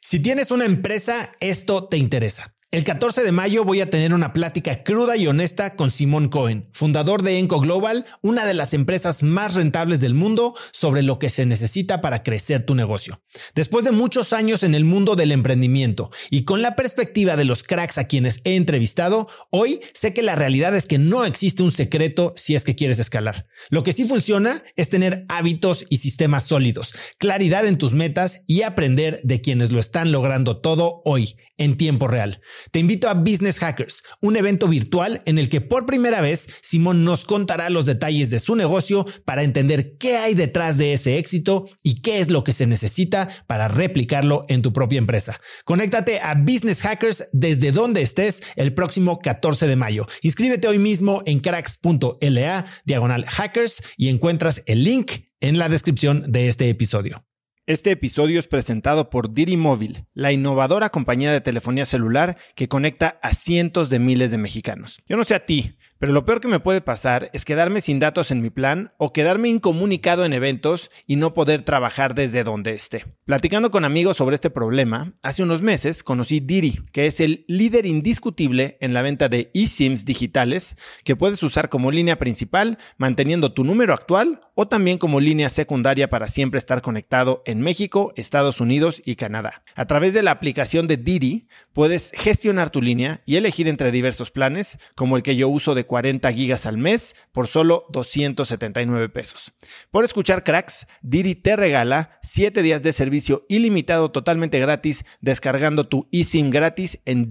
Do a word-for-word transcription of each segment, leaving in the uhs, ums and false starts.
Si tienes una empresa, esto te interesa. El catorce de mayo voy a tener una plática cruda y honesta con Simón Cohen, fundador de Enco Global, una de las empresas más rentables del mundo, sobre lo que se necesita para crecer tu negocio. Después de muchos años en el mundo del emprendimiento y con la perspectiva de los cracks a quienes he entrevistado, hoy sé que la realidad es que no existe un secreto si es que quieres escalar. Lo que sí funciona es tener hábitos y sistemas sólidos, claridad en tus metas y aprender de quienes lo están logrando todo hoy, en tiempo real. Te invito a Business Hackers, un evento virtual en el que por primera vez Simón nos contará los detalles de su negocio para entender qué hay detrás de ese éxito y qué es lo que se necesita para replicarlo en tu propia empresa. Conéctate a Business Hackers desde donde estés el próximo catorce de mayo. Inscríbete hoy mismo en cracks.la diagonal hackers y encuentras el link en la descripción de este episodio. Este episodio es presentado por Didi Móvil, la innovadora compañía de telefonía celular que conecta a cientos de miles de mexicanos. Yo no sé a ti, pero lo peor que me puede pasar es quedarme sin datos en mi plan o quedarme incomunicado en eventos y no poder trabajar desde donde esté. Platicando con amigos sobre este problema, hace unos meses conocí Didi, que es el líder indiscutible en la venta de eSIMs digitales que puedes usar como línea principal, manteniendo tu número actual o también como línea secundaria para siempre estar conectado en México, Estados Unidos y Canadá. A través de la aplicación de Didi, puedes gestionar tu línea y elegir entre diversos planes, como el que yo uso de cuarenta gigas al mes por solo doscientos setenta y nueve pesos. Por escuchar Cracks, Didi te regala siete días de servicio ilimitado totalmente gratis descargando tu eSIM gratis en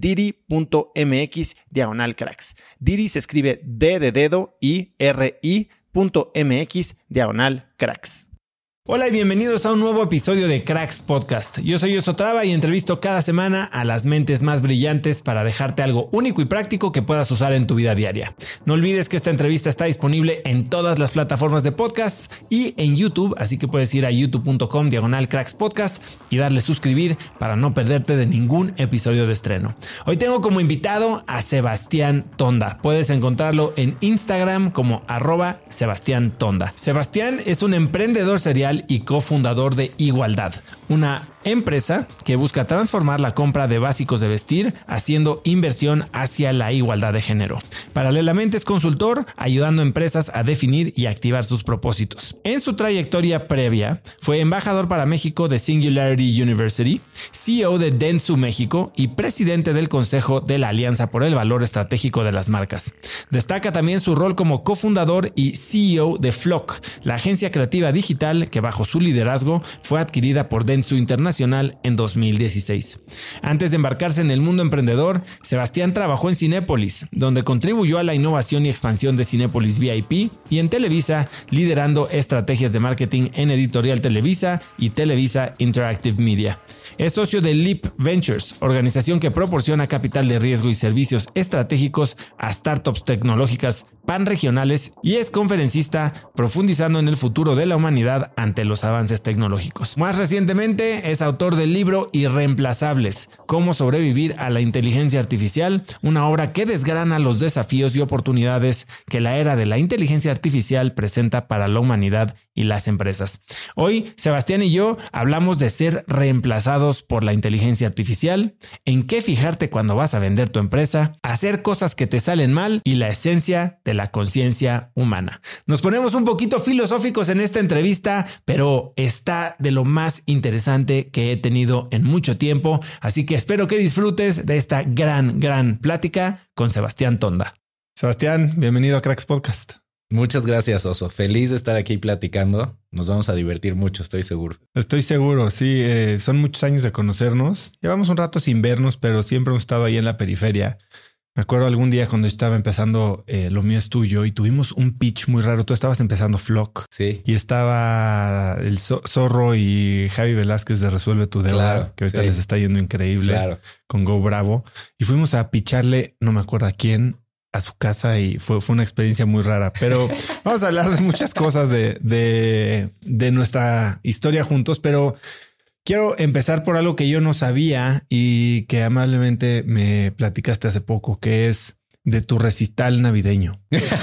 didi.mx diagonal cracks. Didi se escribe D de dedo y R I punto mx diagonal cracks. Hola y bienvenidos a un nuevo episodio de Cracks Podcast. Yo soy Oso Traba y entrevisto cada semana a las mentes más brillantes para dejarte algo único y práctico que puedas usar en tu vida diaria. No olvides que esta entrevista está disponible en todas las plataformas de podcasts y en YouTube, así que puedes ir a youtube.com diagonal Cracks Podcast y darle suscribir para no perderte de ningún episodio de estreno. Hoy tengo como invitado a Sebastián Tonda. Puedes encontrarlo en Instagram como arroba Sebastián Tonda. Sebastián es un emprendedor serial y cofundador de Igualdad, una empresa que busca transformar la compra de básicos de vestir haciendo inversión hacia la igualdad de género. Paralelamente es consultor, ayudando a empresas a definir y activar sus propósitos. En su trayectoria previa, fue embajador para México de Singularity University, C E O de Dentsu México y presidente del Consejo de la Alianza por el Valor Estratégico de las Marcas. Destaca también su rol como cofundador y C E O de Flock, la agencia creativa digital que bajo su liderazgo fue adquirida por Dentsu Internacional en dos mil dieciséis. Antes de embarcarse en el mundo emprendedor, Sebastián trabajó en Cinépolis, donde contribuyó a la innovación y expansión de Cinépolis V I P y en Televisa, liderando estrategias de marketing en Editorial Televisa y Televisa Interactive Media. Es socio de Leap Ventures, organización que proporciona capital de riesgo y servicios estratégicos a startups tecnológicas panregionales y es conferencista profundizando en el futuro de la humanidad ante los avances tecnológicos. Más recientemente es autor del libro Irreemplazables, cómo sobrevivir a la inteligencia artificial, una obra que desgrana los desafíos y oportunidades que la era de la inteligencia artificial presenta para la humanidad y las empresas. Hoy, Sebastián y yo hablamos de ser reemplazados por la inteligencia artificial, en qué fijarte cuando vas a vender tu empresa, hacer cosas que te salen mal y la esencia de la conciencia humana. Nos ponemos un poquito filosóficos en esta entrevista, pero está de lo más interesante que he tenido en mucho tiempo, así que espero que disfrutes de esta gran, gran plática con Sebastián Tonda. Sebastián, bienvenido a Cracks Podcast. Muchas gracias, Oso. Feliz de estar aquí platicando. Nos vamos a divertir mucho, estoy seguro. Estoy seguro, sí. Eh, son muchos años de conocernos. Llevamos un rato sin vernos, pero siempre hemos estado ahí en la periferia. Me acuerdo algún día cuando estaba empezando eh, Lo Mío es Tuyo y tuvimos un pitch muy raro. Tú estabas empezando Flock. Sí. Y estaba el Zorro y Javi Velázquez de Resuelve tu Deuda, claro, que ahorita sí les está yendo increíble, claro, con Go Bravo. Y fuimos a pitcharle, no me acuerdo a quién, a su casa y fue, fue una experiencia muy rara. Pero vamos a hablar de muchas cosas de, de, de nuestra historia juntos, pero quiero empezar por algo que yo no sabía y que amablemente me platicaste hace poco, que es de tu recital navideño.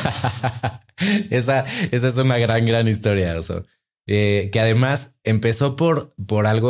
esa, esa es una gran, gran historia. Oso. Eh, que además empezó por, por algo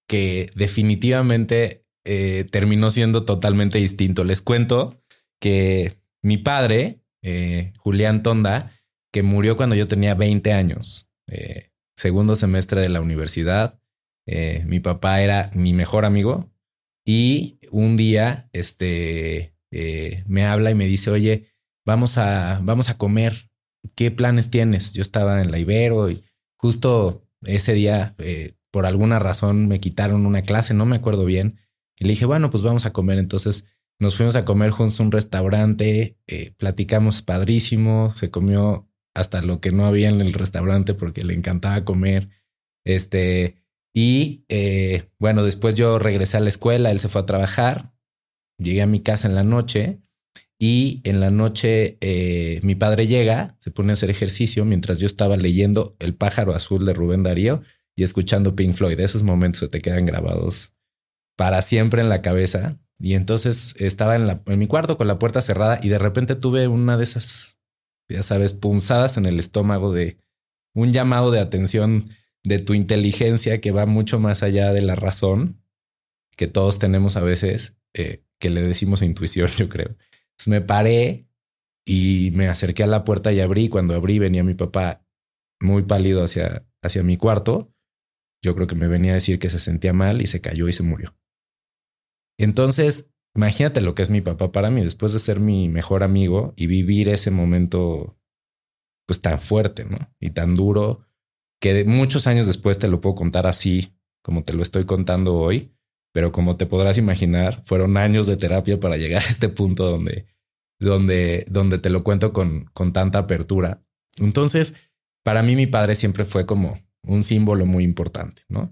que definitivamente eh, terminó siendo totalmente distinto. Les cuento que mi padre, eh, Julián Tonda, que murió cuando yo tenía veinte años, eh, segundo semestre de la universidad, eh, mi papá era mi mejor amigo y un día este, eh, me habla y me dice, oye, vamos a, vamos a comer, ¿qué planes tienes? Yo estaba en la Ibero y justo ese día, eh, por alguna razón, me quitaron una clase, no me acuerdo bien. Y le dije, bueno, pues vamos a comer. Entonces nos fuimos a comer juntos a un restaurante, eh, platicamos padrísimo, se comió hasta lo que no había en el restaurante porque le encantaba comer. Este, y eh, bueno, después yo regresé a la escuela, él se fue a trabajar, llegué a mi casa en la noche y en la noche eh, mi padre llega, se pone a hacer ejercicio mientras yo estaba leyendo El pájaro azul de Rubén Darío y escuchando Pink Floyd. Esos momentos se te quedan grabados para siempre en la cabeza. Y entonces estaba en, la, en mi cuarto con la puerta cerrada y de repente tuve una de esas, ya sabes, punzadas en el estómago de un llamado de atención de tu inteligencia que va mucho más allá de la razón que todos tenemos a veces, eh, que le decimos intuición, yo creo. Entonces me paré y me acerqué a la puerta y abrí. Cuando abrí venía mi papá muy pálido hacia, hacia mi cuarto. Yo creo que me venía a decir que se sentía mal y se cayó y se murió. Entonces, imagínate lo que es mi papá para mí, después de ser mi mejor amigo y vivir ese momento pues tan fuerte, ¿no? Y tan duro que de muchos años después te lo puedo contar así como te lo estoy contando hoy, pero como te podrás imaginar, fueron años de terapia para llegar a este punto donde, donde, donde te lo cuento con, con tanta apertura. Entonces, para mí mi padre siempre fue como un símbolo muy importante, ¿no?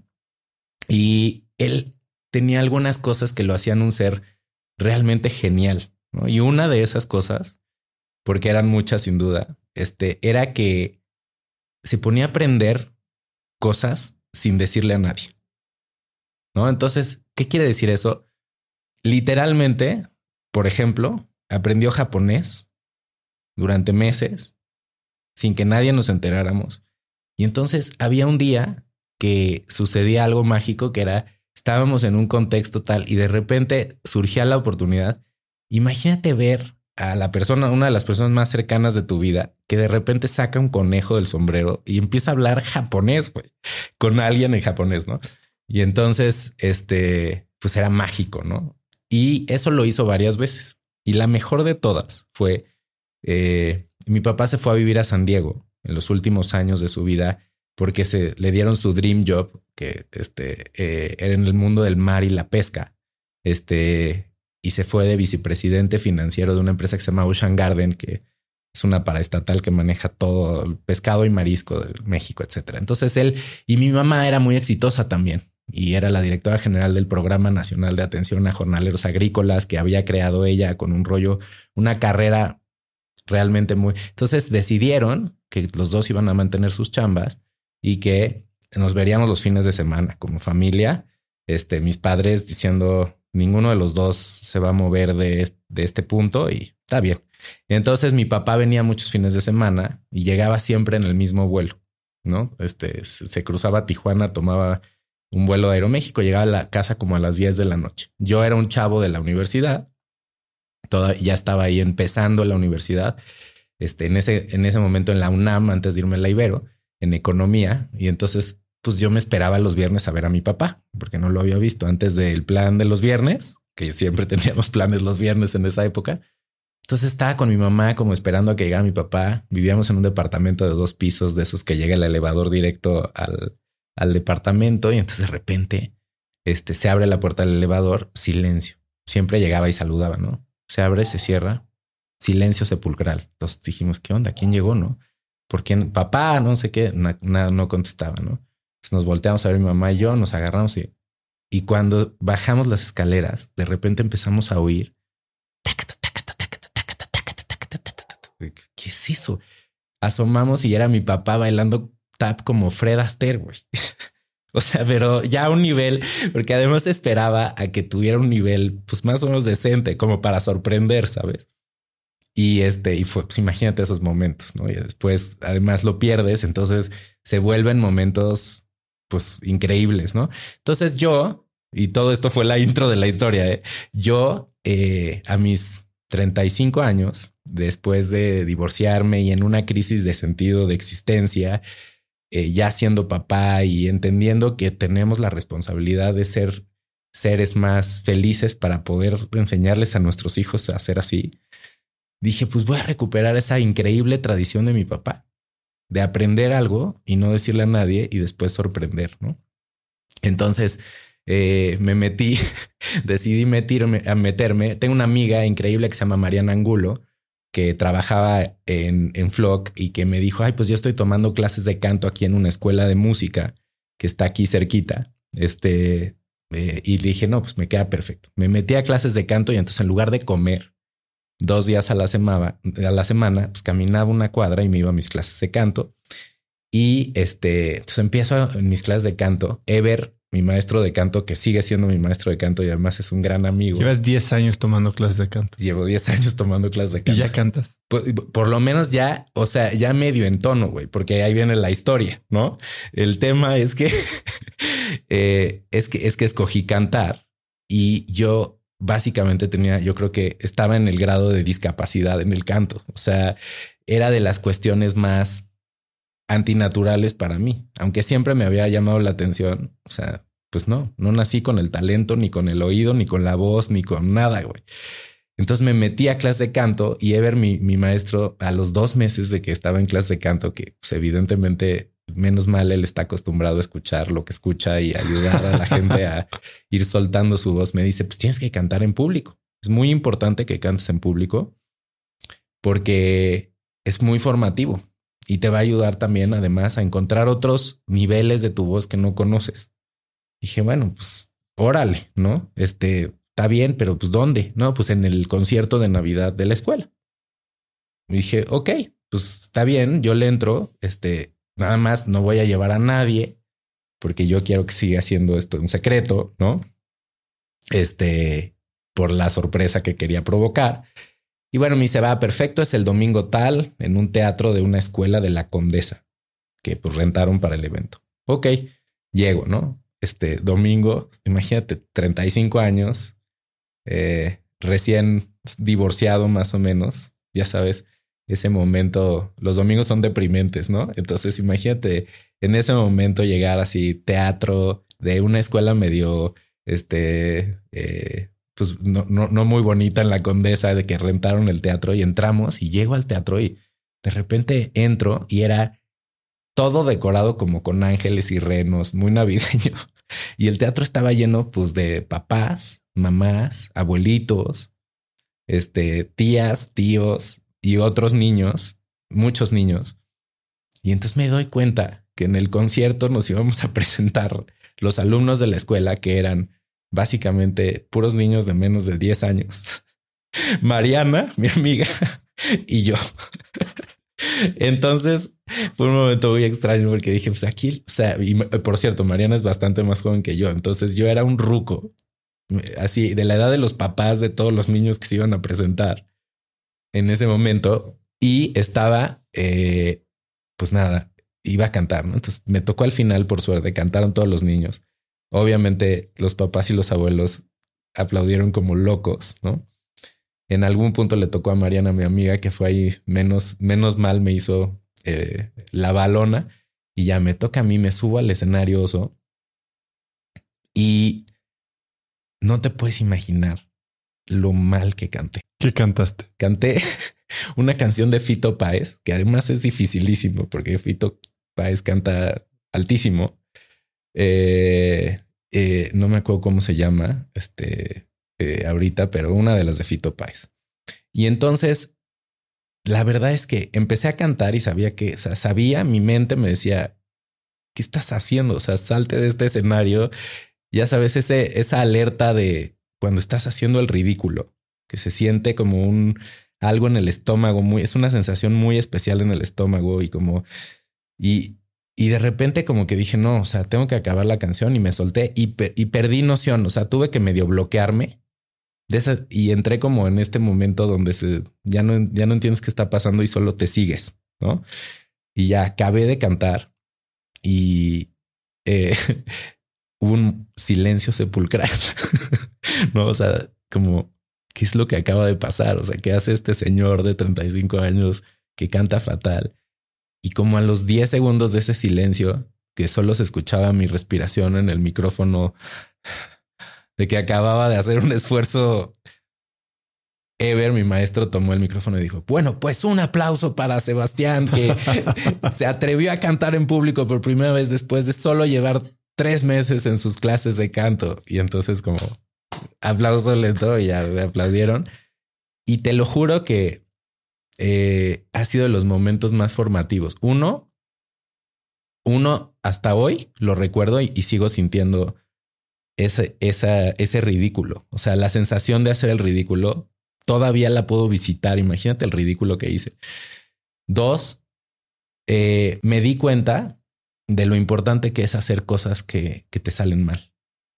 Y él tenía algunas cosas que lo hacían un ser realmente genial, ¿no? Y una de esas cosas, porque eran muchas sin duda, este, era que se ponía a aprender cosas sin decirle a nadie, ¿no? Entonces, ¿qué quiere decir eso? Literalmente, por ejemplo, aprendió japonés durante meses sin que nadie nos enteráramos. Y entonces había un día que sucedía algo mágico que era, estábamos en un contexto tal y de repente surgía la oportunidad. Imagínate ver a la persona, una de las personas más cercanas de tu vida, que de repente saca un conejo del sombrero y empieza a hablar japonés, güey, con alguien en japonés, ¿no? Y entonces, este, pues era mágico, ¿no? Y eso lo hizo varias veces. Y la mejor de todas fue, eh, mi papá se fue a vivir a San Diego en los últimos años de su vida porque se le dieron su dream job, que este, eh, era en el mundo del mar y la pesca. Este, y se fue de vicepresidente financiero de una empresa que se llama Ocean Garden, que es una paraestatal que maneja todo el pescado y marisco de México, etcétera. Entonces él y mi mamá era muy exitosa también y era la directora general del Programa Nacional de Atención a Jornaleros Agrícolas que había creado ella con un rollo, una carrera realmente muy... Entonces decidieron que los dos iban a mantener sus chambas y que nos veríamos los fines de semana como familia. Este, mis padres diciendo ninguno de los dos se va a mover de, de este punto y está bien. Entonces mi papá venía muchos fines de semana y llegaba siempre en el mismo vuelo, ¿no? Este, se cruzaba a Tijuana, tomaba un vuelo de Aeroméxico, llegaba a la casa como a las diez de la noche. Yo era un chavo de la universidad, toda, ya estaba ahí empezando la universidad, este, en ese, en ese momento en la UNAM, antes de irme a la Ibero, en economía, y entonces pues yo me esperaba los viernes a ver a mi papá, porque no lo había visto antes del plan de los viernes, que siempre teníamos planes los viernes en esa época. Entonces estaba con mi mamá como esperando a que llegara mi papá. Vivíamos en un departamento de dos pisos de esos que llega el elevador directo al, al departamento y entonces de repente este, se abre la puerta del elevador, silencio. Siempre llegaba y saludaba, ¿no? Se abre, se cierra, silencio sepulcral. Entonces dijimos, ¿qué onda? ¿Quién llegó? ¿No? ¿Por quién? Papá, no sé qué. Nada, no, no contestaba, ¿no? Entonces nos volteamos a ver mi mamá y yo, nos agarramos y, y cuando bajamos las escaleras, de repente empezamos a oír. ¿Qué es eso? Asomamos y era mi papá bailando tap como Fred Astaire, güey. O sea, pero ya a un nivel, porque además esperaba a que tuviera un nivel pues más o menos decente como para sorprender, ¿sabes? Y este, y fue, pues imagínate esos momentos, ¿no? Y después además lo pierdes, entonces se vuelven momentos pues increíbles, ¿no? Entonces yo, y todo esto fue la intro de la historia, ¿eh? Yo eh, a mis treinta y cinco años, después de divorciarme y en una crisis de sentido de existencia, eh, ya siendo papá y entendiendo que tenemos la responsabilidad de ser seres más felices para poder enseñarles a nuestros hijos a ser así, dije, pues voy a recuperar esa increíble tradición de mi papá, de aprender algo y no decirle a nadie y después sorprender, ¿no? Entonces eh, me metí, decidí meterme, a meterme. Tengo una amiga increíble que se llama Mariana Angulo, que trabajaba en, en Flock y que me dijo, ay, pues yo estoy tomando clases de canto aquí en una escuela de música que está aquí cerquita. Este, eh, y le dije, no, pues me queda perfecto. Me metí a clases de canto y entonces en lugar de comer dos días a la semana, a la semana, pues caminaba una cuadra y me iba a mis clases de canto. Y este, entonces empiezo en mis clases de canto. Ever, mi maestro de canto, que sigue siendo mi maestro de canto y además es un gran amigo. Llevas diez años tomando clases de canto. Llevo diez años tomando clases de canto. ¿Y ya cantas? Por, por lo menos ya, o sea, ya medio en tono, güey, porque ahí viene la historia, ¿no? El tema es que, eh, es que, es que escogí cantar y yo básicamente tenía, yo creo que estaba en el grado de discapacidad en el canto. O sea, era de las cuestiones más antinaturales para mí, aunque siempre me había llamado la atención. O sea, pues no, no nací con el talento, ni con el oído, ni con la voz, ni con nada, güey. Entonces me metí a clase de canto y Ever, mi, mi maestro, a los dos meses de que estaba en clase de canto, que pues, evidentemente, menos mal, él está acostumbrado a escuchar lo que escucha y ayudar a la gente a ir soltando su voz, me dice, pues tienes que cantar en público. Es muy importante que cantes en público porque es muy formativo. Y te va a ayudar también, además, a encontrar otros niveles de tu voz que no conoces. Dije, bueno, pues órale, ¿no? Este, está bien, pero pues ¿dónde? No, pues en el concierto de Navidad de la escuela. Y dije, ok, pues está bien, yo le entro. Este, nada más no voy a llevar a nadie porque yo quiero que siga siendo esto un secreto, ¿no? Este, por la sorpresa que quería provocar. Y bueno, me dice, va, perfecto, es el domingo tal, en un teatro de una escuela de la Condesa, que pues rentaron para el evento. Ok, llego, ¿no? Este domingo, imagínate, treinta y cinco años, eh, recién divorciado más o menos, ya sabes, ese momento, los domingos son deprimentes, ¿no? Entonces imagínate en ese momento llegar así, teatro de una escuela medio, este... Eh, pues no, no, no muy bonita en la Condesa, de que rentaron el teatro y entramos y llego al teatro y de repente entro y era todo decorado como con ángeles y renos, muy navideño. Y el teatro estaba lleno pues de papás, mamás, abuelitos, este, tías, tíos y otros niños, muchos niños. Y entonces me doy cuenta que en el concierto nos íbamos a presentar los alumnos de la escuela, que eran básicamente puros niños de menos de diez años. Mariana, mi amiga, y yo. Entonces fue un momento muy extraño porque dije, pues aquí, o sea, y por cierto, Mariana es bastante más joven que yo. Entonces yo era un ruco, así de la edad de los papás de todos los niños que se iban a presentar en ese momento. Y estaba, eh, pues nada, iba a cantar, ¿no? Entonces me tocó al final, por suerte, cantaron todos los niños. Obviamente los papás y los abuelos aplaudieron como locos, ¿no? En algún punto le tocó a Mariana, mi amiga, que fue ahí menos, menos mal, me hizo eh, la balona y ya me toca a mí, me subo al escenario oso y no te puedes imaginar lo mal que canté. ¿Qué cantaste? Canté una canción de Fito Páez, que además es dificilísimo porque Fito Páez canta altísimo. Eh, eh, no me acuerdo cómo se llama este eh, ahorita, pero una de las de Fito Páez. Y entonces la verdad es que empecé a cantar y sabía que, o sea, sabía, mi mente me decía, ¿qué estás haciendo? O sea, salte de este escenario. Ya sabes, ese, esa alerta de cuando estás haciendo el ridículo, que se siente como un algo en el estómago, muy, es una sensación muy especial en el estómago y como y Y de repente como que dije, no, o sea, tengo que acabar la canción y me solté y, pe y perdí noción. O sea, tuve que medio bloquearme de esa y entré como en este momento donde se, ya, no, ya no entiendes qué está pasando y solo te sigues, ¿no? Y ya acabé de cantar y eh, hubo un silencio sepulcral. No, o sea, como, ¿qué es lo que acaba de pasar? O sea, ¿qué hace este señor de treinta y cinco años que canta fatal? Y como a los diez segundos de ese silencio, que solo se escuchaba mi respiración en el micrófono, de que acababa de hacer un esfuerzo ever, mi maestro tomó el micrófono y dijo, bueno, pues un aplauso para Sebastián, que se atrevió a cantar en público por primera vez después de solo llevar tres meses en sus clases de canto. Y entonces como aplauso lento y ya me aplaudieron. Y te lo juro que eh, ha sido de los momentos más formativos. Uno, uno hasta hoy lo recuerdo y, y sigo sintiendo ese, esa, ese ridículo. O sea, la sensación de hacer el ridículo todavía la puedo visitar. Imagínate el ridículo que hice. Dos, eh, me di cuenta de lo importante que es hacer cosas que, que te salen mal.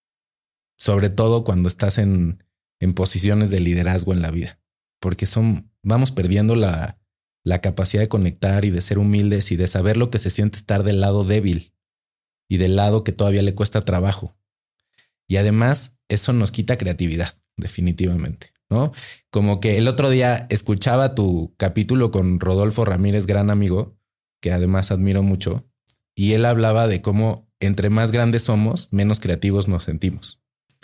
Sobre todo cuando estás en, en posiciones de liderazgo en la vida. Porque son, vamos perdiendo la, la capacidad de conectar y de ser humildes y de saber lo que se siente estar del lado débil y del lado que todavía le cuesta trabajo. Y además eso nos quita creatividad, definitivamente, ¿no? Como que el otro día escuchaba tu capítulo con Rodolfo Ramírez, gran amigo, que además admiro mucho, y él hablaba de cómo entre más grandes somos, menos creativos nos sentimos.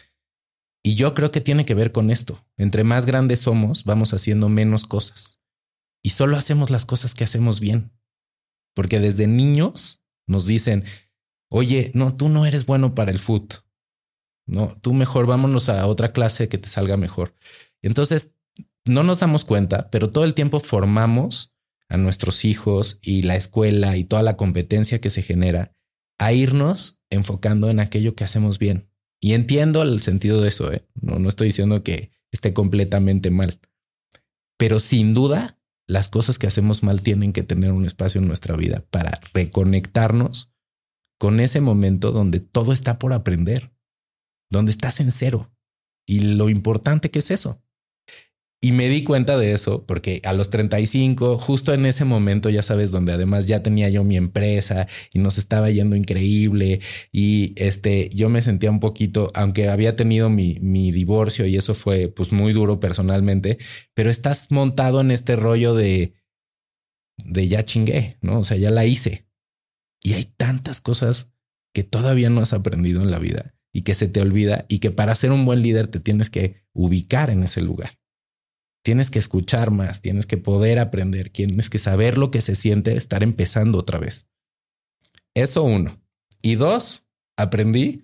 Y yo creo que tiene que ver con esto. Entre más grandes somos, vamos haciendo menos cosas. Y solo hacemos las cosas que hacemos bien. Porque desde niños nos dicen, oye, no, tú no eres bueno para el fútbol. No, tú mejor vámonos a otra clase que te salga mejor. Entonces no nos damos cuenta, pero todo el tiempo formamos a nuestros hijos y la escuela y toda la competencia que se genera a irnos enfocando en aquello que hacemos bien. Y entiendo el sentido de eso, ¿eh? No, no estoy diciendo que esté completamente mal, pero sin duda las cosas que hacemos mal tienen que tener un espacio en nuestra vida para reconectarnos con ese momento donde todo está por aprender, donde estás en cero y lo importante que es eso. Y me di cuenta de eso porque a los treinta y cinco, justo en ese momento, ya sabes, donde además ya tenía yo mi empresa y nos estaba yendo increíble y este, yo me sentía un poquito, aunque había tenido mi, mi divorcio y eso fue pues muy duro personalmente, pero estás montado en este rollo de, de ya chingué, ¿no? O sea, ya la hice. Y hay tantas cosas que todavía no has aprendido en la vida y que se te olvida y que para ser un buen líder te tienes que ubicar en ese lugar. Tienes que escuchar más, tienes que poder aprender, tienes que saber lo que se siente estar empezando otra vez. Eso uno. Y dos, aprendí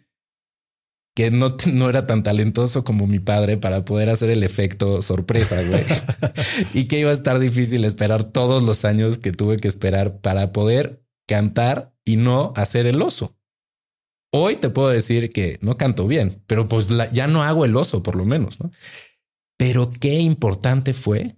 que no, no era tan talentoso como mi padre para poder hacer el efecto sorpresa, güey. Y que iba a estar difícil esperar todos los años que tuve que esperar para poder cantar y no hacer el oso. Hoy te puedo decir que no canto bien, pero pues la, ya no hago el oso por lo menos, ¿no? Pero qué importante fue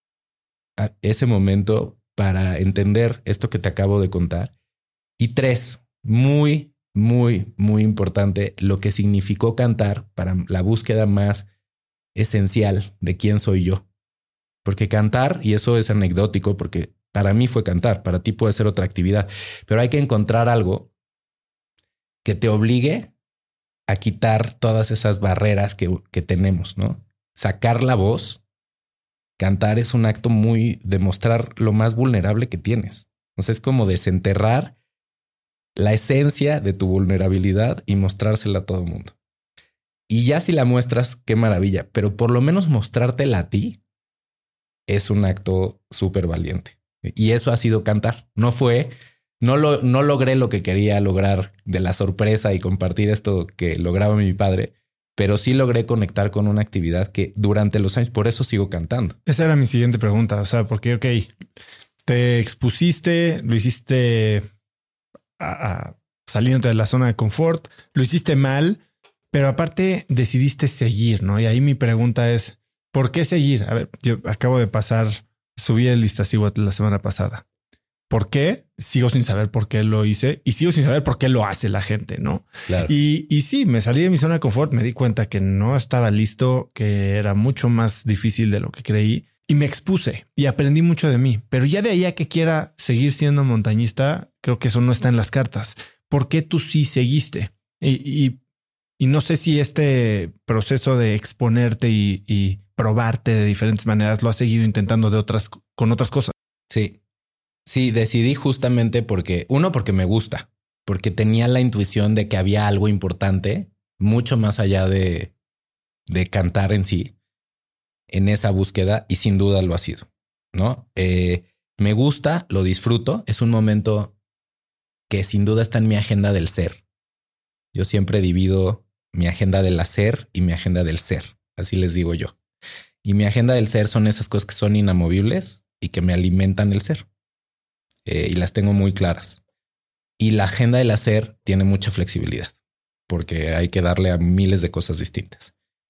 ese momento para entender esto que te acabo de contar. Y tres, muy, muy, muy importante, lo que significó cantar para la búsqueda más esencial de quién soy yo. Porque cantar, y eso es anecdótico, porque para mí fue cantar, para ti puede ser otra actividad, pero hay que encontrar algo que te obligue a quitar todas esas barreras que, que tenemos, ¿no? Sacar la voz, cantar es un acto muy de mostrar lo más vulnerable que tienes. O sea, es como desenterrar la esencia de tu vulnerabilidad y mostrársela a todo el mundo. Y ya si la muestras, qué maravilla, pero por lo menos mostrártela a ti es un acto súper valiente. Y eso ha sido cantar. No fue, no, lo, no logré lo que quería lograr de la sorpresa y compartir esto que lograba mi padre, pero sí logré conectar con una actividad que durante los años, por eso sigo cantando. Esa era mi siguiente pregunta. O sea, porque, ok, te expusiste, lo hiciste a, a, saliendo de la zona de confort, lo hiciste mal, pero aparte decidiste seguir, ¿no? Y ahí mi pregunta es, ¿por qué seguir? A ver, yo acabo de pasar, subí el Iztaccíhuatl la semana pasada. ¿Por qué? Sigo sin saber por qué lo hice y sigo sin saber por qué lo hace la gente, ¿no? Claro. Y, y sí, me salí de mi zona de confort, me di cuenta que no estaba listo, que era mucho más difícil de lo que creí y me expuse y aprendí mucho de mí. Pero ya de ahí a que quiera seguir siendo montañista, creo que eso no está en las cartas. ¿por qué tú sí seguiste? Y, y, y no sé si este proceso de exponerte y, y probarte de diferentes maneras lo has seguido intentando de otras, con otras cosas. Sí, sí, decidí justamente porque, uno, porque me gusta, porque tenía la intuición de que había algo importante, mucho más allá de, de cantar en sí, en esa búsqueda, y sin duda lo ha sido, ¿no? Eh, me gusta, lo disfruto, es un momento que sin duda está en mi agenda del ser. Yo siempre divido mi agenda del hacer y mi agenda del ser, así les digo yo. Y mi agenda del ser son esas cosas que son inamovibles y que me alimentan el ser. Eh, y las tengo muy claras. Y la agenda del hacer tiene mucha flexibilidad porque hay que darle a miles de cosas distintas.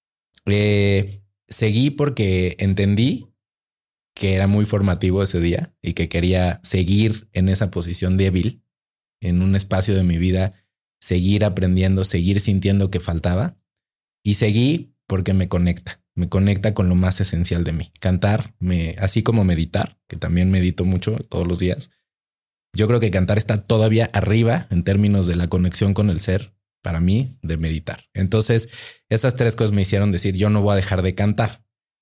Eh, seguí porque entendí que era muy formativo ese día y que quería seguir en esa posición débil, en un espacio de mi vida, seguir aprendiendo, seguir sintiendo que faltaba. Y seguí porque me conecta. Me conecta con lo más esencial de mí. Cantar, me, así como meditar, que también medito mucho todos los días. Yo creo que cantar está todavía arriba en términos de la conexión con el ser, para mí, de meditar. Entonces, esas tres cosas me hicieron decir, yo no voy a dejar de cantar.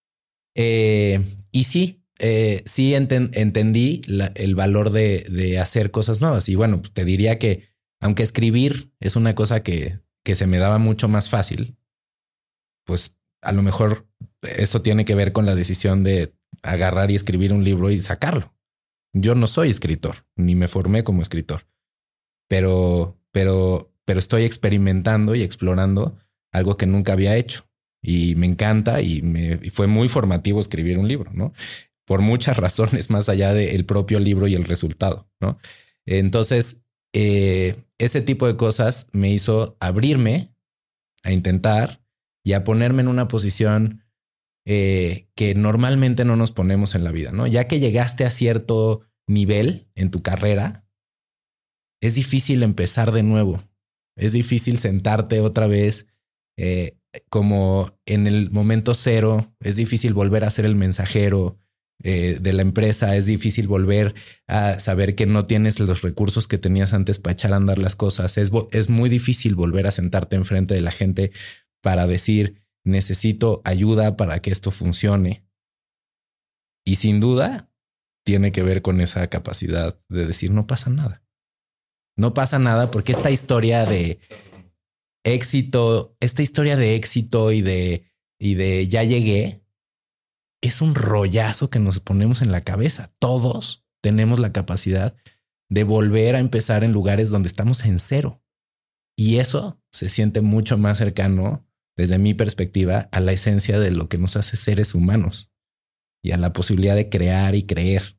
Eh, y sí, eh, sí enten, entendí la, el valor de, de hacer cosas nuevas. Y bueno, te diría que, aunque escribir es una cosa que, que se me daba mucho más fácil, pues a lo mejor eso tiene que ver con la decisión de agarrar y escribir un libro y sacarlo. Yo no soy escritor, ni me formé como escritor, pero, pero, pero estoy experimentando y explorando algo que nunca había hecho y me encanta y, me, y fue muy formativo escribir un libro, ¿no? Por muchas razones más allá del propio libro y el resultado, ¿no? Entonces, eh, ese tipo de cosas me hizo abrirme a intentar y a ponerme en una posición eh, que normalmente no nos ponemos en la vida, ¿no? Ya que llegaste a cierto nivel en tu carrera, es difícil empezar de nuevo. Es difícil sentarte otra vez eh, como en el momento cero. Es difícil volver a ser el mensajero eh, de la empresa. Es difícil volver a saber que no tienes los recursos que tenías antes para echar a andar las cosas. Es, es muy difícil volver a sentarte enfrente de la gente para decir, necesito ayuda para que esto funcione. Y sin duda tiene que ver con esa capacidad de decir, no pasa nada. No pasa nada porque esta historia de éxito, esta historia de éxito y de, y de ya llegué, es un rollazo que nos ponemos en la cabeza. Todos tenemos la capacidad de volver a empezar en lugares donde estamos en cero. Y eso se siente mucho más cercano, desde mi perspectiva, a la esencia de lo que nos hace seres humanos y a la posibilidad de crear y creer.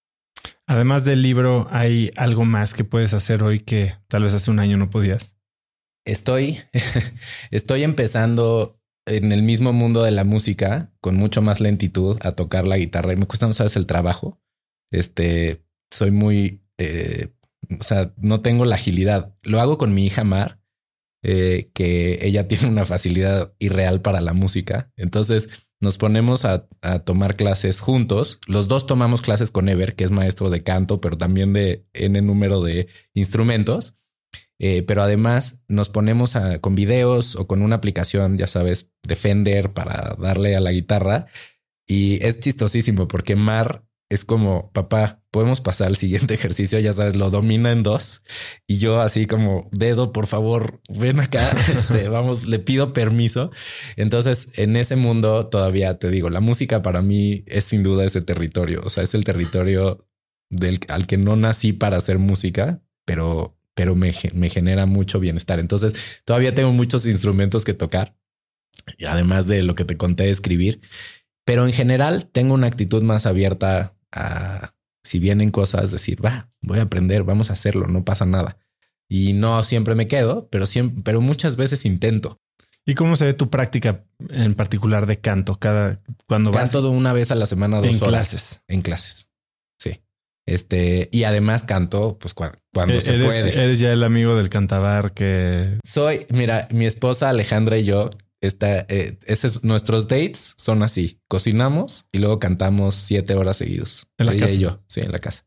Además del libro, ¿hay algo más que puedes hacer hoy que tal vez hace un año no podías? Estoy, estoy empezando en el mismo mundo de la música con mucho más lentitud a tocar la guitarra y me cuesta, no sabes, el trabajo. Este, soy muy, eh, o sea, no tengo la agilidad. Lo hago con mi hija Mar. Eh, que ella tiene una facilidad irreal para la música. Entonces nos ponemos a, a tomar clases juntos. Los dos tomamos clases con Ever, que es maestro de canto, pero también de N número de instrumentos. Eh, pero además nos ponemos a, con videos o con una aplicación, ya sabes, de Fender para darle a la guitarra. Y es chistosísimo porque Mar es como, papá, podemos pasar al siguiente ejercicio, ya sabes, lo domina en dos. Y yo así como, dedo, por favor, ven acá, este, vamos, le pido permiso. Entonces, en ese mundo todavía te digo, la música para mí es sin duda ese territorio. O sea, es el territorio del, al que no nací para hacer música, pero, pero me, me genera mucho bienestar. Entonces, todavía tengo muchos instrumentos que tocar, y además de lo que te conté de escribir. Pero en general tengo una actitud más abierta a, si vienen cosas, decir, va, voy a aprender, vamos a hacerlo, no pasa nada. Y no siempre me quedo, pero siempre, pero muchas veces intento. ¿Y cómo se ve tu práctica en particular de canto? Cada cuando vas canto una vez a la semana, dos en horas clases. En clases. Sí. Este, y además canto, pues cu cuando eh, se eres, puede. Eres ya el amigo del cantabar que soy. Mira, mi esposa Alejandra y yo, Está, eh, esos, nuestros dates son así. Cocinamos y luego cantamos siete horas seguidos. En la Ella casa. y yo, sí, en la casa.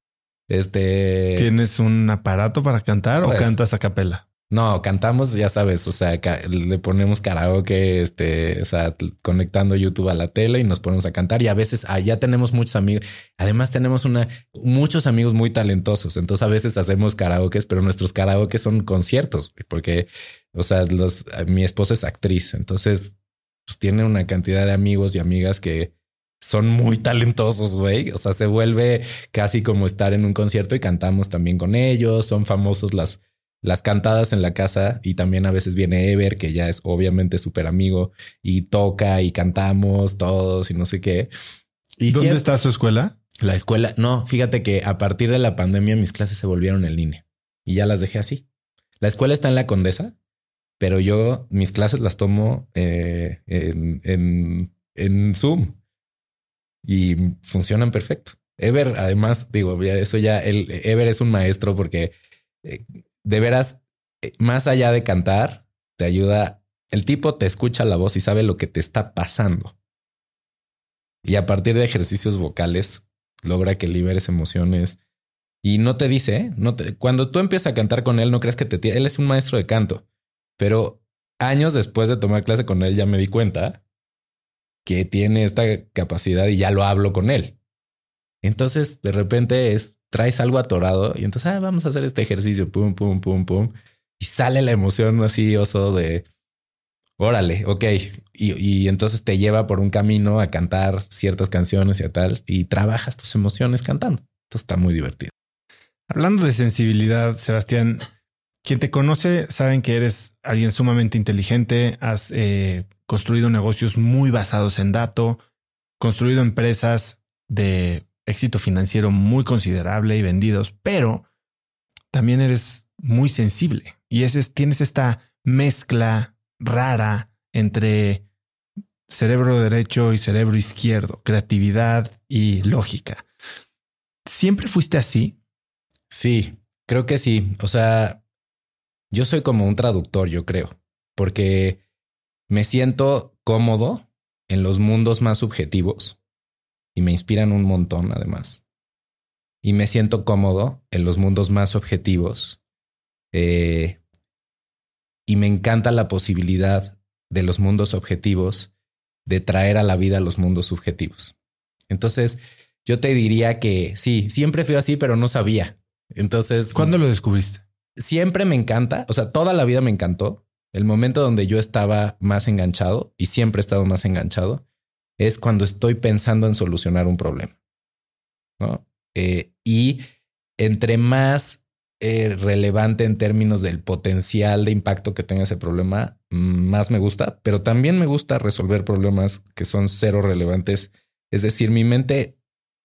Este... ¿Tienes un aparato para cantar pues, o cantas a capela? No, cantamos, ya sabes, o sea, le ponemos karaoke, este, o sea, conectando YouTube a la tele y nos ponemos a cantar y a veces ah, ya tenemos muchos amigos. Además tenemos una, muchos amigos muy talentosos. Entonces a veces hacemos karaokes, pero nuestros karaokes son conciertos porque, o sea, los, mi esposa es actriz. Entonces pues tiene una cantidad de amigos y amigas que son muy talentosos, güey. O sea, se vuelve casi como estar en un concierto y cantamos también con ellos. Son famosos las las cantadas en la casa y también a veces viene Ever, que ya es obviamente súper amigo y toca y cantamos todos y no sé qué. Y ¿Dónde siempre, está su escuela? La escuela. No, fíjate que a partir de la pandemia mis clases se volvieron en línea y ya las dejé así. La escuela está en la Condesa, pero yo mis clases las tomo eh, en, en, en Zoom y funcionan perfecto. Ever, además, digo, ya eso ya, el Ever es un maestro porque eh, de veras, más allá de cantar, te ayuda. El tipo te escucha la voz y sabe lo que te está pasando. Y a partir de ejercicios vocales, logra que liberes emociones. Y no te dice, ¿eh? no te, cuando tú empiezas a cantar con él, no creas que te... Él es un maestro de canto. Pero años después de tomar clase con él, ya me di cuenta que tiene esta capacidad y ya lo hablo con él. Entonces, de repente es... traes algo atorado y entonces ah, vamos a hacer este ejercicio, pum, pum, pum, pum. Y sale la emoción así, oso de órale, ok. Y, y entonces te lleva por un camino a cantar ciertas canciones y a tal, y trabajas tus emociones cantando. Esto está muy divertido. Hablando de sensibilidad, Sebastián, quien te conoce saben que eres alguien sumamente inteligente, has eh, construido negocios muy basados en datos, construido empresas de éxito financiero muy considerable y vendidos, pero también eres muy sensible y ese es, tienes esta mezcla rara entre cerebro derecho y cerebro izquierdo, creatividad y lógica. ¿Siempre fuiste así? Sí, creo que sí. O sea, yo soy como un traductor, yo creo, porque me siento cómodo en los mundos más subjetivos. Y me inspiran un montón, además. Y me siento cómodo en los mundos más objetivos. Eh, y me encanta la posibilidad de los mundos objetivos de traer a la vida los mundos subjetivos. Entonces, yo te diría que sí, siempre fui así, pero no sabía. Entonces, ¿cuándo lo descubriste? Siempre me encanta. O sea, toda la vida me encantó. El momento donde yo estaba más enganchado y siempre he estado más enganchado es cuando estoy pensando en solucionar un problema, ¿no? Eh, y entre más eh, relevante en términos del potencial de impacto que tenga ese problema, más me gusta, pero también me gusta resolver problemas que son cero relevantes. Es decir, mi mente,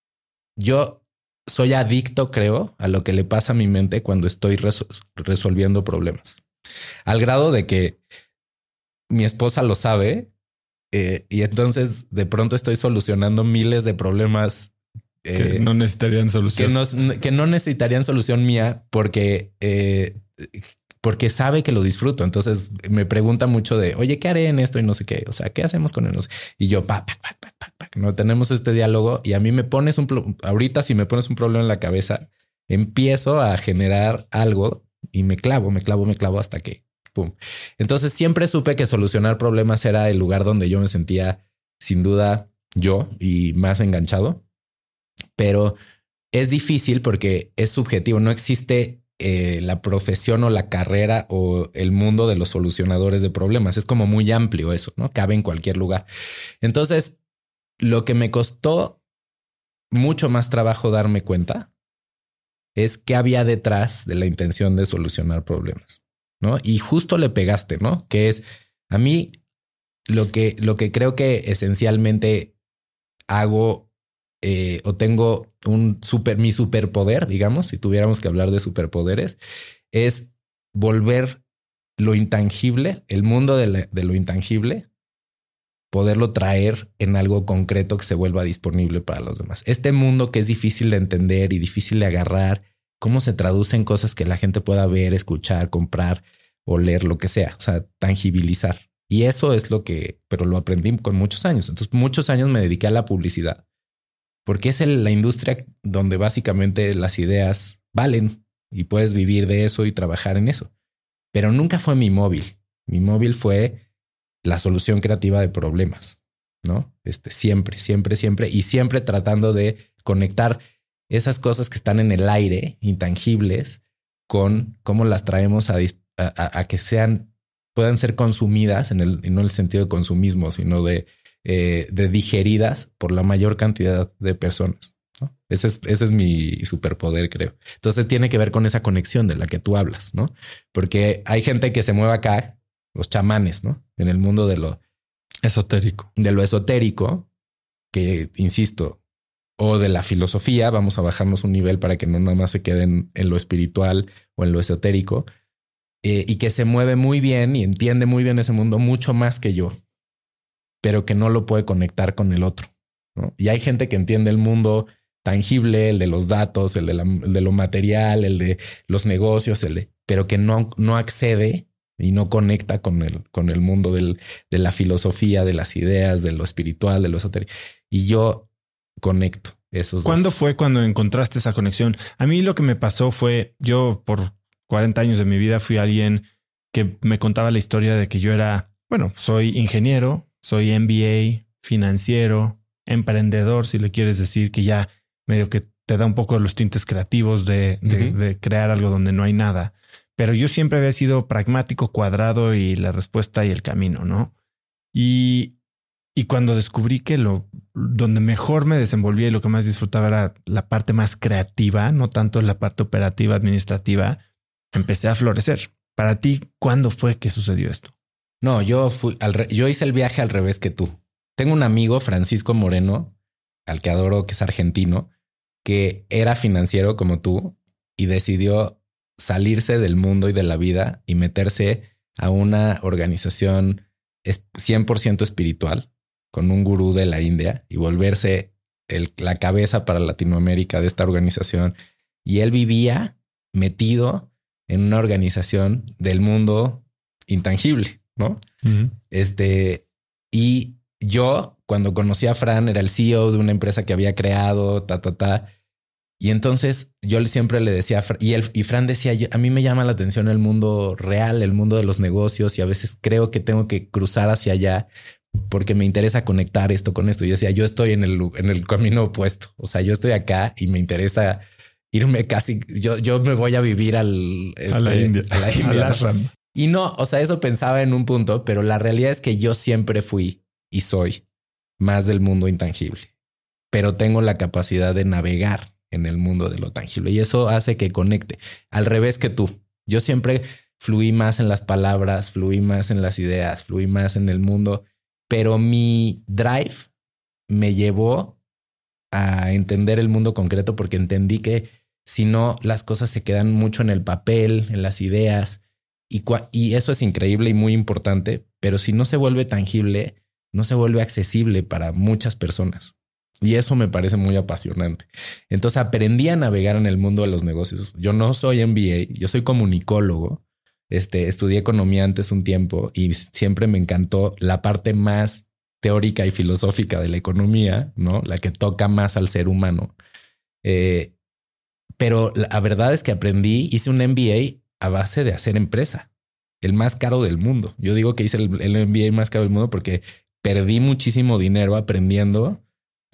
yo soy adicto, creo, a lo que le pasa a mi mente cuando estoy resol- resolviendo problemas. Al grado de que mi esposa lo sabe. Eh, y entonces de pronto estoy solucionando miles de problemas eh, que no necesitarían solución, que no, que no necesitarían solución mía porque, eh, porque sabe que lo disfruto. Entonces me pregunta mucho de oye, ¿qué haré en esto? Y no sé qué. O sea, ¿qué hacemos con él? No sé. Y yo pa, pa, pa, pa, pa, pa, no tenemos este diálogo y a mí me pones un ahorita, si me pones un problema en la cabeza, empiezo a generar algo y me clavo, me clavo, me clavo hasta que pum. Entonces siempre supe que solucionar problemas era el lugar donde yo me sentía sin duda yo y más enganchado, pero es difícil porque es subjetivo. No existe eh, la profesión o la carrera o el mundo de los solucionadores de problemas. Es como muy amplio eso, ¿no? Cabe en cualquier lugar. Entonces, lo que me costó mucho más trabajo darme cuenta es qué había detrás de la intención de solucionar problemas. ¿No? Y justo le pegaste, ¿no? Que es a mí lo que, lo que creo que esencialmente hago eh, o tengo un super, mi superpoder, digamos, si tuviéramos que hablar de superpoderes, es volver lo intangible, el mundo de, la, de lo intangible, poderlo traer en algo concreto que se vuelva disponible para los demás. Este mundo que es difícil de entender y difícil de agarrar, cómo se traduce en cosas que la gente pueda ver, escuchar, comprar, oler, lo que sea, o sea, tangibilizar. Y eso es lo que, pero lo aprendí con muchos años. Entonces, muchos años me dediqué a la publicidad porque es el, la industria donde básicamente las ideas valen y puedes vivir de eso y trabajar en eso. Pero nunca fue mi móvil. Mi móvil fue la solución creativa de problemas, ¿no? Este, siempre, siempre, siempre y siempre tratando de conectar esas cosas que están en el aire, intangibles, con cómo las traemos a, a, a que sean, puedan ser consumidas en el, no en el sentido de consumismo, sino de, eh, de digeridas por la mayor cantidad de personas, ¿no? Ese es, ese es mi superpoder, creo. Entonces tiene que ver con esa conexión de la que tú hablas, ¿no? Porque hay gente que se mueve acá, los chamanes, ¿no? En el mundo de lo esotérico, de lo esotérico, que insisto, o de la filosofía, vamos a bajarnos un nivel para que no nada más se queden en lo espiritual o en lo esotérico, eh, y que se mueve muy bien y entiende muy bien ese mundo mucho más que yo, pero que no lo puede conectar con el otro, ¿no? Y hay gente que entiende el mundo tangible, el de los datos, el de, la, el de lo material, el de los negocios, el de, pero que no, no accede y no conecta con el, con el mundo del, de la filosofía, de las ideas, de lo espiritual, de lo esotérico. Y yo conecto esos ¿Cuándo dos. fue cuando encontraste esa conexión? A mí lo que me pasó fue, yo por cuarenta años de mi vida fui alguien que me contaba la historia de que yo era, bueno, soy ingeniero, soy M B A, financiero, emprendedor, si le quieres decir, que ya medio que te da un poco los tintes creativos de, de, uh-huh. de crear algo donde no hay nada. Pero yo siempre había sido pragmático, cuadrado y la respuesta y el camino, ¿no? Y, y cuando descubrí que lo donde mejor me desenvolvía y lo que más disfrutaba era la parte más creativa, no tanto la parte operativa, administrativa, empecé a florecer. Para ti, ¿cuándo fue que sucedió esto? No, yo fui al re- yo hice el viaje al revés que tú. Tengo un amigo, Francisco Moreno, al que adoro, que es argentino, que era financiero como tú y decidió salirse del mundo y de la vida y meterse a una organización cien por ciento espiritual con un gurú de la India y volverse el, la cabeza para Latinoamérica de esta organización. Y él vivía metido en una organización del mundo intangible, ¿no? Uh-huh. Este, y yo, cuando conocí a Fran, era el C E O de una empresa que había creado, ta, ta, ta. Y entonces yo siempre le decía, y, él, y Fran decía, yo, a mí me llama la atención el mundo real, el mundo de los negocios, y a veces creo que tengo que cruzar hacia allá porque me interesa conectar esto con esto. Y yo decía, yo estoy en el, en el camino opuesto. O sea, yo estoy acá y me interesa irme casi, yo, yo me voy a vivir al, este, a la India, a la India. ¿no? Y no, o sea, eso pensaba en un punto, pero la realidad es que yo siempre fui y soy más del mundo intangible, pero tengo la capacidad de navegar en el mundo de lo tangible y eso hace que conecte. Al revés que tú, yo siempre fluí más en las palabras, fluí más en las ideas, fluí más en el mundo, pero mi drive me llevó a entender el mundo concreto porque entendí que si no, las cosas se quedan mucho en el papel, en las ideas y, y eso es increíble y muy importante, pero si no se vuelve tangible, no se vuelve accesible para muchas personas. Y eso me parece muy apasionante. Entonces aprendí a navegar en el mundo de los negocios. Yo no soy M B A, yo soy comunicólogo. Este, estudié economía antes un tiempo y siempre me encantó la parte más teórica y filosófica de la economía, ¿no? La que toca más al ser humano. Eh, pero la verdad es que aprendí, hice un M B A a base de hacer empresa, el más caro del mundo. Yo digo que hice el, el M B A más caro del mundo porque perdí muchísimo dinero aprendiendo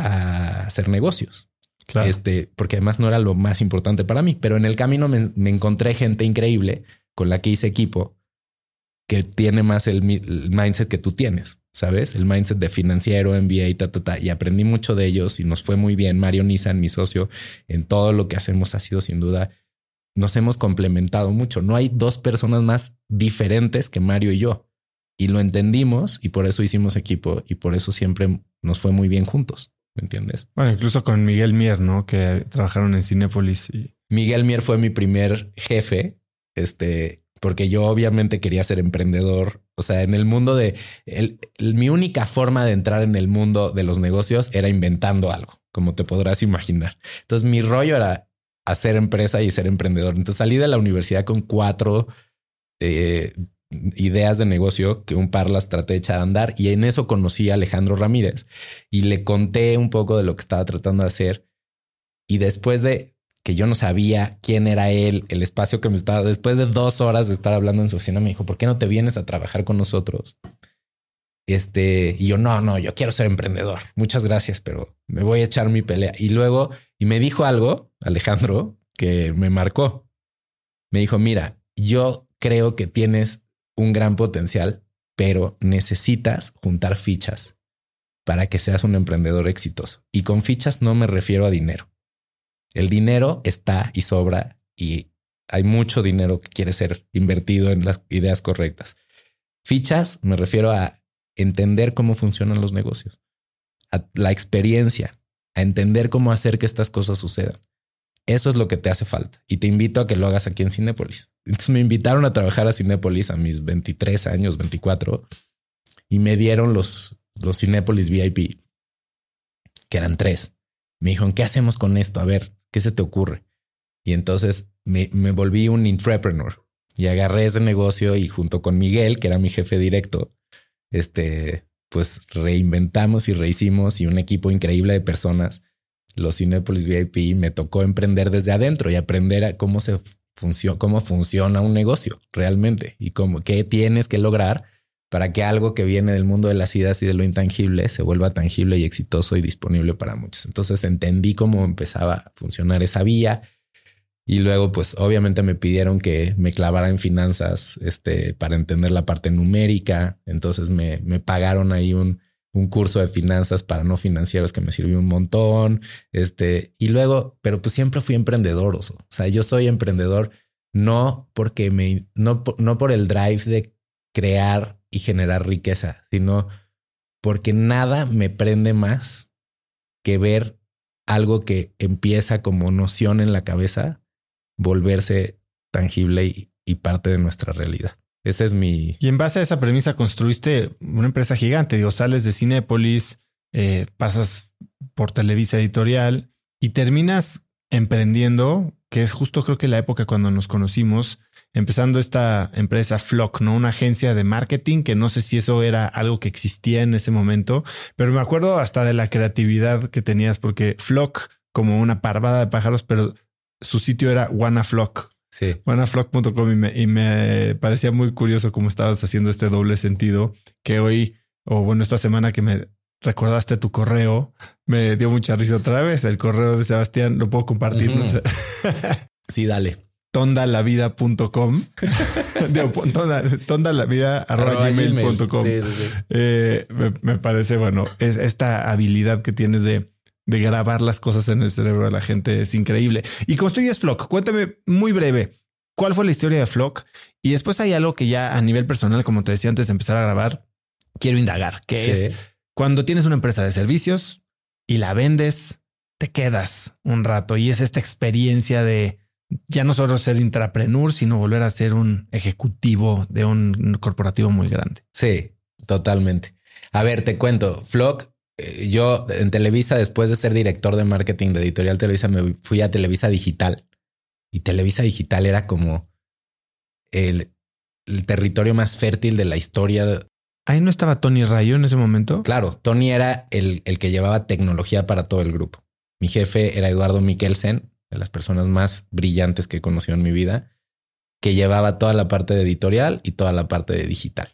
a hacer negocios. Claro. Este, porque además no era lo más importante para mí, pero en el camino me, me encontré gente increíble con la que hice equipo que tiene más el, el mindset que tú tienes, ¿sabes? El mindset de financiero, M B A, ta, ta, ta, y aprendí mucho de ellos y nos fue muy bien. Mario Nissan, mi socio, en todo lo que hacemos ha sido sin duda, nos hemos complementado mucho. No hay dos personas más diferentes que Mario y yo y lo entendimos y por eso hicimos equipo y por eso siempre nos fue muy bien juntos. ¿Me entiendes? Bueno, incluso con Miguel Mier, ¿no? Que trabajaron en Cinépolis. Y... Miguel Mier fue mi primer jefe, este, porque yo obviamente quería ser emprendedor. O sea, en el mundo de... El, el, mi única forma de entrar en el mundo de los negocios era inventando algo, como te podrás imaginar. Entonces mi rollo era hacer empresa y ser emprendedor. Entonces salí de la universidad con cuatro eh, ideas de negocio que un par las traté de echar a andar, y en eso conocí a Alejandro Ramírez y le conté un poco de lo que estaba tratando de hacer. Y después de que yo no sabía quién era él, el espacio que me estaba, después de dos horas de estar hablando en su oficina, me dijo, ¿por qué no te vienes a trabajar con nosotros? Este, y yo, no, no, yo quiero ser emprendedor. Muchas gracias, pero me voy a echar mi pelea. Y luego, y me dijo algo, Alejandro, que me marcó. Me dijo, mira, yo creo que tienes un gran potencial, pero necesitas juntar fichas para que seas un emprendedor exitoso. Y con fichas no me refiero a dinero. El dinero está y sobra, y hay mucho dinero que quiere ser invertido en las ideas correctas. Fichas me refiero a entender cómo funcionan los negocios, a la experiencia, a entender cómo hacer que estas cosas sucedan. Eso es lo que te hace falta, y te invito a que lo hagas aquí en Cinépolis. Entonces me invitaron a trabajar a Cinépolis a mis veintitrés años, veinticuatro, y me dieron los, los Cinépolis V I P, que eran tres. Me dijeron, ¿qué hacemos con esto? A ver, ¿qué se te ocurre? Y entonces me, me volví un intrapreneur y agarré ese negocio, y junto con Miguel, que era mi jefe directo, este, pues reinventamos y rehicimos, y un equipo increíble de personas, los Cinépolis V I P. Me tocó emprender desde adentro y aprender a cómo se funciona, cómo funciona un negocio realmente, y cómo, qué tienes que lograr para que algo que viene del mundo de las ideas y de lo intangible se vuelva tangible y exitoso y disponible para muchos. Entonces entendí cómo empezaba a funcionar esa vía. Y luego, pues obviamente me pidieron que me clavara en finanzas, este, para entender la parte numérica. Entonces me, me pagaron ahí un, un curso de finanzas para no financieros que me sirvió un montón. Este, y luego, pero pues siempre fui emprendedor. O sea, yo soy emprendedor no porque me, no, no por el drive de crear y generar riqueza, sino porque nada me prende más que ver algo que empieza como noción en la cabeza volverse tangible y, y parte de nuestra realidad. Ese es mi... Y en base a esa premisa construiste una empresa gigante. Digo, sales de Cinépolis, eh, pasas por Televisa Editorial y terminas emprendiendo, que es justo creo que la época cuando nos conocimos, empezando esta empresa Flock, ¿no? Una agencia de marketing, que no sé si eso era algo que existía en ese momento, pero me acuerdo hasta de la creatividad que tenías, porque Flock, como una parvada de pájaros, pero su sitio era WannaFlock. Sí. WannaFlock punto com, y me, y me parecía muy curioso cómo estabas haciendo este doble sentido, que hoy, o bueno, esta semana que me recordaste tu correo, me dio mucha risa otra vez. El correo de Sebastián, lo puedo compartir. Uh-huh. No sé. Sí, dale. tondalavida punto com. tonda, tondalavida arroba gmail punto com. Sí, sí, sí. Eh, me, me parece, bueno, es esta habilidad que tienes de, de grabar las cosas en el cerebro de la gente es increíble. Y construyes Flock. Cuéntame muy breve, ¿cuál fue la historia de Flock? Y después hay algo que ya a nivel personal, como te decía antes de empezar a grabar, quiero indagar, que sí. es cuando tienes una empresa de servicios y la vendes, te quedas un rato, y es esta experiencia de ya no solo ser intrapreneur, sino volver a ser un ejecutivo de un corporativo muy grande. Sí, totalmente. A ver, te cuento, Flock, eh, yo en Televisa, después de ser director de marketing de Editorial Televisa, me fui a Televisa Digital, y Televisa Digital era como el, el territorio más fértil de la historia. Ahí no estaba Tony Rayo en ese momento. Claro, Tony era el, el que llevaba tecnología para todo el grupo. Mi jefe era Eduardo Mikkelsen, de las personas más brillantes que he conocido en mi vida, que llevaba toda la parte de editorial y toda la parte de digital.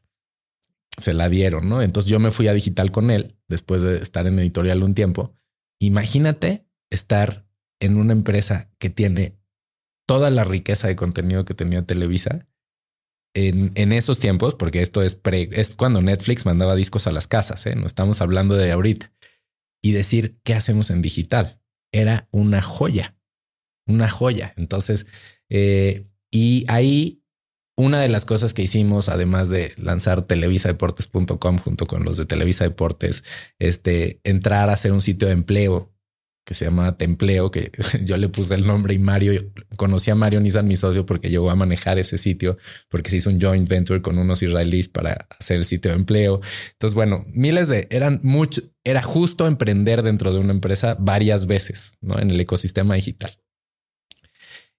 Se la dieron, ¿no? Entonces yo me fui a digital con él después de estar en editorial un tiempo. Imagínate estar en una empresa que tiene toda la riqueza de contenido que tenía Televisa en, en esos tiempos, porque esto es, pre, es cuando Netflix mandaba discos a las casas, ¿eh? No estamos hablando de ahorita. Y decir, ¿qué hacemos en digital? Era una joya. Una joya. Entonces, eh, y ahí una de las cosas que hicimos, además de lanzar televisa deportes punto com junto con los de Televisa Deportes, este, entrar a hacer un sitio de empleo que se llama Templeo, que yo le puse el nombre, y Mario, conocí a Mario Nissan, mi socio, porque llegó a manejar ese sitio, porque se hizo un joint venture con unos israelíes para hacer el sitio de empleo. Entonces, bueno, miles de, eran mucho, era justo emprender dentro de una empresa varias veces, ¿no? En el ecosistema digital.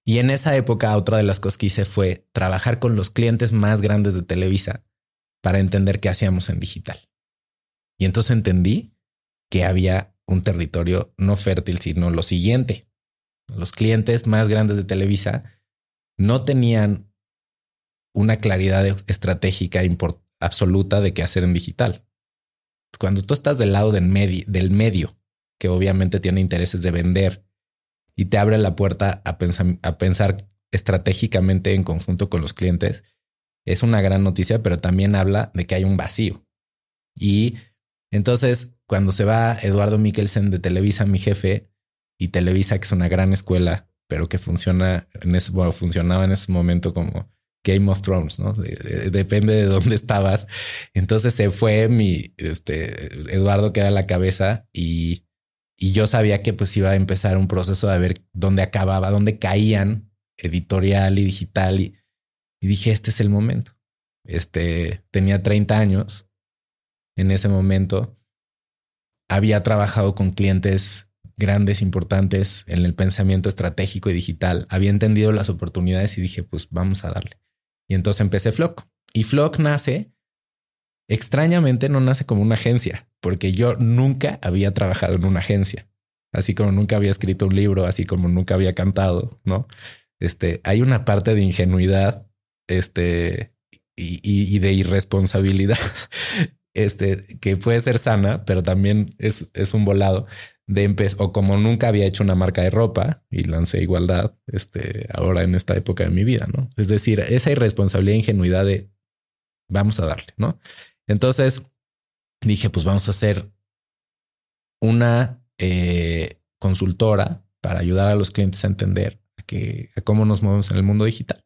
Y en esa época, otra de las cosas que hice fue trabajar con los clientes más grandes de Televisa para entender qué hacíamos en digital. Y entonces entendí que había un territorio no fértil, sino lo siguiente. Los clientes más grandes de Televisa no tenían una claridad estratégica absoluta de qué hacer en digital. Cuando tú estás del lado del medio, del medio, que obviamente tiene intereses de vender y te abre la puerta a pensar, a pensar estratégicamente en conjunto con los clientes, es una gran noticia, pero también habla de que hay un vacío. Y entonces, cuando se va Eduardo Mikkelsen de Televisa, mi jefe, y Televisa, que es una gran escuela, pero que funciona en ese, bueno, funcionaba en ese momento como Game of Thrones, ¿no? De, de, depende de dónde estabas. Entonces se fue mi este, Eduardo, que era la cabeza, y, y yo sabía que pues iba a empezar un proceso de ver dónde acababa, dónde caían editorial y digital. Y, y dije, este es el momento. Este, tenía treinta años en ese momento. Había trabajado con clientes grandes, importantes en el pensamiento estratégico y digital. Había entendido las oportunidades y dije, pues vamos a darle. Y entonces empecé Flock. Y Flock nace, extrañamente no nace como una agencia, porque yo nunca había trabajado en una agencia, así como nunca había escrito un libro, así como nunca había cantado, ¿no? Este, hay una parte de ingenuidad, este, y, y, y de irresponsabilidad, este, que puede ser sana, pero también es, es un volado de empezar, o como nunca había hecho una marca de ropa y lancé Igualdad, este, ahora en esta época de mi vida, ¿no? Es decir, esa irresponsabilidad e ingenuidad de vamos a darle, ¿no? Entonces dije, pues vamos a hacer una eh, consultora para ayudar a los clientes a entender a, que, a cómo nos movemos en el mundo digital.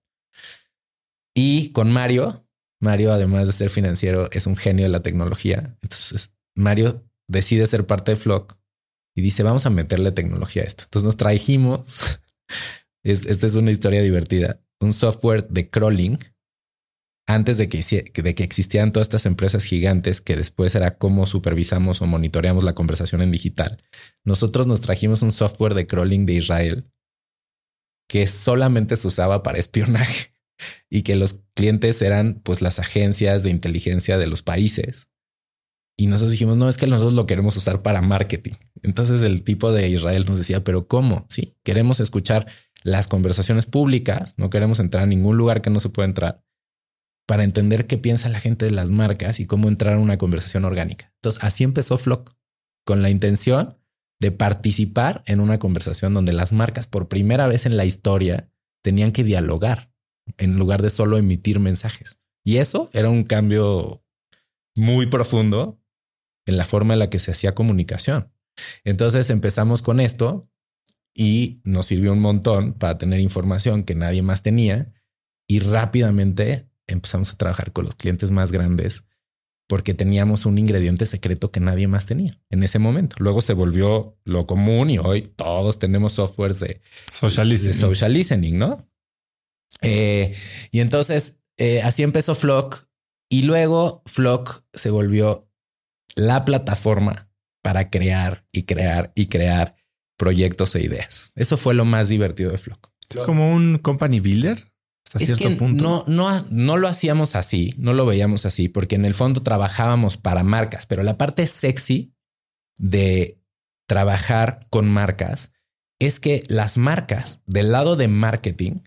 Y con Mario, Mario, además de ser financiero, es un genio de la tecnología. Entonces Mario decide ser parte de Flock y dice, vamos a meterle tecnología a esto. Entonces nos trajimos, esta es una historia divertida, un software de crawling antes de que, de que existieran todas estas empresas gigantes, que después era cómo supervisamos o monitoreamos la conversación en digital. Nosotros nos trajimos un software de crawling de Israel que solamente se usaba para espionaje y que los clientes eran pues las agencias de inteligencia de los países. Y nosotros dijimos, no, es que nosotros lo queremos usar para marketing. Entonces el tipo de Israel nos decía, pero ¿cómo? Sí, queremos escuchar las conversaciones públicas, no queremos entrar a ningún lugar que no se pueda entrar, para entender qué piensa la gente de las marcas y cómo entrar a una conversación orgánica. Entonces así empezó Flock, con la intención de participar en una conversación donde las marcas por primera vez en la historia tenían que dialogar en lugar de solo emitir mensajes. Y eso era un cambio muy profundo en la forma en la que se hacía comunicación. Entonces empezamos con esto y nos sirvió un montón para tener información que nadie más tenía, y rápidamente empezamos a trabajar con los clientes más grandes porque teníamos un ingrediente secreto que nadie más tenía en ese momento. Luego se volvió lo común y hoy todos tenemos softwares de social listening, de social listening, ¿no? Eh, y entonces eh, así empezó Flock, y luego Flock se volvió la plataforma para crear y crear y crear proyectos e ideas. Eso fue lo más divertido de Flock. Como un company builder hasta es cierto que punto. No, no, no lo hacíamos así, no lo veíamos así, porque en el fondo trabajábamos para marcas, pero la parte sexy de trabajar con marcas es que las marcas del lado de marketing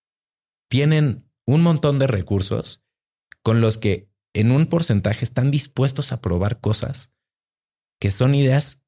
tienen un montón de recursos con los que en un porcentaje están dispuestos a probar cosas que son ideas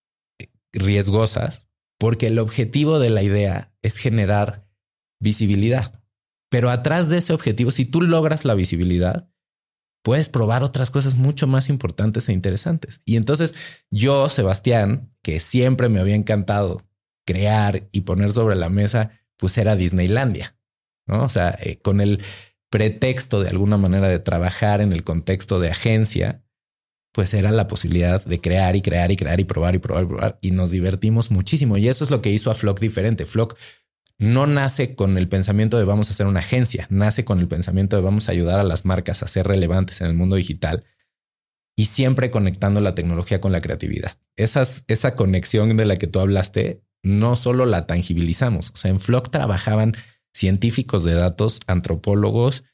riesgosas, porque el objetivo de la idea es generar visibilidad. Pero atrás de ese objetivo, si tú logras la visibilidad, puedes probar otras cosas mucho más importantes e interesantes. Y entonces yo, Sebastián, que siempre me había encantado crear y poner sobre la mesa, pues era Disneylandia, ¿no? O sea, eh, con el pretexto de alguna manera de trabajar en el contexto de agencia, pues era la posibilidad de crear y crear y crear y probar y probar y probar. Y nos divertimos muchísimo. Y eso es lo que hizo a Flock diferente. Flock no nace con el pensamiento de vamos a hacer una agencia, nace con el pensamiento de vamos a ayudar a las marcas a ser relevantes en el mundo digital, y siempre conectando la tecnología con la creatividad. Esas, esa conexión de la que tú hablaste no solo la tangibilizamos. O sea, en Flock trabajaban científicos de datos, antropólogos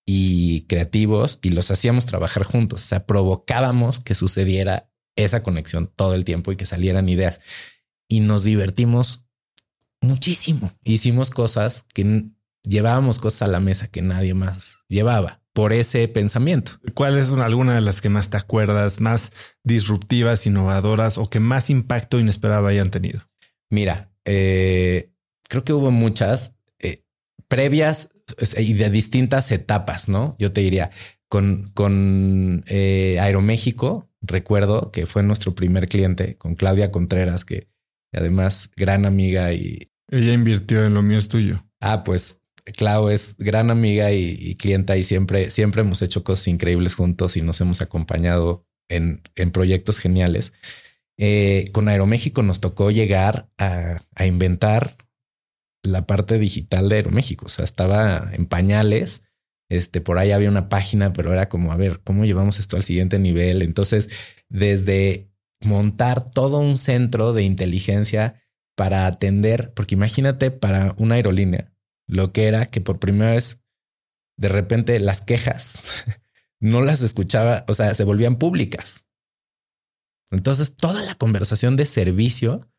y creativos y los hacíamos trabajar juntos. O sea, provocábamos que sucediera esa conexión todo el tiempo y que salieran ideas. Y nos divertimos muchísimo. Hicimos cosas que llevábamos cosas a la mesa que nadie más llevaba por ese pensamiento. ¿Cuáles son algunas de las que más te acuerdas, más disruptivas, innovadoras o que más impacto inesperado hayan tenido? Mira, eh, creo que hubo muchas eh, previas y de distintas etapas, ¿no? Yo te diría, con, con eh, Aeroméxico, recuerdo que fue nuestro primer cliente, con Claudia Contreras, que además gran amiga y... Ella invirtió en Lo Mío Es Tuyo. Ah, pues Clau es gran amiga y, y clienta y siempre, siempre hemos hecho cosas increíbles juntos y nos hemos acompañado en, en proyectos geniales. Eh, con Aeroméxico nos tocó llegar a, a inventar la parte digital de Aeroméxico. O sea, estaba en pañales. Este, por ahí había una página, pero era como, a ver, ¿cómo llevamos esto al siguiente nivel? Entonces, desde montar todo un centro de inteligencia para atender, porque imagínate para una aerolínea, lo que era que por primera vez, de repente las quejas no las escuchaba, o sea, se volvían públicas. Entonces, toda la conversación de servicio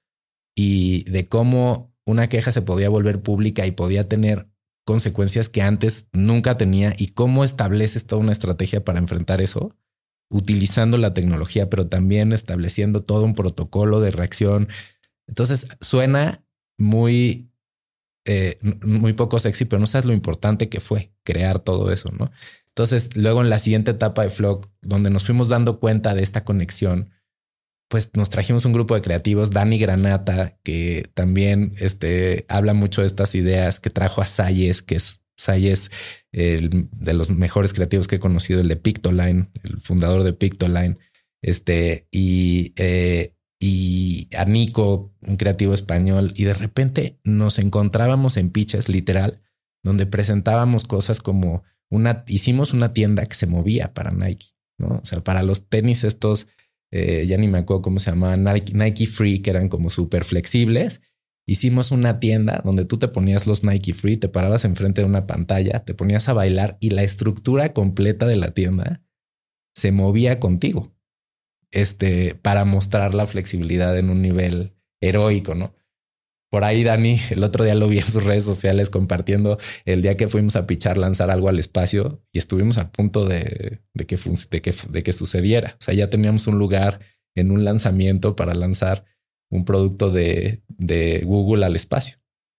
y de cómo una queja se podía volver pública y podía tener consecuencias que antes nunca tenía y cómo estableces toda una estrategia para enfrentar eso, utilizando la tecnología, pero también estableciendo todo un protocolo de reacción. Entonces, suena muy, eh, muy poco sexy, pero no sabes lo importante que fue crear todo eso, ¿no? Entonces, luego en la siguiente etapa de Flock, donde nos fuimos dando cuenta de esta conexión, pues nos trajimos un grupo de creativos, Dani Granata, que también este, habla mucho de estas ideas, que trajo a Sayes, que es Sayes, el de los mejores creativos que he conocido, el de Pictoline, el fundador de Pictoline, este, y, eh, y a Nico, un creativo español, y de repente nos encontrábamos en pitches, literal, donde presentábamos cosas como una, hicimos una tienda que se movía para Nike, ¿no? O sea, para los tenis estos, Eh, ya ni me acuerdo cómo se llamaban, Nike, Nike Free, que eran como súper flexibles. Hicimos una tienda donde tú te ponías los Nike Free, te parabas enfrente de una pantalla, te ponías a bailar y la estructura completa de la tienda se movía contigo, este, para mostrar la flexibilidad en un nivel heroico, ¿no? Por ahí Dani, el otro día lo vi en sus redes sociales compartiendo el día que fuimos a pichar lanzar algo al espacio y estuvimos a punto de, de, que, de, que, de que sucediera. O sea, ya teníamos un lugar en un lanzamiento para lanzar un producto de, de Google al espacio.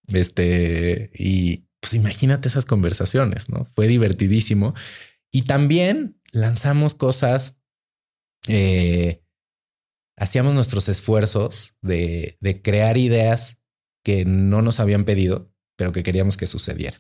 Este, y pues imagínate esas conversaciones, ¿no? Fue divertidísimo. Y también lanzamos cosas, eh, hacíamos nuestros esfuerzos de, de crear ideas que no nos habían pedido, pero que queríamos que sucediera.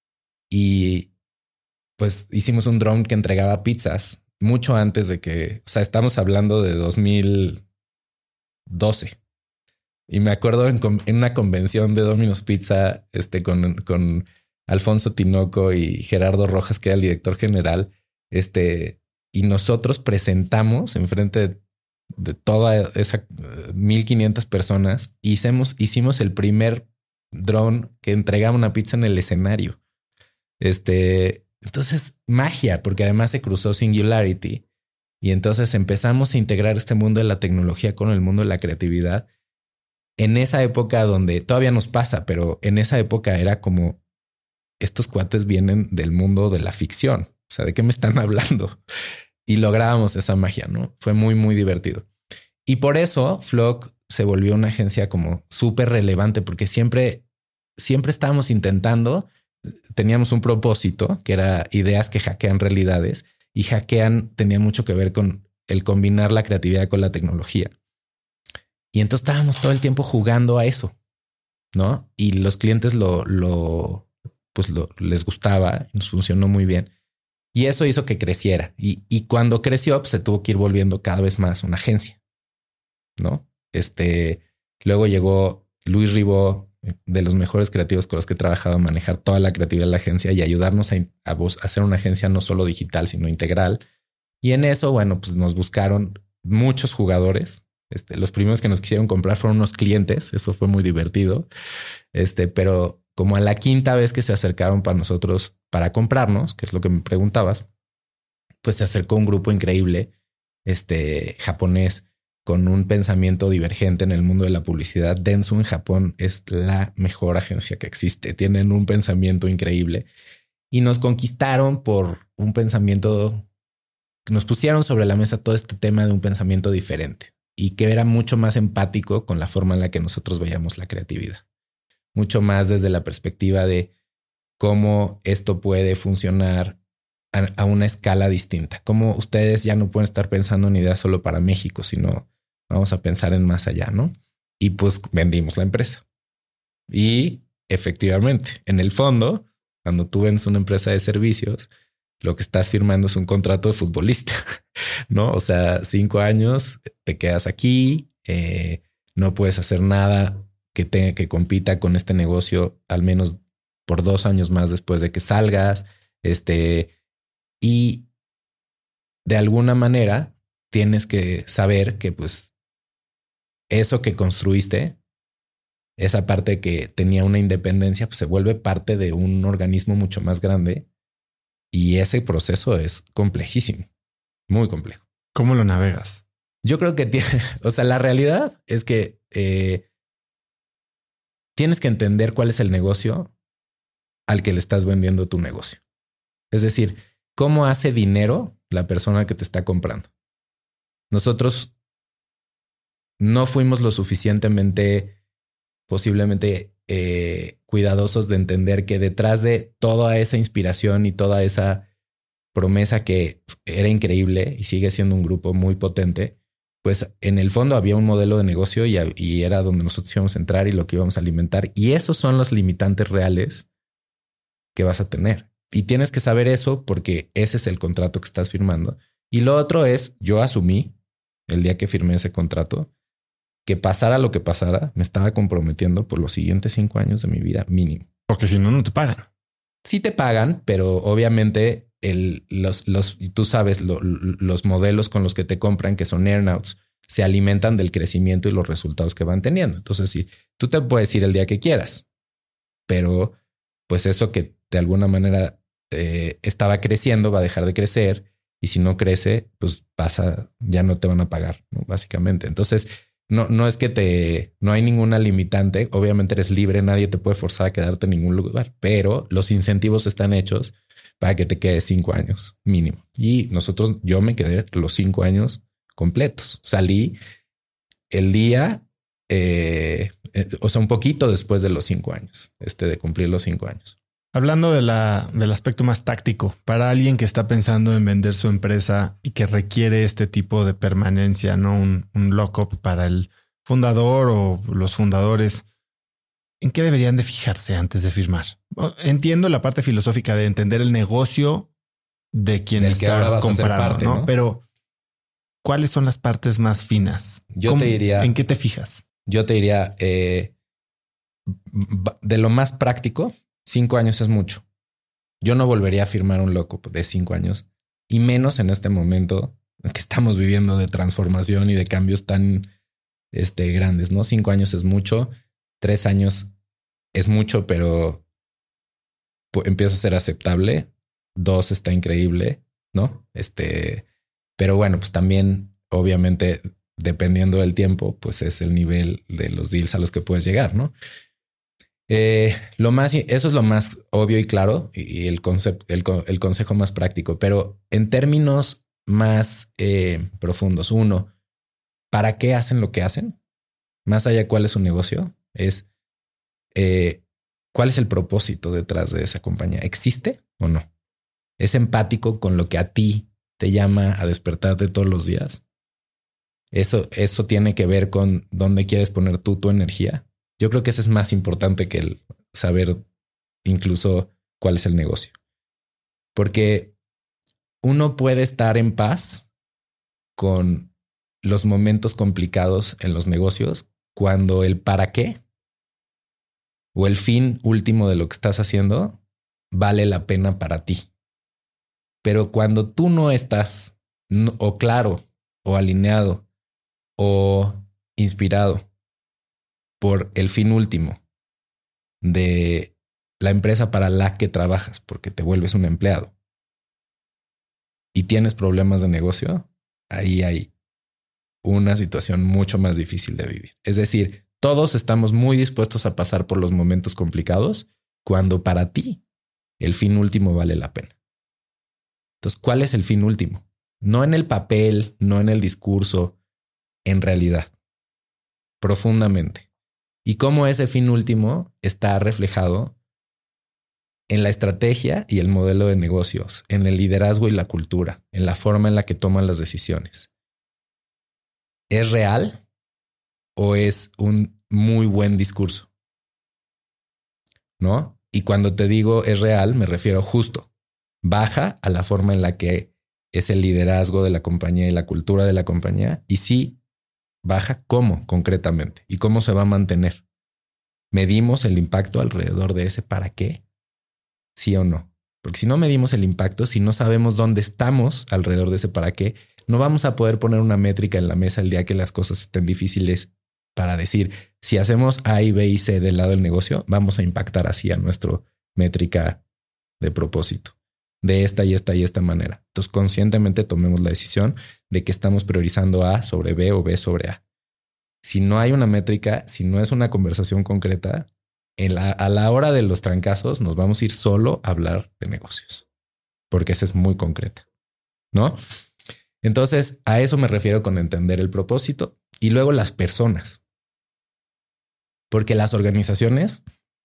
Y pues hicimos un drone que entregaba pizzas mucho antes de que, o sea, estamos hablando de dos mil doce. Y me acuerdo en, en una convención de Domino's Pizza, este, con, con Alfonso Tinoco y Gerardo Rojas, que era el director general, este, y nosotros presentamos enfrente de de toda esa uh, mil quinientas personas, hicimos, hicimos el primer drone que entregaba una pizza en el escenario. Este, entonces magia, porque además se cruzó Singularity y entonces empezamos a integrar este mundo de la tecnología con el mundo de la creatividad. En esa época donde todavía nos pasa, pero en esa época era como estos cuates vienen del mundo de la ficción. O sea, ¿de qué me están hablando? Y lográbamos esa magia, ¿no? Fue muy, muy divertido. Y por eso Flock se volvió una agencia como súper relevante, porque siempre, siempre estábamos intentando, teníamos un propósito que era ideas que hackean realidades, y hackean tenía mucho que ver con el combinar la creatividad con la tecnología. Y entonces estábamos todo el tiempo jugando a eso, ¿no? Y los clientes lo, lo pues lo, les gustaba, nos funcionó muy bien. Y eso hizo que creciera. Y, y cuando creció, pues, se tuvo que ir volviendo cada vez más una agencia, ¿no? Este, luego llegó Luis Ribó, de los mejores creativos con los que he trabajado, a manejar toda la creatividad de la agencia y ayudarnos a, a, a hacer una agencia no solo digital, sino integral. Y en eso, bueno, pues nos buscaron muchos jugadores Este, los primeros que nos quisieron comprar fueron unos clientes. Eso fue muy divertido. Este, pero como a la quinta vez que se acercaron para nosotros para comprarnos, que es lo que me preguntabas, pues se acercó un grupo increíble, este japonés, con un pensamiento divergente en el mundo de la publicidad. Dentsu en Japón es la mejor agencia que existe. Tienen un pensamiento increíble y nos conquistaron por un pensamiento. Nos pusieron sobre la mesa todo este tema de un pensamiento diferente y que era mucho más empático con la forma en la que nosotros veíamos la creatividad. Mucho más desde la perspectiva de cómo esto puede funcionar a, a una escala distinta. Cómo ustedes ya no pueden estar pensando en ideas solo para México, sino vamos a pensar en más allá, ¿no? Y pues vendimos la empresa. Y efectivamente, en el fondo, cuando tú vendes una empresa de servicios, lo que estás firmando es un contrato de futbolista, ¿no? O sea, cinco años te quedas aquí, eh, no puedes hacer nada que tenga que compita con este negocio, al menos por dos años más después de que salgas. Este, y de alguna manera tienes que saber que pues eso que construiste, esa parte que tenía una independencia, pues se vuelve parte de un organismo mucho más grande. Y ese proceso es complejísimo, muy complejo. ¿Cómo lo navegas? Yo creo que tiene, o sea, la realidad es que eh, tienes que entender cuál es el negocio al que le estás vendiendo tu negocio. Es decir, cómo hace dinero la persona que te está comprando. Nosotros no fuimos lo suficientemente, posiblemente, eh, cuidadosos de entender que detrás de toda esa inspiración y toda esa promesa que era increíble y sigue siendo un grupo muy potente, pues en el fondo había un modelo de negocio y, y era donde nosotros íbamos a entrar y lo que íbamos a alimentar. Y esos son los limitantes reales que vas a tener. Y tienes que saber eso porque ese es el contrato que estás firmando. Y lo otro es, yo asumí el día que firmé ese contrato que pasara lo que pasara, me estaba comprometiendo por los siguientes cinco años de mi vida mínimo. Porque si no, no te pagan. Sí te pagan, pero obviamente el, los, los, tú sabes, lo, los modelos con los que te compran, que son earnouts, se alimentan del crecimiento y los resultados que van teniendo. Entonces, sí, tú te puedes ir el día que quieras, pero pues eso que de alguna manera eh, estaba creciendo va a dejar de crecer y si no crece, pues pasa, ya no te van a pagar, ¿no? Básicamente. Entonces, No, no es que te, no hay ninguna limitante. Obviamente eres libre, nadie te puede forzar a quedarte en ningún lugar, pero los incentivos están hechos para que te quedes cinco años mínimo. Y nosotros, yo me quedé los cinco años completos. Salí el día, eh, eh, o sea, un poquito después de los cinco años, este, de cumplir los cinco años. Hablando de la, del aspecto más táctico, para alguien que está pensando en vender su empresa y que requiere este tipo de permanencia, no un, un lock-up para el fundador o los fundadores, ¿en qué deberían de fijarse antes de firmar? Entiendo la parte filosófica de entender el negocio de quien Del que está ahora vas a ser comprando, parte, ¿no? ¿no? Pero ¿cuáles son las partes más finas? Yo te diría, ¿en qué te fijas? Yo te diría, eh, de lo más práctico, cinco años es mucho. Yo no volvería a firmar un loco de cinco años y menos en este momento que estamos viviendo de transformación y de cambios tan este, grandes, ¿no? Cinco años es mucho, tres años es mucho, pero pues, empieza a ser aceptable. Dos está increíble, ¿no? Este, pero bueno, pues también, obviamente, dependiendo del tiempo, pues es el nivel de los deals a los que puedes llegar, ¿no? Eh, lo más, eso es lo más obvio y claro y el concepto, el, el consejo más práctico, pero en términos más eh, profundos, uno, ¿para qué hacen lo que hacen? Más allá de cuál es su negocio, es eh, cuál es el propósito detrás de esa compañía. ¿Existe o no? ¿Es empático con lo que a ti te llama a despertarte todos los días? Eso, eso tiene que ver con dónde quieres poner tú tu energía. Yo creo que eso es más importante que el saber incluso cuál es el negocio. Porque uno puede estar en paz con los momentos complicados en los negocios cuando el para qué o el fin último de lo que estás haciendo vale la pena para ti. Pero cuando tú no estás no, o claro o alineado o inspirado por el fin último de la empresa para la que trabajas, porque te vuelves un empleado y tienes problemas de negocio, ahí hay una situación mucho más difícil de vivir. Es decir, todos estamos muy dispuestos a pasar por los momentos complicados cuando para ti el fin último vale la pena. Entonces, ¿cuál es el fin último? No en el papel, no en el discurso, en realidad, profundamente. Y cómo ese fin último está reflejado en la estrategia y el modelo de negocios, en el liderazgo y la cultura, en la forma en la que toman las decisiones. ¿Es real o es un muy buen discurso? ¿No? Y cuando te digo es real, me refiero justo. Baja a la forma en la que es el liderazgo de la compañía y la cultura de la compañía. Y sí, baja cómo concretamente y cómo se va a mantener. ¿Medimos el impacto alrededor de ese para qué? ¿Sí o no? Porque si no medimos el impacto, si no sabemos dónde estamos alrededor de ese para qué, no vamos a poder poner una métrica en la mesa el día que las cosas estén difíciles para decir, si hacemos A y B y C del lado del negocio, vamos a impactar así a nuestra métrica de propósito, de esta y esta y esta manera. Entonces, conscientemente tomemos la decisión de que estamos priorizando A sobre B o B sobre A. Si no hay una métrica, si no es una conversación concreta, en la, a la hora de los trancazos nos vamos a ir solo a hablar de negocios, porque esa es muy concreta, ¿no? Entonces, a eso me refiero con entender el propósito y luego las personas, porque las organizaciones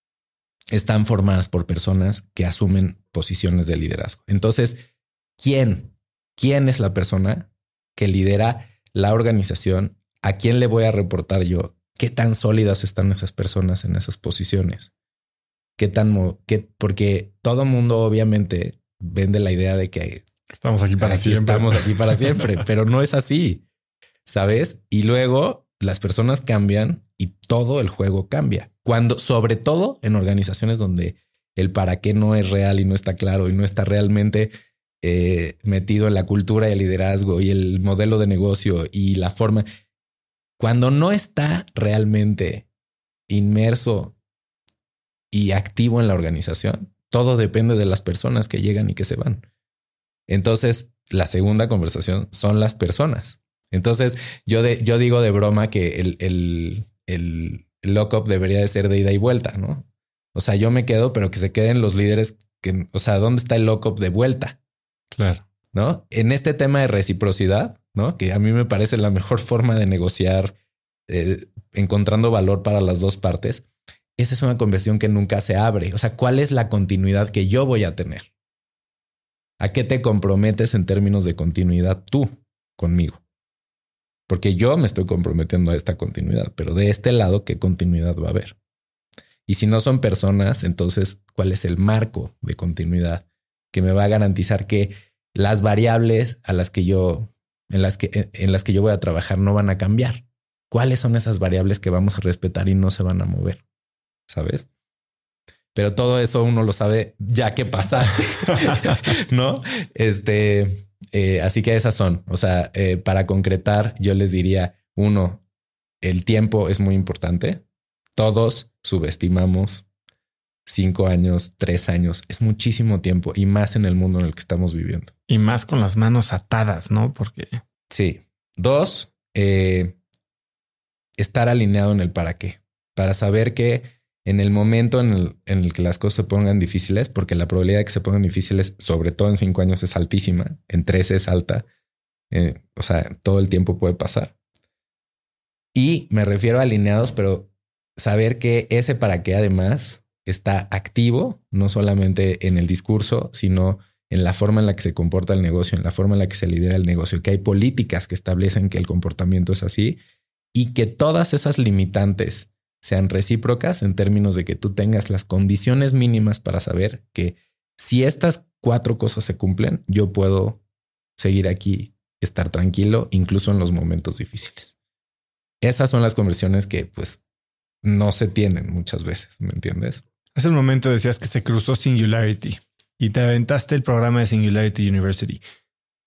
están formadas por personas que asumen posiciones de liderazgo. Entonces, ¿quién? ¿Quién es la persona que lidera la organización? ¿A quién le voy a reportar yo? ¿Qué tan sólidas están esas personas en esas posiciones? ¿Qué tan... Qué, porque todo mundo obviamente vende la idea de que estamos aquí para aquí siempre. Estamos aquí para siempre, pero no es así, ¿sabes? Y luego las personas cambian y todo el juego cambia. Cuando, sobre todo en organizaciones donde el para qué no es real y no está claro y no está realmente eh, metido en la cultura y el liderazgo y el modelo de negocio y la forma... Cuando no está realmente inmerso y activo en la organización, todo depende de las personas que llegan y que se van. Entonces, la segunda conversación son las personas. Entonces, yo, de, yo digo de broma que el, el, el lock-up debería de ser de ida y vuelta, ¿no? O sea, yo me quedo, pero que se queden los líderes. Que, o sea, ¿dónde está el lock-up de vuelta? Claro. ¿No? En este tema de reciprocidad, ¿no? Que a mí me parece la mejor forma de negociar, eh, encontrando valor para las dos partes. Esa es una conversación que nunca se abre. O sea, ¿cuál es la continuidad que yo voy a tener? ¿A qué te comprometes en términos de continuidad tú conmigo? Porque yo me estoy comprometiendo a esta continuidad, pero de este lado, ¿qué continuidad va a haber? Y si no son personas, entonces, ¿cuál es el marco de continuidad que me va a garantizar que las variables a las que yo, en las que, en las que yo voy a trabajar no van a cambiar? ¿Cuáles son esas variables que vamos a respetar y no se van a mover? ¿Sabes? Pero todo eso uno lo sabe ya que pasaste, ¿no? Este, eh, así que esas son, o sea, eh, para concretar, yo les diría, uno, el tiempo es muy importante. Todos subestimamos cinco años, tres años, es muchísimo tiempo y más en el mundo en el que estamos viviendo. Y más con las manos atadas, ¿no? Porque... Sí. Dos, eh, estar alineado en el para qué, para saber que en el momento en el, en el que las cosas se pongan difíciles, porque la probabilidad de que se pongan difíciles, sobre todo en cinco años, es altísima, en tres es alta, eh, o sea, todo el tiempo puede pasar. Y me refiero a alineados, pero saber que ese para qué además está activo, no solamente en el discurso, sino en la forma en la que se comporta el negocio, en la forma en la que se lidera el negocio, que hay políticas que establecen que el comportamiento es así y que todas esas limitantes sean recíprocas en términos de que tú tengas las condiciones mínimas para saber que si estas cuatro cosas se cumplen, yo puedo seguir aquí, estar tranquilo, incluso en los momentos difíciles. Esas son las conversiones que pues no se tienen muchas veces, ¿me entiendes? Hace un momento decías que se cruzó Singularity y te aventaste el programa de Singularity University.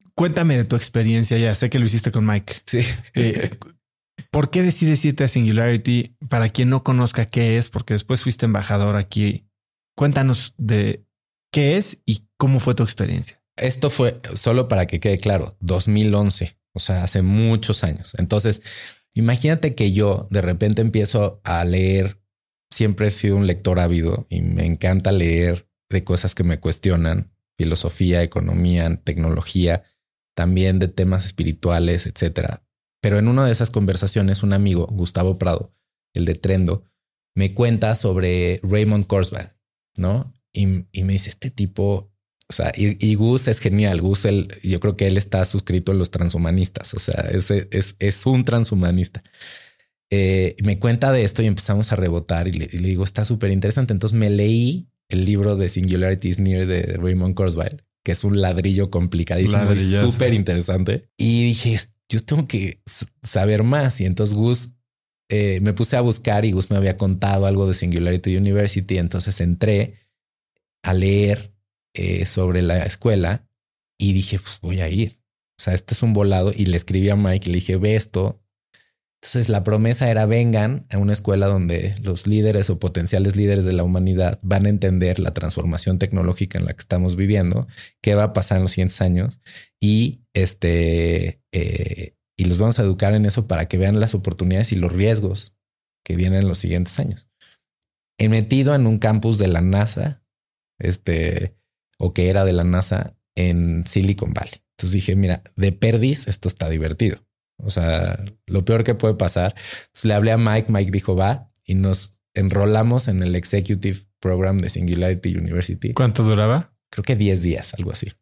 cuéntame de tu experiencia. Ya sé que lo hiciste con Mike. Sí. Eh, ¿Por qué decides irte a Singularity? Para quien no conozca qué es, porque después fuiste embajador aquí. Cuéntanos de qué es y cómo fue tu experiencia. Esto fue, solo para que quede claro, dos mil once, o sea, hace muchos años. Entonces, imagínate que yo de repente empiezo a leer. Siempre he sido un lector ávido y me encanta leer de cosas que me cuestionan, filosofía, economía, tecnología, también de temas espirituales, etcétera. Pero en una de esas conversaciones, un amigo, Gustavo Prado, el de Trendo, me cuenta sobre Raymond Kurzweil, ¿no? Y, y me dice, este tipo, o sea, y, y Gus es genial. Gus, él, yo creo que él está suscrito en los transhumanistas, o sea, es, es, es un transhumanista. Eh, me cuenta de esto y empezamos a rebotar y le, y le digo, está súper interesante. Entonces me leí el libro de Singularity is Near de Raymond Kurzweil, que es un ladrillo complicadísimo y súper interesante. Y dije, yo tengo que saber más. Y entonces Gus, eh, me puse a buscar y Gus me había contado algo de Singularity University. Entonces entré a leer eh, sobre la escuela y dije, pues voy a ir. O sea, este es un volado. Y le escribí a Mike y le dije, ve esto. Entonces la promesa era vengan a una escuela donde los líderes o potenciales líderes de la humanidad van a entender la transformación tecnológica en la que estamos viviendo, qué va a pasar en los siguientes años y este eh, y los vamos a educar en eso para que vean las oportunidades y los riesgos que vienen en los siguientes años. He metido en un campus de la NASA, este o que era de la NASA en Silicon Valley. Entonces dije, mira, de perdiz esto está divertido. O sea, lo peor que puede pasar. Entonces le hablé a Mike, Mike dijo va y nos enrolamos en el Executive Program de Singularity University. ¿Cuánto duraba? Creo que diez días, algo así.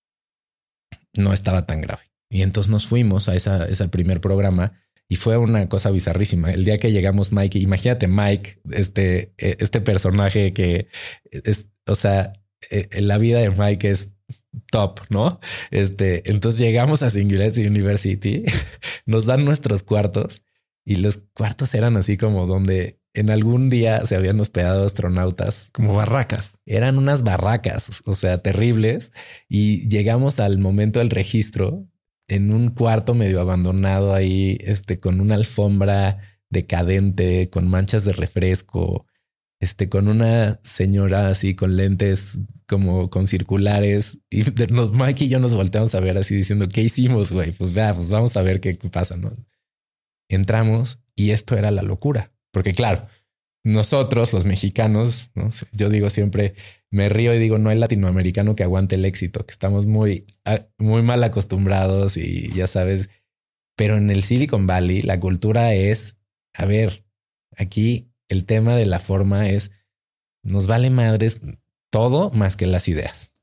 No estaba tan grave. Y entonces nos fuimos a esa, ese primer programa y fue una cosa bizarrísima. El día que llegamos, Mike, imagínate Mike, este, este personaje que es, o sea, la vida de Mike es top, ¿no? Este, entonces llegamos a Singularity University, nos dan nuestros cuartos y los cuartos eran así como donde en algún día se habían hospedado astronautas. Como barracas. Eran unas barracas, o sea, terribles. Y llegamos al momento del registro en un cuarto medio abandonado ahí, este, con una alfombra decadente, con manchas de refresco. Este, con una señora así con lentes como con circulares y nos, Mike y yo nos volteamos a ver así diciendo ¿qué hicimos, güey? Pues vea, pues vamos a ver qué pasa, ¿no? Entramos y esto era la locura, porque claro, nosotros los mexicanos, ¿no? Yo digo siempre, me río y digo no hay latinoamericano que aguante el éxito, que estamos muy, muy mal acostumbrados y ya sabes, pero en el Silicon Valley la cultura es, a ver, aquí el tema de la forma es nos vale madres todo más que las ideas.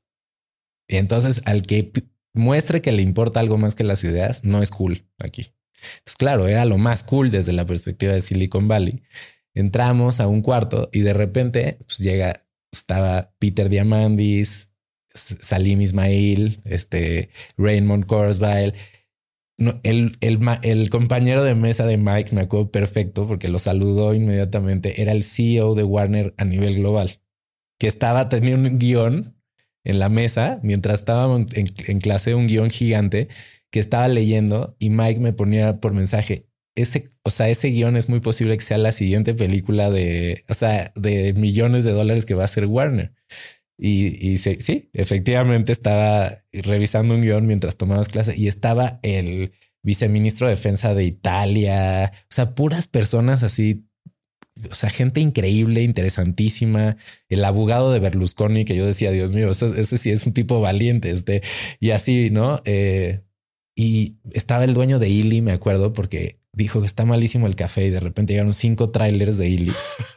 Y entonces al que muestre que le importa algo más que las ideas no es cool aquí. Entonces, claro, era lo más cool desde la perspectiva de Silicon Valley. Entramos a un cuarto y de repente pues, llega, estaba Peter Diamandis, Salim Ismail, este Raymond Kurzweil. No, el, el, el compañero de mesa de Mike, me acuerdo perfecto porque lo saludó inmediatamente. Era el C E O de Warner a nivel global, que estaba teniendo un guión en la mesa mientras estábamos en, en clase, un guión gigante que estaba leyendo y Mike me ponía por mensaje. Ese, o sea, ese guión es muy posible que sea la siguiente película de, o sea, de millones de dólares que va a hacer Warner. Y, y sí, sí, efectivamente estaba revisando un guión mientras tomamos clase y estaba el viceministro de Defensa de Italia. O sea, puras personas así, o sea, gente increíble, interesantísima. El abogado de Berlusconi, que yo decía, Dios mío, ese, ese sí es un tipo valiente. Este y así, ¿no? Eh, y estaba el dueño de Illy, me acuerdo, porque dijo que está malísimo el café y de repente llegaron cinco trailers de Illy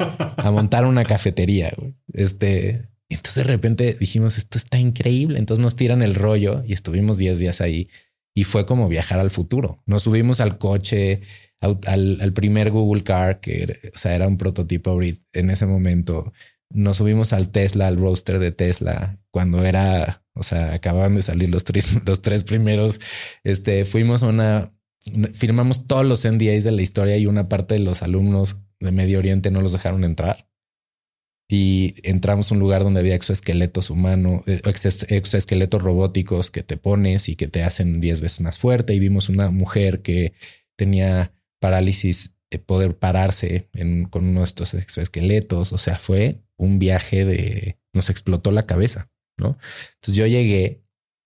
a montar una cafetería. Güey. Este. Entonces de repente dijimos esto está increíble. Entonces nos tiran el rollo y estuvimos diez días ahí y fue como viajar al futuro. Nos subimos al coche, al, al primer Google Car, que o sea, era un prototipo en ese momento. Nos subimos al Tesla, al roadster de Tesla, cuando era, o sea, acababan de salir los tres, los tres primeros. Este, fuimos a una, firmamos todos los N D As de la historia y una parte de los alumnos de Medio Oriente no los dejaron entrar. y entramos a un lugar donde había exoesqueletos humanos, exoesqueletos robóticos que te pones y que te hacen diez veces más fuerte. Y vimos una mujer que tenía parálisis, de poder pararse en, con uno de estos exoesqueletos. O sea, fue un viaje de... nos explotó la cabeza, ¿no? Entonces yo llegué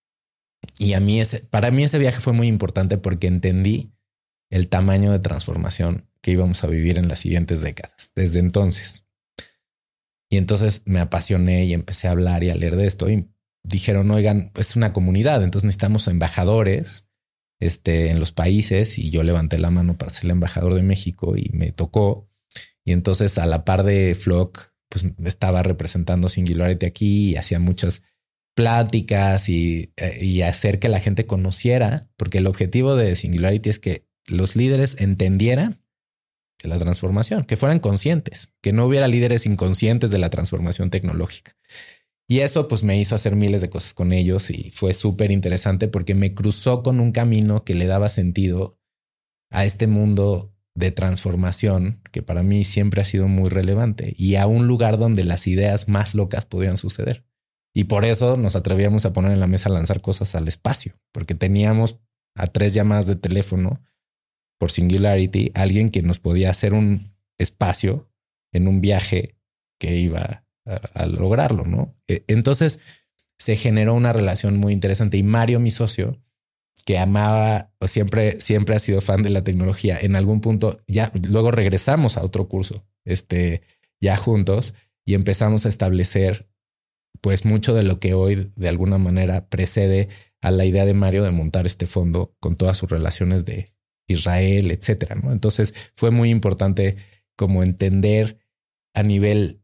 y a mí ese, para mí ese viaje fue muy importante porque entendí el tamaño de transformación que íbamos a vivir en las siguientes décadas. Desde entonces... Y entonces me apasioné y empecé a hablar y a leer de esto y dijeron, oigan, es una comunidad, entonces necesitamos embajadores este, en los países, y yo levanté la mano para ser el embajador de México y me tocó. Y entonces a la par de Flock, pues estaba representando Singularity aquí y hacía muchas pláticas y, y hacer que la gente conociera, porque el objetivo de Singularity es que los líderes entendieran de la transformación, que fueran conscientes, que no hubiera líderes inconscientes de la transformación tecnológica. Y eso pues me hizo hacer miles de cosas con ellos y fue súper interesante porque me cruzó con un camino que le daba sentido a este mundo de transformación que para mí siempre ha sido muy relevante y a un lugar donde las ideas más locas podían suceder. Y por eso nos atrevíamos a poner en la mesa a lanzar cosas al espacio, porque teníamos a tres llamadas de teléfono por Singularity, alguien que nos podía hacer un espacio en un viaje que iba a, a lograrlo, ¿no? Entonces se generó una relación muy interesante y Mario, mi socio, que amaba o siempre, siempre ha sido fan de la tecnología, en algún punto ya luego regresamos a otro curso, este, ya juntos, y empezamos a establecer pues mucho de lo que hoy de alguna manera precede a la idea de Mario de montar este fondo con todas sus relaciones de Israel, etcétera, ¿no? Entonces fue muy importante como entender a nivel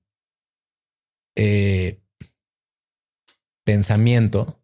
eh, pensamiento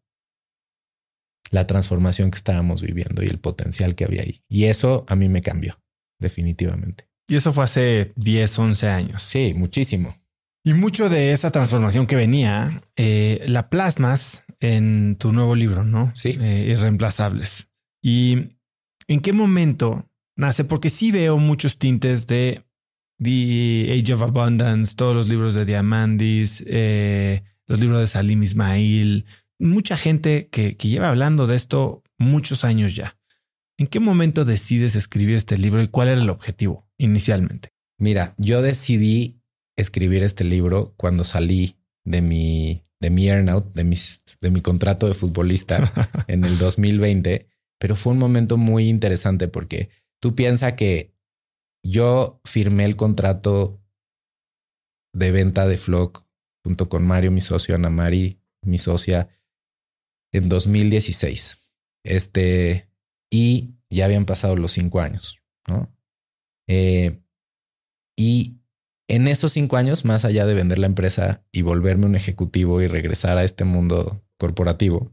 la transformación que estábamos viviendo y el potencial que había ahí. Y eso a mí me cambió, definitivamente. Y eso fue hace diez, once años. Sí, muchísimo. Y mucho de esa transformación que venía eh, la plasmas en tu nuevo libro, ¿no? Sí. Eh, Irreemplazables. Y ¿en qué momento nace? Porque sí veo muchos tintes de The Age of Abundance, todos los libros de Diamandis, eh, los libros de Salim Ismail, mucha gente que, que lleva hablando de esto muchos años ya. ¿En qué momento decides escribir este libro y cuál era el objetivo inicialmente? Mira, yo decidí escribir este libro cuando salí de mi, de mi earnout, de, mis, de mi contrato de futbolista en el dos mil veinte. Pero fue un momento muy interesante porque tú piensas que yo firmé el contrato de venta de Flock junto con Mario, mi socio, Ana Mari, mi socia, en dos mil dieciséis. Este, y ya habían pasado los cinco años, ¿no? Eh, y en esos cinco años, más allá de vender la empresa y volverme un ejecutivo y regresar a este mundo corporativo,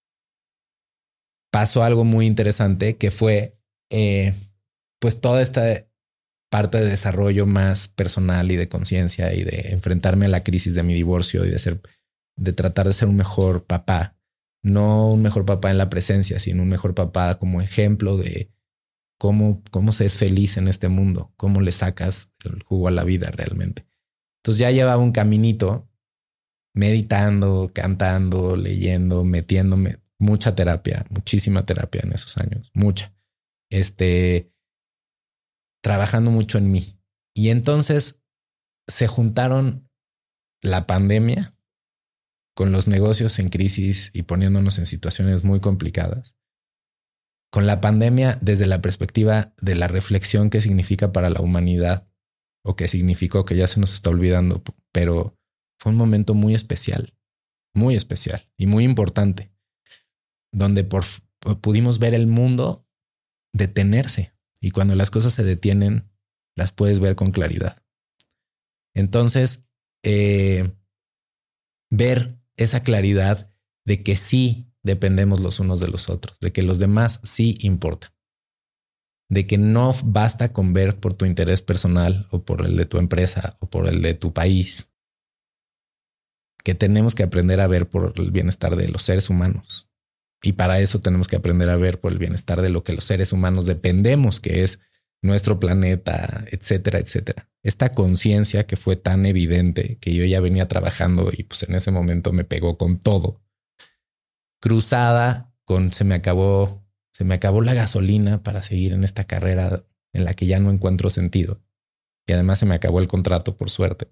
pasó algo muy interesante que fue eh, pues toda esta parte de desarrollo más personal y de conciencia y de enfrentarme a la crisis de mi divorcio y de ser, de tratar de ser un mejor papá, no un mejor papá en la presencia, sino un mejor papá como ejemplo de cómo, cómo se es feliz en este mundo, cómo le sacas el jugo a la vida realmente. Entonces ya llevaba un caminito meditando, cantando, leyendo, metiéndome. Mucha terapia, muchísima terapia en esos años, mucha. Este, trabajando mucho en mí. Y entonces se juntaron la pandemia con los negocios en crisis y poniéndonos en situaciones muy complicadas. Con la pandemia desde la perspectiva de la reflexión que significa para la humanidad o que significó, que ya se nos está olvidando, pero fue un momento muy especial, muy especial y muy importante, donde por, pudimos ver el mundo detenerse y cuando las cosas se detienen, las puedes ver con claridad. Entonces, eh, ver esa claridad de que sí dependemos los unos de los otros, de que los demás sí importan, de que no basta con ver por tu interés personal o por el de tu empresa o por el de tu país, que tenemos que aprender a ver por el bienestar de los seres humanos. Y para eso tenemos que aprender a ver por el bienestar de lo que los seres humanos dependemos, que es nuestro planeta, etcétera, etcétera. Esta conciencia que fue tan evidente que yo ya venía trabajando y pues en ese momento me pegó con todo, cruzada con se me acabó, se me acabó la gasolina para seguir en esta carrera en la que ya no encuentro sentido. Y además se me acabó el contrato, por suerte.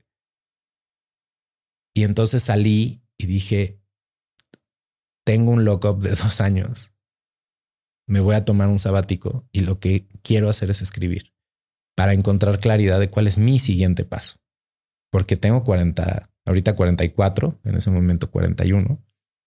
Y entonces salí y dije, tengo un lock-up de dos años. Me voy a tomar un sabático y lo que quiero hacer es escribir para encontrar claridad de cuál es mi siguiente paso. Porque tengo cuarenta, ahorita cuarenta y cuatro, en ese momento cuarenta y uno.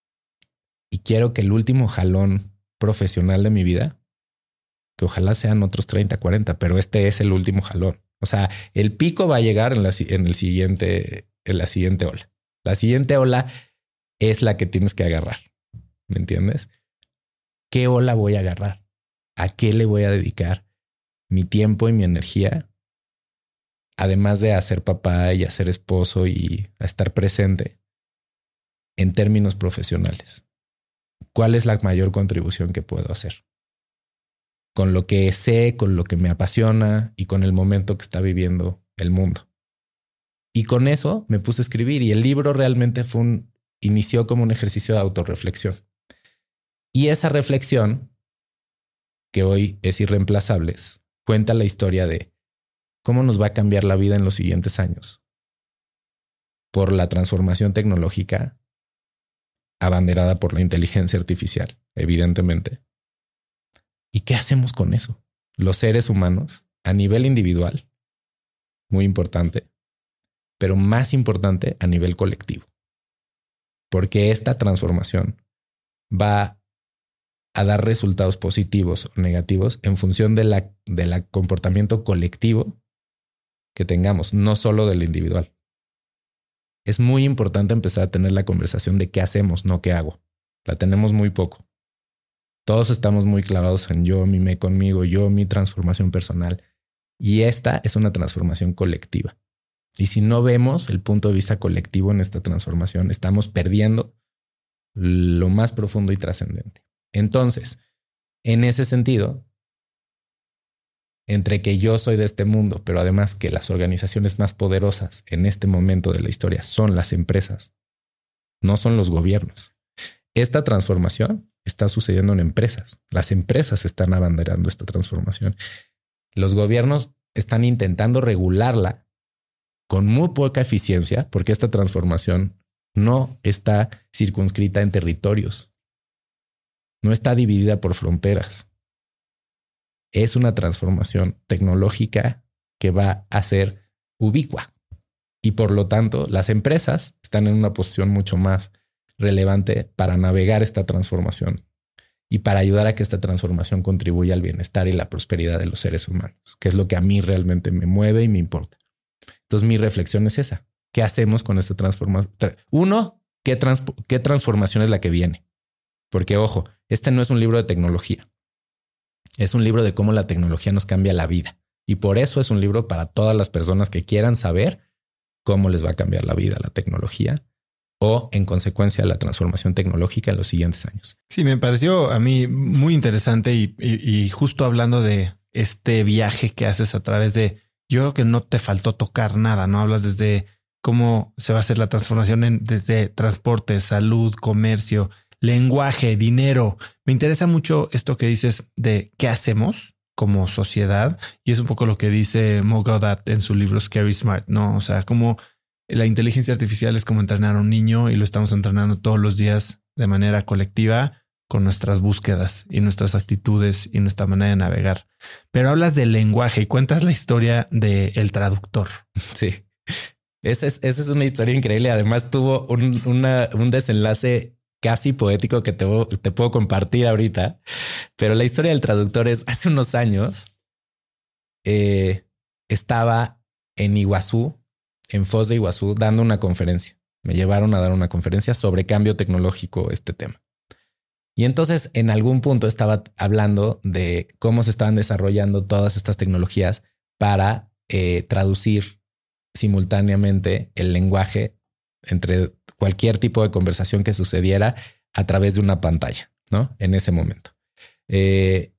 Y quiero que el último jalón profesional de mi vida, que ojalá sean otros treinta, cuarenta, pero este es el último jalón. O sea, el pico va a llegar en la, en el siguiente, en la siguiente ola. La siguiente ola es la que tienes que agarrar. ¿Me entiendes? ¿Qué ola voy a agarrar? ¿A qué le voy a dedicar mi tiempo y mi energía? Además de a ser papá y a ser esposo y a estar presente en términos profesionales. ¿Cuál es la mayor contribución que puedo hacer? Con lo que sé, con lo que me apasiona y con el momento que está viviendo el mundo. Y con eso me puse a escribir y el libro realmente fue un, inició como un ejercicio de autorreflexión. Y esa reflexión, que hoy es irreemplazable, cuenta la historia de cómo nos va a cambiar la vida en los siguientes años por la transformación tecnológica abanderada por la inteligencia artificial, evidentemente. ¿Y qué hacemos con eso? Los seres humanos, a nivel individual, muy importante, pero más importante a nivel colectivo. Porque esta transformación va a dar resultados positivos o negativos en función de la, de la comportamiento colectivo que tengamos, no solo del individual. Es muy importante empezar a tener la conversación de qué hacemos, no qué hago. La tenemos muy poco. Todos estamos muy clavados en yo, mi me conmigo, yo, mi transformación personal. Y esta es una transformación colectiva. Y si no vemos el punto de vista colectivo en esta transformación, estamos perdiendo lo más profundo y trascendente. Entonces, en ese sentido, entre que yo soy de este mundo, pero además que las organizaciones más poderosas en este momento de la historia son las empresas, no son los gobiernos. Esta transformación está sucediendo en empresas. Las empresas están abanderando esta transformación. Los gobiernos están intentando regularla con muy poca eficiencia porque esta transformación no está circunscrita en territorios. No está dividida por fronteras. Es una transformación tecnológica que va a ser ubicua. Y por lo tanto, las empresas están en una posición mucho más relevante para navegar esta transformación y para ayudar a que esta transformación contribuya al bienestar y la prosperidad de los seres humanos, que es lo que a mí realmente me mueve y me importa. Entonces, mi reflexión es esa. ¿Qué hacemos con esta transformación? Uno, ¿qué, trans ¿qué transformación es la que viene? Porque, ojo, este no es un libro de tecnología. Es un libro de cómo la tecnología nos cambia la vida. Y por eso es un libro para todas las personas que quieran saber cómo les va a cambiar la vida la tecnología o, en consecuencia, la transformación tecnológica en los siguientes años. Sí, me pareció a mí muy interesante y, y, y justo hablando de este viaje que haces a través de... Yo creo que no te faltó tocar nada, ¿no? Hablas desde cómo se va a hacer la transformación en, desde transporte, salud, comercio, lenguaje, dinero. Me interesa mucho esto que dices de qué hacemos como sociedad y es un poco lo que dice Mo Gaudat en su libro Scary Smart, ¿no? O sea, como la inteligencia artificial es como entrenar a un niño y lo estamos entrenando todos los días de manera colectiva con nuestras búsquedas y nuestras actitudes y nuestra manera de navegar. Pero hablas del lenguaje y cuentas la historia del traductor. Sí, esa es, esa es una historia increíble. Además tuvo un, una, un desenlace casi poético que te, te puedo compartir ahorita. Pero la historia del traductor es hace unos años eh, estaba en Iguazú, en Foz de Iguazú, dando una conferencia. Me llevaron a dar una conferencia sobre cambio tecnológico, este tema. Y entonces en algún punto estaba hablando de cómo se estaban desarrollando todas estas tecnologías para eh, traducir simultáneamente el lenguaje entre cualquier tipo de conversación que sucediera a través de una pantalla, ¿no? En ese momento. Eh,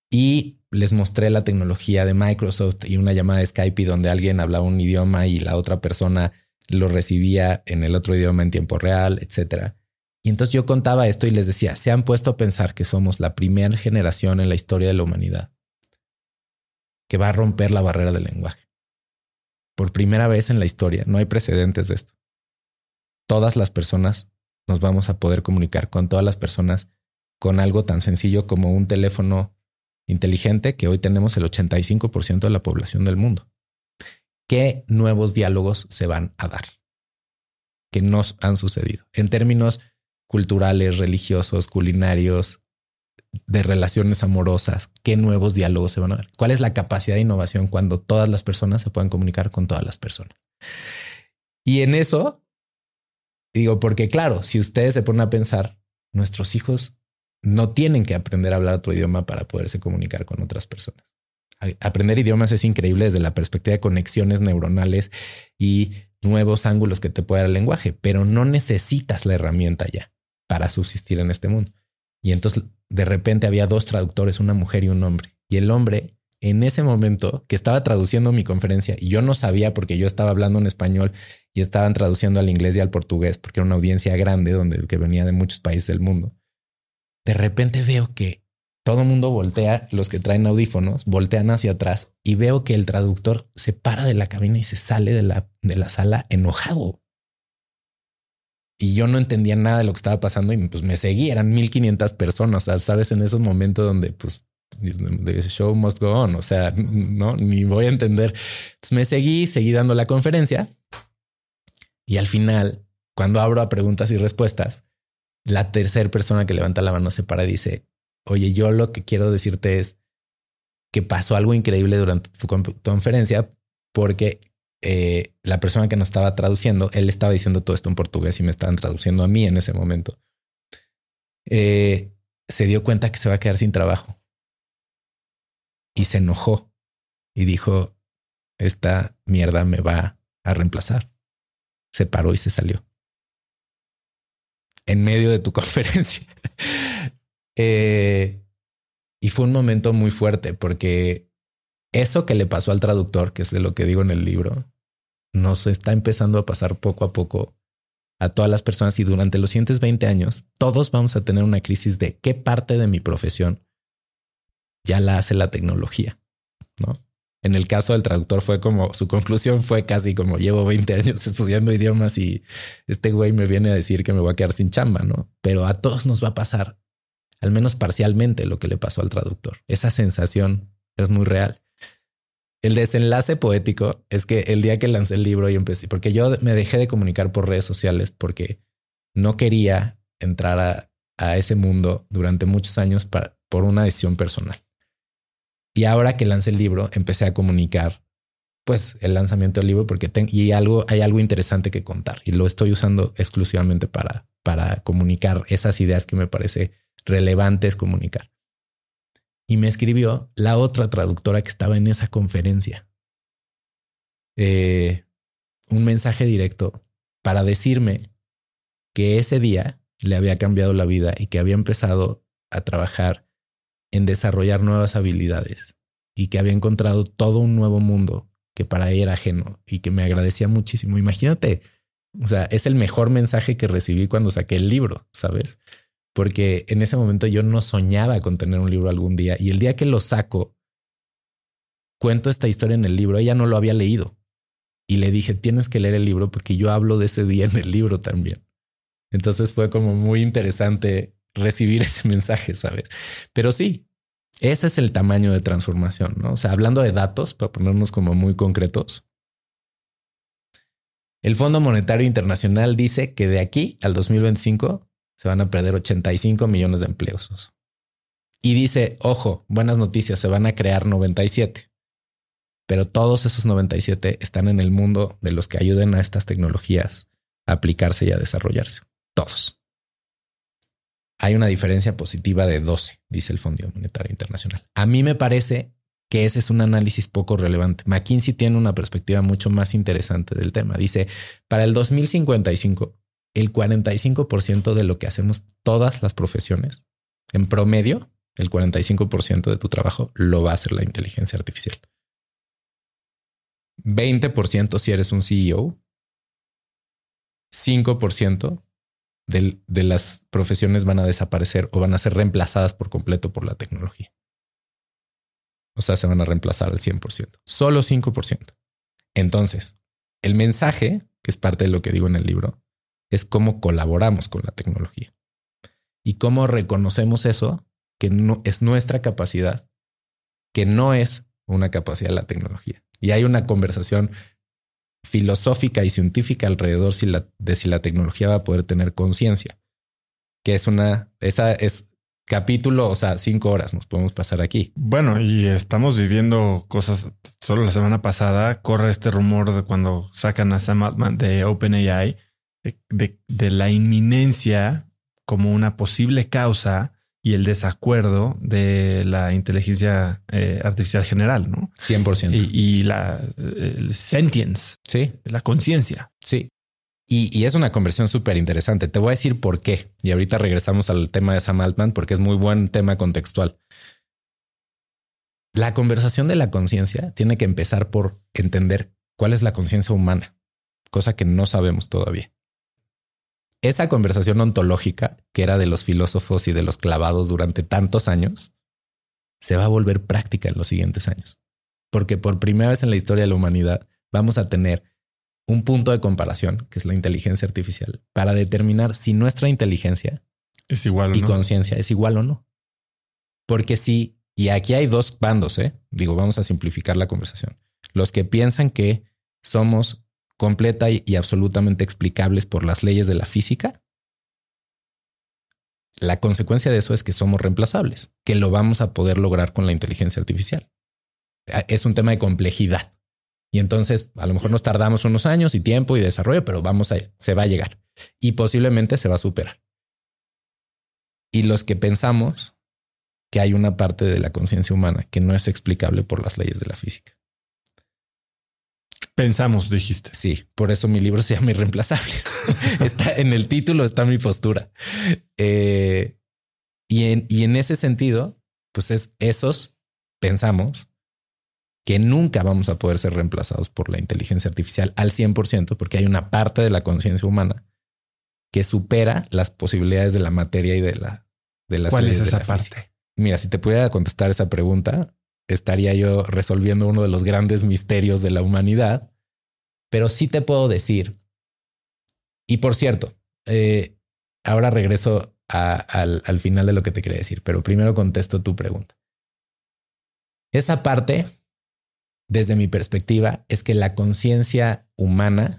Y les mostré la tecnología de Microsoft y una llamada de Skype donde alguien hablaba un idioma y la otra persona lo recibía en el otro idioma en tiempo real, etcétera. Y entonces yo contaba esto y les decía, se han puesto a pensar que somos la primera generación en la historia de la humanidad que va a romper la barrera del lenguaje. Por primera vez en la historia, no hay precedentes de esto. Todas las personas nos vamos a poder comunicar con todas las personas con algo tan sencillo como un teléfono inteligente que hoy tenemos el ochenta y cinco por ciento de la población del mundo. ¿Qué nuevos diálogos se van a dar? Que nos han sucedido en términos culturales, religiosos, culinarios, de relaciones amorosas. ¿Qué nuevos diálogos se van a dar? ¿Cuál es la capacidad de innovación cuando todas las personas se puedan comunicar con todas las personas? Y en eso digo, porque claro, si ustedes se ponen a pensar, nuestros hijos no tienen que aprender a hablar otro idioma para poderse comunicar con otras personas. Aprender idiomas es increíble desde la perspectiva de conexiones neuronales y nuevos ángulos que te puede dar el lenguaje, pero no necesitas la herramienta ya para subsistir en este mundo. Y entonces de repente había dos traductores, una mujer y un hombre. Y el hombre en ese momento que estaba traduciendo mi conferencia y yo no sabía porque yo estaba hablando en español y estaban traduciendo al inglés y al portugués porque era una audiencia grande donde que venía de muchos países del mundo. De repente veo que todo el mundo voltea, los que traen audífonos voltean hacia atrás y veo que el traductor se para de la cabina y se sale de la, de la sala enojado. Y yo no entendía nada de lo que estaba pasando y pues me seguí, eran mil quinientas personas, o sea, sabes, en esos momentos donde pues the show must go on, o sea, no, ni voy a entender. Entonces me seguí, seguí dando la conferencia y al final, cuando abro a preguntas y respuestas, la tercera persona que levanta la mano se para y dice, oye, yo lo que quiero decirte es que pasó algo increíble durante tu conferencia porque eh, la persona que nos estaba traduciendo, él estaba diciendo todo esto en portugués y me estaban traduciendo a mí en ese momento. Eh, se dio cuenta que se va a quedar sin trabajo y se enojó y dijo, esta mierda me va a reemplazar. Se paró y se salió en medio de tu conferencia. eh, y fue un momento muy fuerte porque eso que le pasó al traductor, que es de lo que digo en el libro, nos está empezando a pasar poco a poco a todas las personas y durante los siguientes veinte años todos vamos a tener una crisis de qué parte de mi profesión ya la hace la tecnología, ¿no? En el caso del traductor fue como, su conclusión fue casi como llevo veinte años estudiando idiomas y este güey me viene a decir que me voy a quedar sin chamba, ¿no? Pero a todos nos va a pasar, al menos parcialmente, lo que le pasó al traductor. Esa sensación es muy real. El desenlace poético es que el día que lancé el libro y empecé, porque yo me dejé de comunicar por redes sociales porque no quería entrar a, a ese mundo durante muchos años para, por una decisión personal. Y ahora que lancé el libro, empecé a comunicar pues el lanzamiento del libro porque ten, y algo, hay algo interesante que contar y lo estoy usando exclusivamente para, para comunicar esas ideas que me parece relevantes comunicar. Y me escribió la otra traductora que estaba en esa conferencia. Eh, un mensaje directo para decirme que ese día le había cambiado la vida y que había empezado a trabajar en desarrollar nuevas habilidades y que había encontrado todo un nuevo mundo que para ella era ajeno y que me agradecía muchísimo. Imagínate, o sea, es el mejor mensaje que recibí cuando saqué el libro, ¿sabes? Porque en ese momento yo no soñaba con tener un libro algún día y el día que lo saco, cuento esta historia en el libro. Ella no lo había leído y le dije, tienes que leer el libro porque yo hablo de ese día en el libro también. Entonces fue como muy interesante recibir ese mensaje, ¿sabes? Pero sí, ese es el tamaño de transformación, ¿no? O sea, hablando de datos, para ponernos como muy concretos, el Fondo Monetario Internacional dice que de aquí al dos mil veinticinco se van a perder ochenta y cinco millones de empleos. Y dice, ojo, buenas noticias, se van a crear noventa y siete. Pero todos esos noventa y siete están en el mundo de los que ayuden a estas tecnologías a aplicarse y a desarrollarse. Todos. Hay una diferencia positiva de doce, dice el Fondo Monetario Internacional. A mí me parece que ese es un análisis poco relevante. McKinsey tiene una perspectiva mucho más interesante del tema. Dice, para el dos mil cincuenta y cinco, el cuarenta y cinco por ciento de lo que hacemos todas las profesiones, en promedio, el cuarenta y cinco por ciento de tu trabajo lo va a hacer la inteligencia artificial. veinte por ciento si eres un C E O. cinco por ciento de, de las profesiones van a desaparecer o van a ser reemplazadas por completo por la tecnología. O sea, se van a reemplazar al cien por ciento. Solo cinco por ciento. Entonces, el mensaje, que es parte de lo que digo en el libro, es cómo colaboramos con la tecnología y cómo reconocemos eso, que no es nuestra capacidad, que no es una capacidad de la tecnología. Y hay una conversación filosófica y científica alrededor si la, de si la tecnología va a poder tener conciencia, que es una, esa es capítulo, o sea, cinco horas nos podemos pasar aquí. Bueno, y estamos viviendo cosas. Solo la semana pasada corre este rumor de cuando sacan a Sam Altman de OpenAI, de, de, de la inminencia como una posible causa y el desacuerdo de la inteligencia eh, artificial general, ¿no? cien por ciento. Y, y la el sentience. Sí. La conciencia. Sí. Y, y es una conversión súper interesante. Te voy a decir por qué. Y ahorita regresamos al tema de Sam Altman porque es muy buen tema contextual. La conversación de la conciencia tiene que empezar por entender cuál es la conciencia humana, cosa que no sabemos todavía. Esa conversación ontológica que era de los filósofos y de los clavados durante tantos años se va a volver práctica en los siguientes años, porque por primera vez en la historia de la humanidad vamos a tener un punto de comparación, que es la inteligencia artificial, para determinar si nuestra inteligencia es igual o y no. conciencia es igual o no. Porque si, y aquí hay dos bandos, ¿eh? Digo, vamos a simplificar la conversación. Los que piensan que somos completa y, y absolutamente explicables por las leyes de la física, la consecuencia de eso es que somos reemplazables, que lo vamos a poder lograr con la inteligencia artificial. Es un tema de complejidad. Y entonces a lo mejor nos tardamos unos años y tiempo y desarrollo, pero vamos a, se va a llegar y posiblemente se va a superar. Y los que pensamos que hay una parte de la conciencia humana que no es explicable por las leyes de la física. Pensamos, dijiste. Sí, por eso mi libro se llama Irreemplazables. Está en el título, está mi postura. Eh, y, en, y en ese sentido, pues es esos pensamos que nunca vamos a poder ser reemplazados por la inteligencia artificial al cien por ciento, porque hay una parte de la conciencia humana que supera las posibilidades de la materia y de la de las ¿Cuál leyes es esa de la parte? física. Mira, si te pudiera contestar esa pregunta, estaría yo resolviendo uno de los grandes misterios de la humanidad, pero sí te puedo decir. Y por cierto, eh, ahora regreso a, al, al final de lo que te quería decir, pero primero contesto tu pregunta. Esa parte, desde mi perspectiva, es que la conciencia humana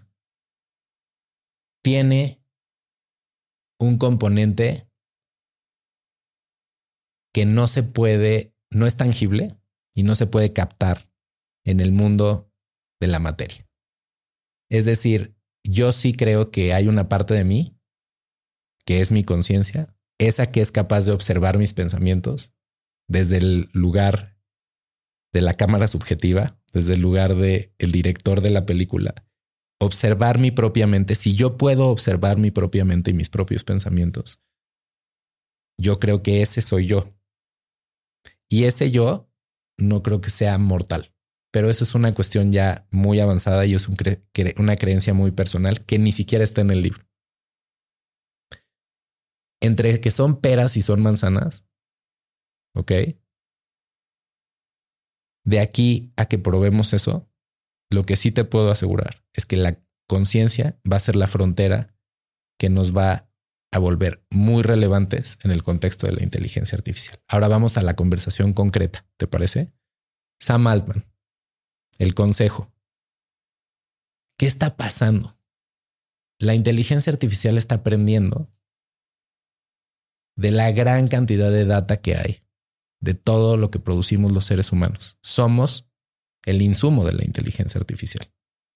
tiene un componente que no se puede, no es tangible y no se puede captar en el mundo de la materia. Es decir, yo sí creo que hay una parte de mí que es mi conciencia, esa que es capaz de observar mis pensamientos desde el lugar de la cámara subjetiva, desde el lugar de el director de la película, observar mi propia mente. Si yo puedo observar mi propia mente y mis propios pensamientos, yo creo que ese soy yo. Y ese yo no creo que sea mortal, pero eso es una cuestión ya muy avanzada y es un cre- cre- una creencia muy personal que ni siquiera está en el libro. Entre que son peras y son manzanas, ¿ok? De aquí a que probemos eso, lo que sí te puedo asegurar es que la conciencia va a ser la frontera que nos va a volver muy relevantes en el contexto de la inteligencia artificial. Ahora vamos a la conversación concreta, ¿te parece? Sam Altman, el consejo. ¿Qué está pasando? La inteligencia artificial está aprendiendo de la gran cantidad de data que hay, de todo lo que producimos los seres humanos. Somos el insumo de la inteligencia artificial.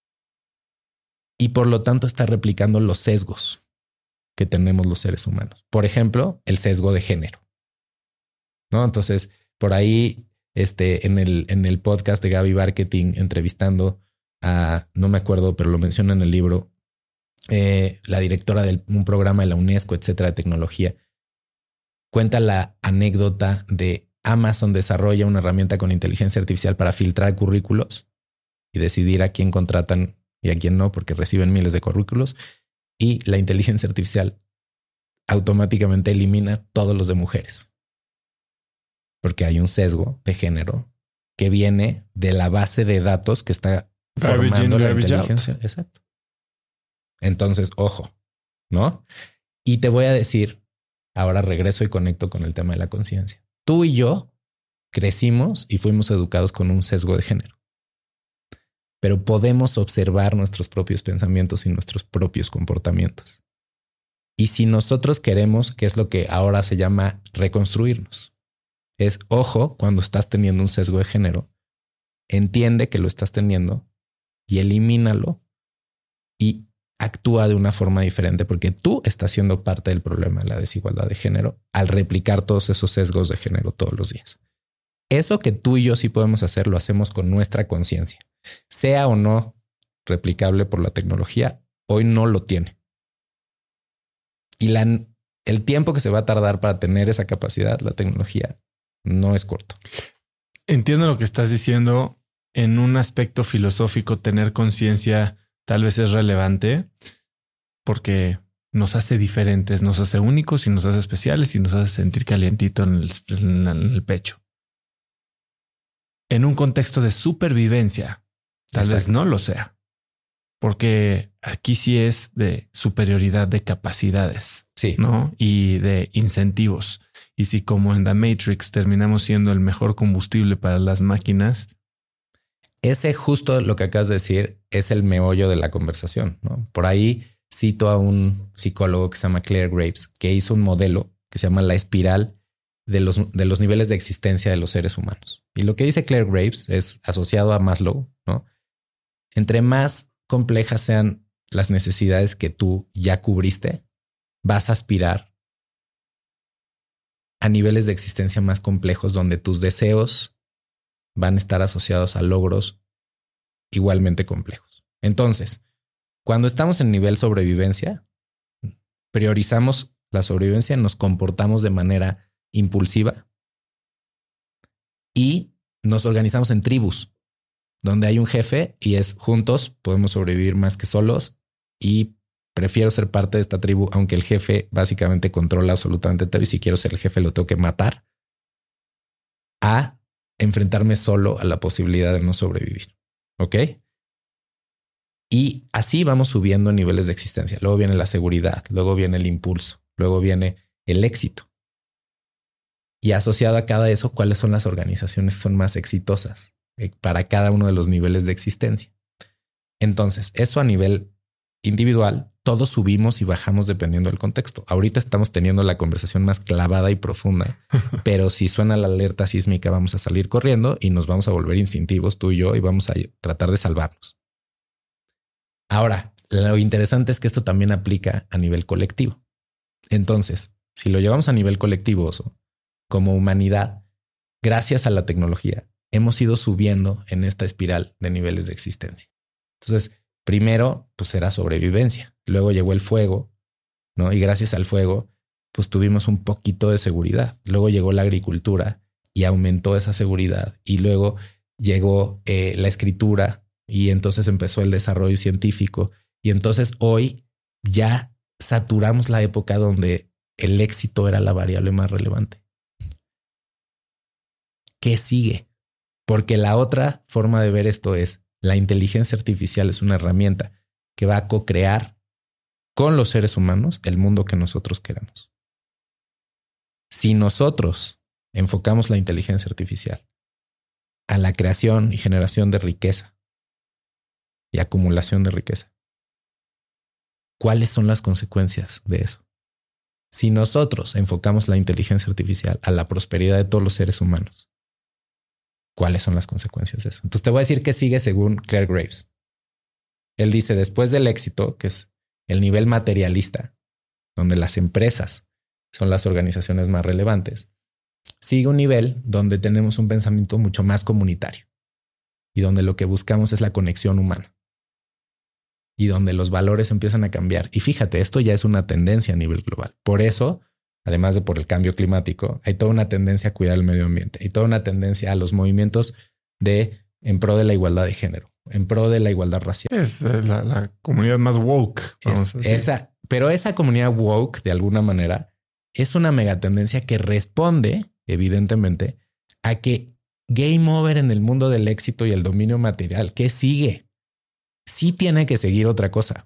Y por lo tanto está replicando los sesgos que tenemos los seres humanos. Por ejemplo, el sesgo de género, ¿no? Entonces, por ahí, este, en el, en el podcast de Gaby Marketing, entrevistando a, no me acuerdo, pero lo menciona en el libro, eh, la directora de un programa de la UNESCO, etcétera, de tecnología. cuenta la anécdota de Amazon desarrolla una herramienta con inteligencia artificial para filtrar currículos y decidir a quién contratan y a quién no, porque reciben miles de currículos, y la inteligencia artificial automáticamente elimina todos los de mujeres, porque hay un sesgo de género que viene de la base de datos que está formando la inteligencia. Exacto. Entonces, ojo, ¿no? Y te voy a decir, ahora regreso y conecto con el tema de la conciencia. Tú y yo crecimos y fuimos educados con un sesgo de género, pero podemos observar nuestros propios pensamientos y nuestros propios comportamientos. Y si nosotros queremos, que es lo que ahora se llama reconstruirnos, es ojo cuando estás teniendo un sesgo de género, entiende que lo estás teniendo y elimínalo y actúa de una forma diferente, porque tú estás siendo parte del problema de la desigualdad de género al replicar todos esos sesgos de género todos los días. Eso que tú y yo sí podemos hacer, lo hacemos con nuestra conciencia. Sea o no replicable por la tecnología, hoy no lo tiene. Y la, el tiempo que se va a tardar para tener esa capacidad, la tecnología, no es corto. Entiendo lo que estás diciendo. En un aspecto filosófico, tener conciencia tal vez es relevante porque nos hace diferentes, nos hace únicos y nos hace especiales y nos hace sentir calientito en el, en el pecho. En un contexto de supervivencia, tal Exacto. vez no lo sea, porque aquí sí es de superioridad de capacidades, sí, ¿no? Y de incentivos. Y si como en The Matrix terminamos siendo el mejor combustible para las máquinas. Ese justo lo que acabas de decir es el meollo de la conversación, ¿no? Por ahí cito a un psicólogo que se llama Claire Graves, que hizo un modelo que se llama la espiral de los, de los niveles de existencia de los seres humanos. Y lo que dice Claire Graves es asociado a Maslow, ¿no? Entre más complejas sean las necesidades que tú ya cubriste, vas a aspirar a niveles de existencia más complejos donde tus deseos van a estar asociados a logros igualmente complejos. Entonces, cuando estamos en nivel sobrevivencia, priorizamos la sobrevivencia, nos comportamos de manera impulsiva y nos organizamos en tribus, donde hay un jefe y es juntos podemos sobrevivir más que solos, y prefiero ser parte de esta tribu, aunque el jefe básicamente controla absolutamente todo y si quiero ser el jefe lo tengo que matar, a enfrentarme solo a la posibilidad de no sobrevivir. ¿Ok? Y así vamos subiendo niveles de existencia. Luego viene la seguridad, luego viene el impulso, luego viene el éxito. Y asociado a cada eso, ¿cuáles son las organizaciones que son más exitosas para cada uno de los niveles de existencia? Entonces, eso a nivel individual, todos subimos y bajamos dependiendo del contexto. Ahorita estamos teniendo la conversación más clavada y profunda, pero si suena la alerta sísmica, vamos a salir corriendo y nos vamos a volver instintivos, tú y yo, y vamos a tratar de salvarnos. Ahora, lo interesante es que esto también aplica a nivel colectivo. Entonces, si lo llevamos a nivel colectivo, Oso, como humanidad, gracias a la tecnología, hemos ido subiendo en esta espiral de niveles de existencia. Entonces, primero, pues era sobrevivencia. Luego llegó el fuego, ¿no? Y gracias al fuego, pues tuvimos un poquito de seguridad. Luego llegó la agricultura y aumentó esa seguridad. Y luego llegó eh, la escritura y entonces empezó el desarrollo científico. Y entonces hoy ya saturamos la época donde el éxito era la variable más relevante. ¿Qué sigue? Porque la otra forma de ver esto es la inteligencia artificial es una herramienta que va a co-crear con los seres humanos el mundo que nosotros queramos. Si nosotros enfocamos la inteligencia artificial a la creación y generación de riqueza y acumulación de riqueza, ¿cuáles son las consecuencias de eso? Si nosotros enfocamos la inteligencia artificial a la prosperidad de todos los seres humanos, ¿cuáles son las consecuencias de eso? Entonces te voy a decir qué sigue según Claire Graves. Él dice, después del éxito, que es el nivel materialista, donde las empresas son las organizaciones más relevantes, sigue un nivel donde tenemos un pensamiento mucho más comunitario y donde lo que buscamos es la conexión humana y donde los valores empiezan a cambiar. Y fíjate, esto ya es una tendencia a nivel global. Por eso además de por el cambio climático, hay toda una tendencia a cuidar el medio ambiente, hay toda una tendencia a los movimientos de en pro de la igualdad de género, en pro de la igualdad racial. Es la, la comunidad más woke. Vamos Es, a decir. esa, pero esa comunidad woke, de alguna manera, es una megatendencia que responde, evidentemente, a que game over en el mundo del éxito y el dominio material. ¿Qué sigue? Sí tiene que seguir otra cosa.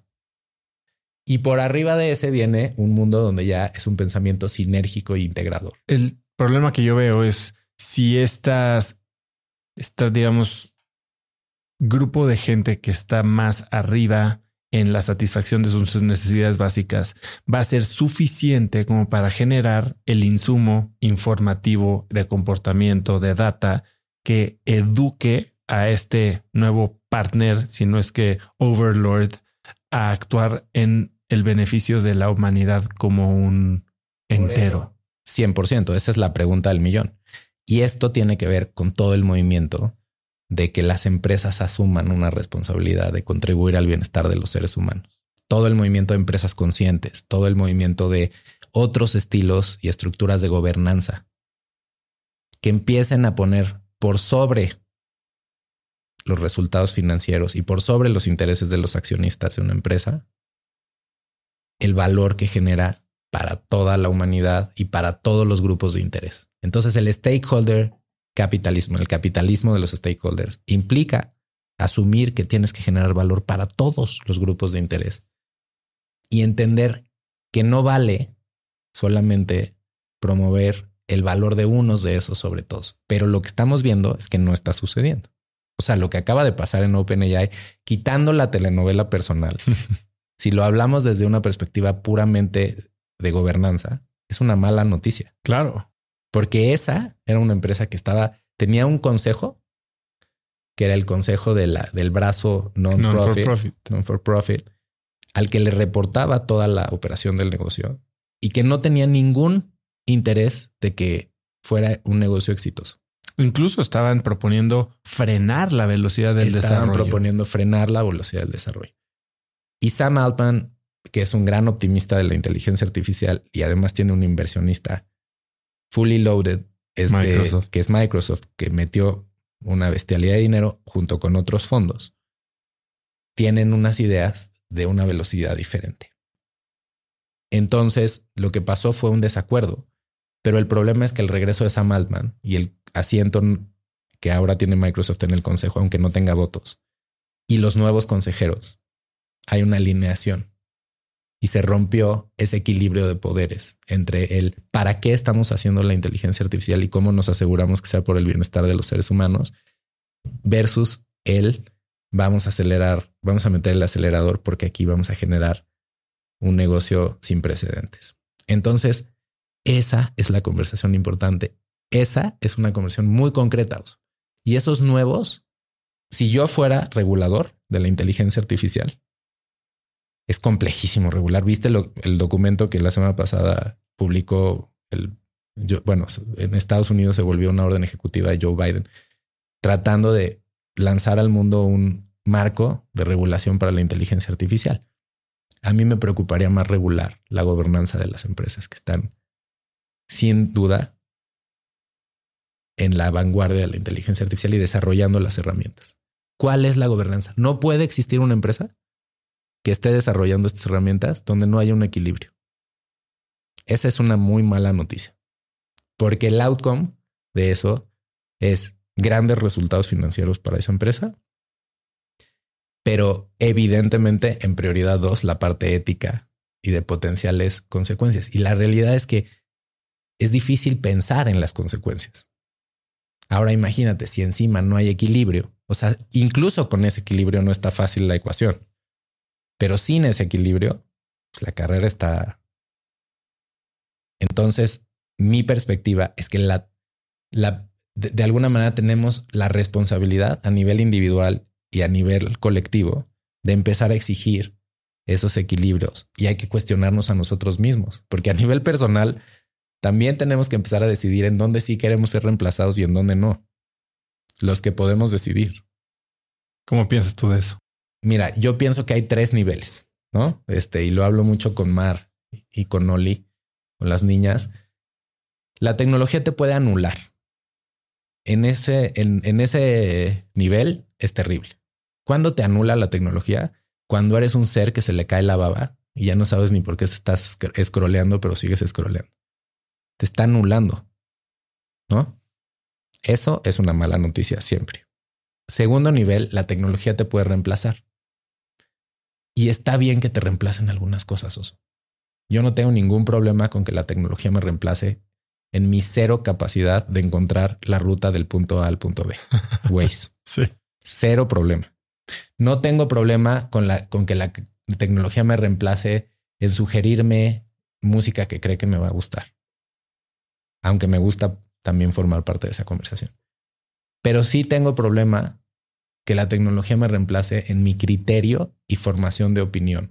Y por arriba de ese viene un mundo donde ya es un pensamiento sinérgico e integrador. El problema que yo veo es si estas, esta, digamos, grupo de gente que está más arriba en la satisfacción de sus necesidades básicas va a ser suficiente como para generar el insumo informativo de comportamiento, de data, que eduque a este nuevo partner, si no es que overlord, a actuar en el beneficio de la humanidad como un entero. cien por ciento. Esa es la pregunta del millón. Y esto tiene que ver con todo el movimiento de que las empresas asuman una responsabilidad de contribuir al bienestar de los seres humanos. Todo el movimiento de empresas conscientes, todo el movimiento de otros estilos y estructuras de gobernanza que empiecen a poner por sobre los resultados financieros y por sobre los intereses de los accionistas de una empresa el valor que genera para toda la humanidad y para todos los grupos de interés. Entonces el stakeholder capitalismo, el capitalismo de los stakeholders, implica asumir que tienes que generar valor para todos los grupos de interés y entender que no vale solamente promover el valor de unos de esos sobre todos. Pero lo que estamos viendo es que no está sucediendo. O sea, lo que acaba de pasar en OpenAI, quitando la telenovela personal, si lo hablamos desde una perspectiva puramente de gobernanza, es una mala noticia. Claro. Porque esa era una empresa que estaba, tenía un consejo, que era el consejo de la, del brazo non-profit, Non-for-profit. non-for-profit, al que le reportaba toda la operación del negocio y que no tenía ningún interés de que fuera un negocio exitoso. Incluso estaban proponiendo frenar la velocidad del Estaban desarrollo. Estaban proponiendo frenar la velocidad del desarrollo. Y Sam Altman, que es un gran optimista de la inteligencia artificial y además tiene un inversionista fully loaded, es de, que es Microsoft, que metió una bestialidad de dinero junto con otros fondos, tienen unas ideas de una velocidad diferente. Entonces, lo que pasó fue un desacuerdo, pero el problema es que el regreso de Sam Altman y el asiento que ahora tiene Microsoft en el consejo, aunque no tenga votos, y los nuevos consejeros, hay una alineación y se rompió ese equilibrio de poderes entre el para qué estamos haciendo la inteligencia artificial y cómo nos aseguramos que sea por el bienestar de los seres humanos versus el vamos a acelerar, vamos a meter el acelerador porque aquí vamos a generar un negocio sin precedentes. Entonces, esa es la conversación importante. Esa es una conversación muy concreta. Y esos nuevos, si yo fuera regulador de la inteligencia artificial, es complejísimo regular. ¿Viste lo, el documento que la semana pasada publicó el, yo, bueno, en Estados Unidos se volvió una orden ejecutiva de Joe Biden tratando de lanzar al mundo un marco de regulación para la inteligencia artificial? A mí me preocuparía más regular la gobernanza de las empresas que están sin duda en la vanguardia de la inteligencia artificial y desarrollando las herramientas. ¿Cuál es la gobernanza? No puede existir una empresa que esté desarrollando estas herramientas donde no haya un equilibrio. Esa es una muy mala noticia, porque el outcome de eso es grandes resultados financieros para esa empresa, pero evidentemente en prioridad dos, la parte ética y de potenciales consecuencias. Y la realidad es que es difícil pensar en las consecuencias. Ahora imagínate si encima no hay equilibrio, o sea, incluso con ese equilibrio no está fácil la ecuación. Pero sin ese equilibrio, pues la carrera está. Entonces, mi perspectiva es que la, la, de, de alguna manera tenemos la responsabilidad a nivel individual y a nivel colectivo de empezar a exigir esos equilibrios y hay que cuestionarnos a nosotros mismos, porque a nivel personal también tenemos que empezar a decidir en dónde sí queremos ser reemplazados y en dónde no. Los que podemos decidir. ¿Cómo piensas tú de eso? Mira, yo pienso que hay tres niveles, ¿no? Este, y lo hablo mucho con Mar y con Oli. con las niñas, la tecnología te puede anular. En ese, en, en ese nivel es terrible. ¿Cuándo te anula la tecnología? Cuando eres un ser que se le cae la baba y ya no sabes ni por qué estás scrolleando, pero sigues scrolleando. Te está anulando, ¿no? Eso es una mala noticia siempre. Segundo nivel, la tecnología te puede reemplazar. Y está bien que te reemplacen algunas cosas, Oso. Yo no tengo ningún problema con que la tecnología me reemplace en mi cero capacidad de encontrar la ruta del punto A al punto B. Waze. Sí. Cero problema. No tengo problema con, la, con que la tecnología me reemplace en sugerirme música que cree que me va a gustar. Aunque me gusta también formar parte de esa conversación. Pero sí tengo problema que la tecnología me reemplace en mi criterio y formación de opinión.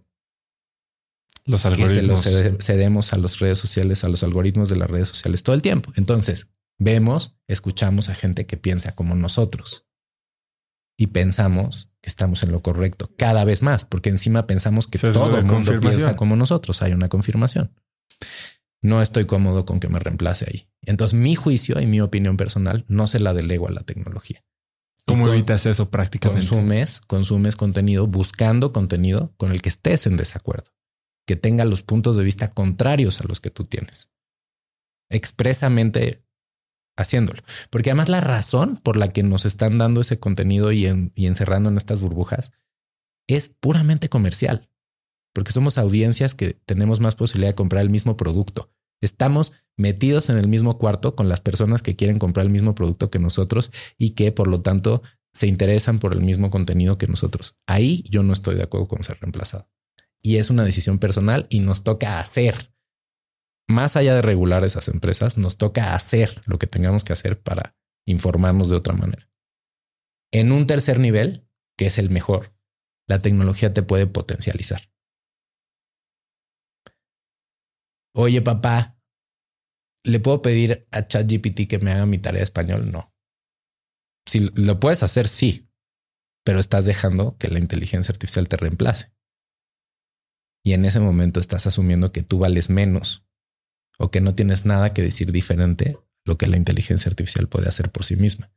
Los algoritmos. Que se los cedemos a las redes sociales, a los algoritmos de las redes sociales todo el tiempo. Entonces, vemos, escuchamos a gente que piensa como nosotros y pensamos que estamos en lo correcto cada vez más, porque encima pensamos que todo el mundo piensa como nosotros. Hay una confirmación. No estoy cómodo con que me reemplace ahí. Entonces, mi juicio y mi opinión personal no se la delego a la tecnología. ¿Cómo evitas eso prácticamente? Consumes, consumes contenido buscando contenido con el que estés en desacuerdo, que tenga los puntos de vista contrarios a los que tú tienes. Expresamente haciéndolo. Porque además la razón por la que nos están dando ese contenido y, en, y encerrando en estas burbujas es puramente comercial. Porque somos audiencias que tenemos más posibilidad de comprar el mismo producto. Estamos metidos en el mismo cuarto con las personas que quieren comprar el mismo producto que nosotros y que por lo tanto se interesan por el mismo contenido que nosotros. Ahí yo no estoy de acuerdo con ser reemplazado. Y es una decisión personal y nos toca hacer. Más allá de regular esas empresas, nos toca hacer lo que tengamos que hacer para informarnos de otra manera. En un tercer nivel, que es el mejor, la tecnología te puede potencializar. Oye, papá, ¿le puedo pedir a ChatGPT que me haga mi tarea de español? No. Si lo puedes hacer, sí, pero estás dejando que la inteligencia artificial te reemplace. Y en ese momento estás asumiendo que tú vales menos o que no tienes nada que decir diferente a lo que la inteligencia artificial puede hacer por sí misma.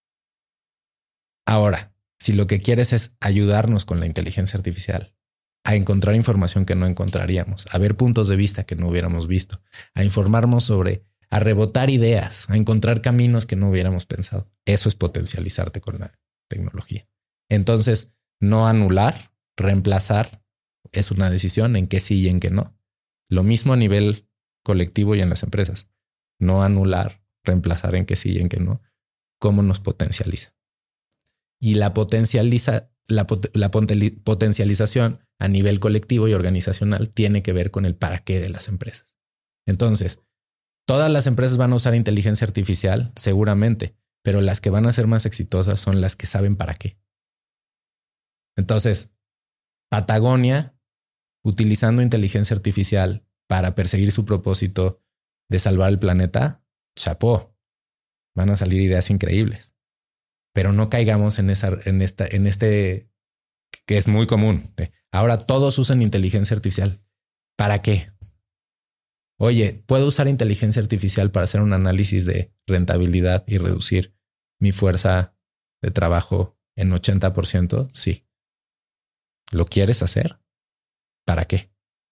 Ahora, si lo que quieres es ayudarnos con la inteligencia artificial a encontrar información que no encontraríamos, a ver puntos de vista que no hubiéramos visto, a informarnos sobre, a rebotar ideas, a encontrar caminos que no hubiéramos pensado. Eso es potencializarte con la tecnología. Entonces, no anular, reemplazar, es una decisión en qué sí y en qué no. Lo mismo a nivel colectivo y en las empresas. No anular, reemplazar en qué sí y en qué no. ¿Cómo nos potencializa? Y la potencializa, la, pot- la potencialización a nivel colectivo y organizacional tiene que ver con el para qué de las empresas. Entonces, todas las empresas van a usar inteligencia artificial, seguramente, pero las que van a ser más exitosas son las que saben para qué. Entonces, Patagonia, utilizando inteligencia artificial para perseguir su propósito de salvar el planeta, chapó, van a salir ideas increíbles. Pero no caigamos en esa, en esta, en este que es muy común. Ahora todos usan inteligencia artificial. ¿Para qué? Oye, ¿puedo usar inteligencia artificial para hacer un análisis de rentabilidad y reducir mi fuerza de trabajo en ochenta por ciento? Sí. ¿Lo quieres hacer? ¿Para qué?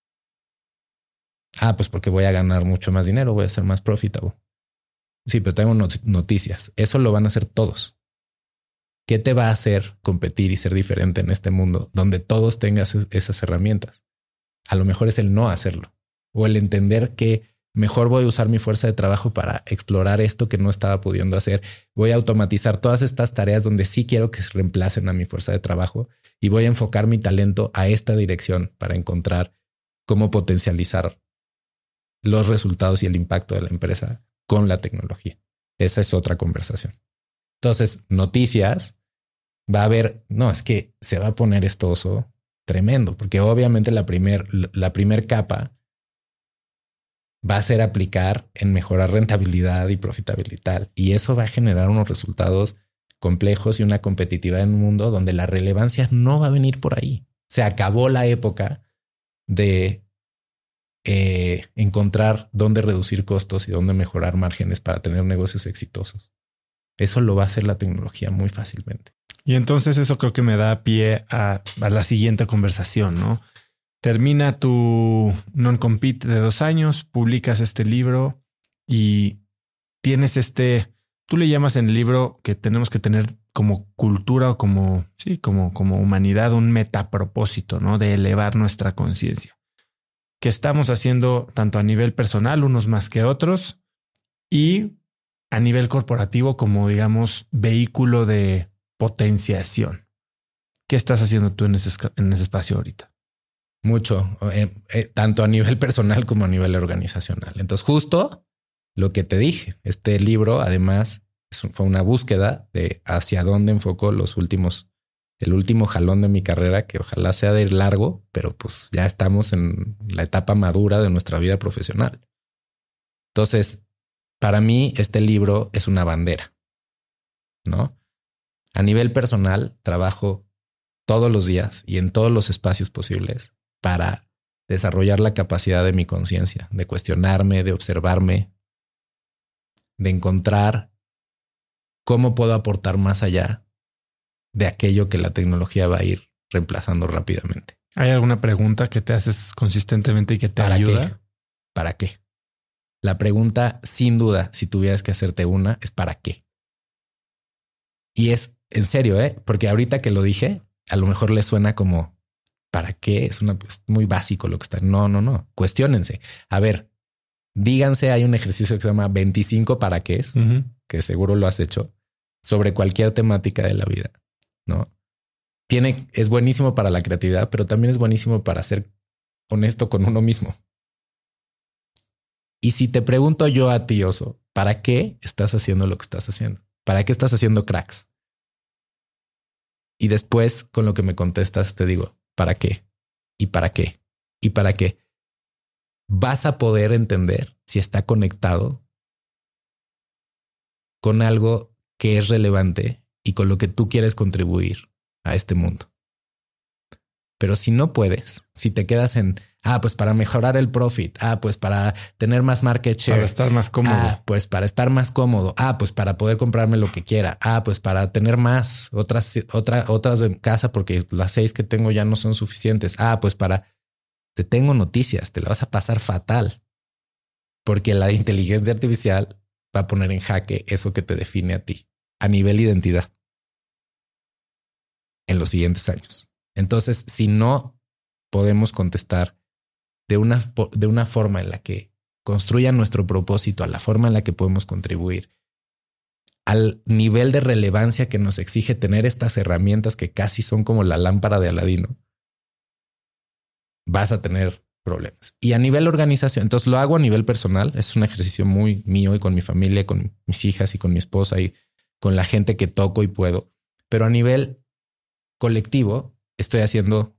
Ah, pues porque voy a ganar mucho más dinero, voy a ser más profitable. Sí, pero tengo not- noticias. Eso lo van a hacer todos. ¿Qué te va a hacer competir y ser diferente en este mundo donde todos tengas esas herramientas? A lo mejor es el no hacerlo o el entender que mejor voy a usar mi fuerza de trabajo para explorar esto que no estaba pudiendo hacer. Voy a automatizar todas estas tareas donde sí quiero que se reemplacen a mi fuerza de trabajo y voy a enfocar mi talento a esta dirección para encontrar cómo potencializar los resultados y el impacto de la empresa con la tecnología. Esa es otra conversación. Entonces, noticias, va a haber, no, es que se va a poner esto oso tremendo, porque obviamente la primer, la primer capa va a ser aplicar en mejorar rentabilidad y profitabilidad. Y eso va a generar unos resultados complejos y una competitividad en un mundo donde la relevancia no va a venir por ahí. Se acabó la época de eh, encontrar dónde reducir costos y dónde mejorar márgenes para tener negocios exitosos. Eso lo va a hacer la tecnología muy fácilmente. Y entonces eso creo que me da pie a, a la siguiente conversación, ¿no? Termina tu non-compete de dos años, publicas este libro y tienes este, tú le llamas en el libro que tenemos que tener como cultura o como, sí, como, como humanidad, un metapropósito, ¿no? De elevar nuestra conciencia. Que estamos haciendo tanto a nivel personal, unos más que otros, y a nivel corporativo como, digamos, vehículo de potenciación. ¿Qué estás haciendo tú en ese, en ese espacio ahorita? Mucho, eh, eh, tanto a nivel personal como a nivel organizacional. Entonces, justo lo que te dije, este libro además es, fue una búsqueda de hacia dónde enfocó los últimos, el último jalón de mi carrera, que ojalá sea de largo, pero pues ya estamos en la etapa madura de nuestra vida profesional. Entonces, para mí este libro es una bandera, ¿no? A nivel personal, trabajo todos los días y en todos los espacios posibles para desarrollar la capacidad de mi conciencia, de cuestionarme, de observarme, de encontrar cómo puedo aportar más allá de aquello que la tecnología va a ir reemplazando rápidamente. ¿Hay alguna pregunta que te haces consistentemente y que te ¿Para ayuda? qué? ¿Para qué? La pregunta, sin duda, si tuvieras que hacerte una, es ¿para qué? Y es en serio, ¿eh? Porque ahorita que lo dije, a lo mejor les suena como ¿para qué? Es una, es muy básico lo que está. No, no, no. Cuestiónense. A ver, díganse, hay un ejercicio que se llama veinticinco para qué es, uh-huh. que seguro lo has hecho, sobre cualquier temática de la vida, ¿no? Tiene, es buenísimo para la creatividad, pero también es buenísimo para ser honesto con uno mismo. Y si te pregunto yo a ti, Oso, ¿para qué estás haciendo lo que estás haciendo? ¿Para qué estás haciendo cracks? Y después, con lo que me contestas, te digo, ¿para qué? ¿Y para qué? ¿Y para qué? Vas a poder entender si está conectado con algo que es relevante y con lo que tú quieres contribuir a este mundo. Pero si no puedes, si te quedas en, ah, pues para mejorar el profit, ah, pues para tener más market share. Para estar más cómodo. Ah, pues para estar más cómodo. Ah, pues para poder comprarme lo que quiera. Ah, pues para tener más otras, otra, otras en casa porque las seis que tengo ya no son suficientes. Ah, pues para, te tengo noticias, te la vas a pasar fatal porque la inteligencia artificial va a poner en jaque eso que te define a ti a nivel identidad en los siguientes años. Entonces, si no podemos contestar de una, de una forma en la que construya nuestro propósito, a la forma en la que podemos contribuir, al nivel de relevancia que nos exige tener estas herramientas que casi son como la lámpara de Aladino, vas a tener problemas. Y a nivel organización, entonces lo hago a nivel personal, es un ejercicio muy mío y con mi familia, con mis hijas y con mi esposa y con la gente que toco y puedo. Pero a nivel colectivo, estoy haciendo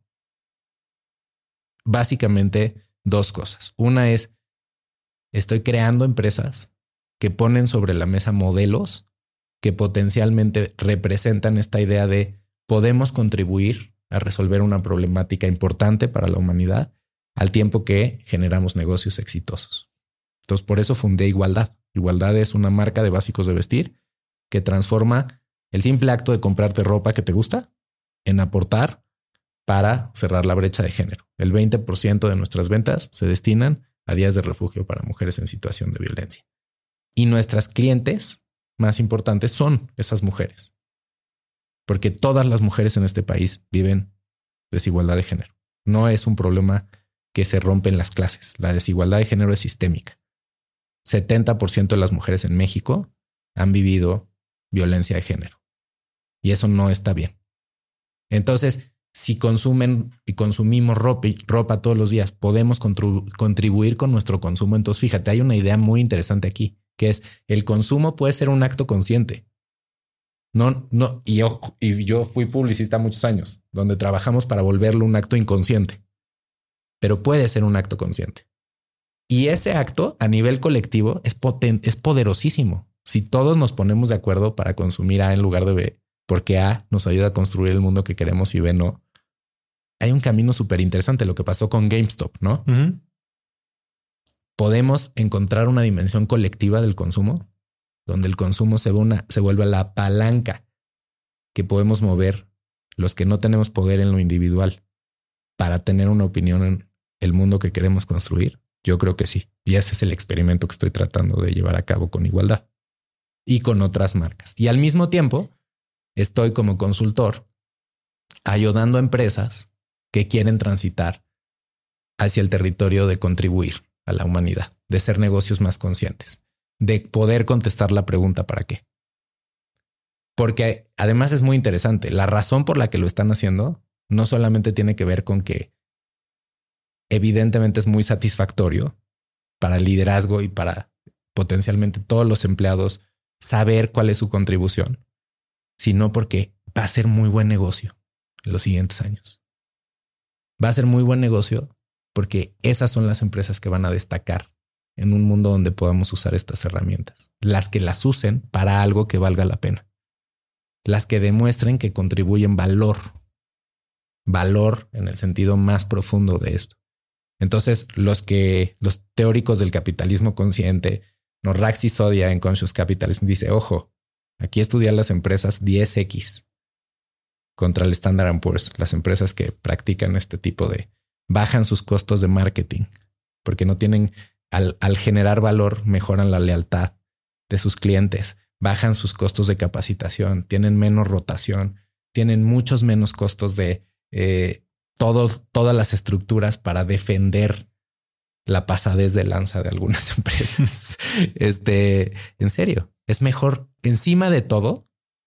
básicamente dos cosas. Una es, estoy creando empresas que ponen sobre la mesa modelos que potencialmente representan esta idea de podemos contribuir a resolver una problemática importante para la humanidad al tiempo que generamos negocios exitosos. Entonces, por eso fundé Igualdad. Igualdad es una marca de básicos de vestir que transforma el simple acto de comprarte ropa que te gusta en aportar para cerrar la brecha de género. El veinte por ciento de nuestras ventas se destinan a días de refugio para mujeres en situación de violencia. Y nuestras clientes más importantes son esas mujeres. Porque todas las mujeres en este país viven desigualdad de género. No es un problema que se rompe en las clases. La desigualdad de género es sistémica. setenta por ciento de las mujeres en México han vivido violencia de género. Y eso no está bien. Entonces, si consumen y consumimos ropa, ropa todos los días, podemos contribu- contribuir con nuestro consumo. Entonces, fíjate, hay una idea muy interesante aquí, que es el consumo puede ser un acto consciente. No, no, y yo, y yo fui publicista muchos años, donde trabajamos para volverlo un acto inconsciente, pero puede ser un acto consciente. Y ese acto a nivel colectivo es potente, es poderosísimo. Si todos nos ponemos de acuerdo para consumir A en lugar de B, porque A nos ayuda a construir el mundo que queremos y B no. Hay un camino súper interesante, lo que pasó con GameStop, ¿no? Uh-huh. podemos encontrar una dimensión colectiva del consumo, donde el consumo se, una, se vuelve la palanca que podemos mover los que no tenemos poder en lo individual para tener una opinión en el mundo que queremos construir. Yo creo que sí. Y ese es el experimento que estoy tratando de llevar a cabo con Igualdad y con otras marcas. Y al mismo tiempo estoy como consultor ayudando a empresas que quieren transitar hacia el territorio de contribuir a la humanidad, de ser negocios más conscientes, de poder contestar la pregunta ¿para qué? Porque además es muy interesante. La razón por la que lo están haciendo no solamente tiene que ver con que evidentemente es muy satisfactorio para el liderazgo y para potencialmente todos los empleados saber cuál es su contribución, sino porque va a ser muy buen negocio en los siguientes años. Va a ser muy buen negocio porque esas son las empresas que van a destacar en un mundo donde podamos usar estas herramientas. Las que las usen para algo que valga la pena. Las que demuestren que contribuyen valor. Valor en el sentido más profundo de esto. Entonces, los que los teóricos del capitalismo consciente, no, Rax Sisodia en Conscious Capitalism dice, ojo, aquí estudian las empresas diez equis contra el Standard and Poor's, las empresas que practican este tipo de, bajan sus costos de marketing, porque no tienen, al, al generar valor, mejoran la lealtad de sus clientes, bajan sus costos de capacitación, tienen menos rotación, tienen muchos menos costos de eh, todo, todas las estructuras para defender la pasadez de lanza de algunas empresas. este, en serio, es mejor. Encima de todo,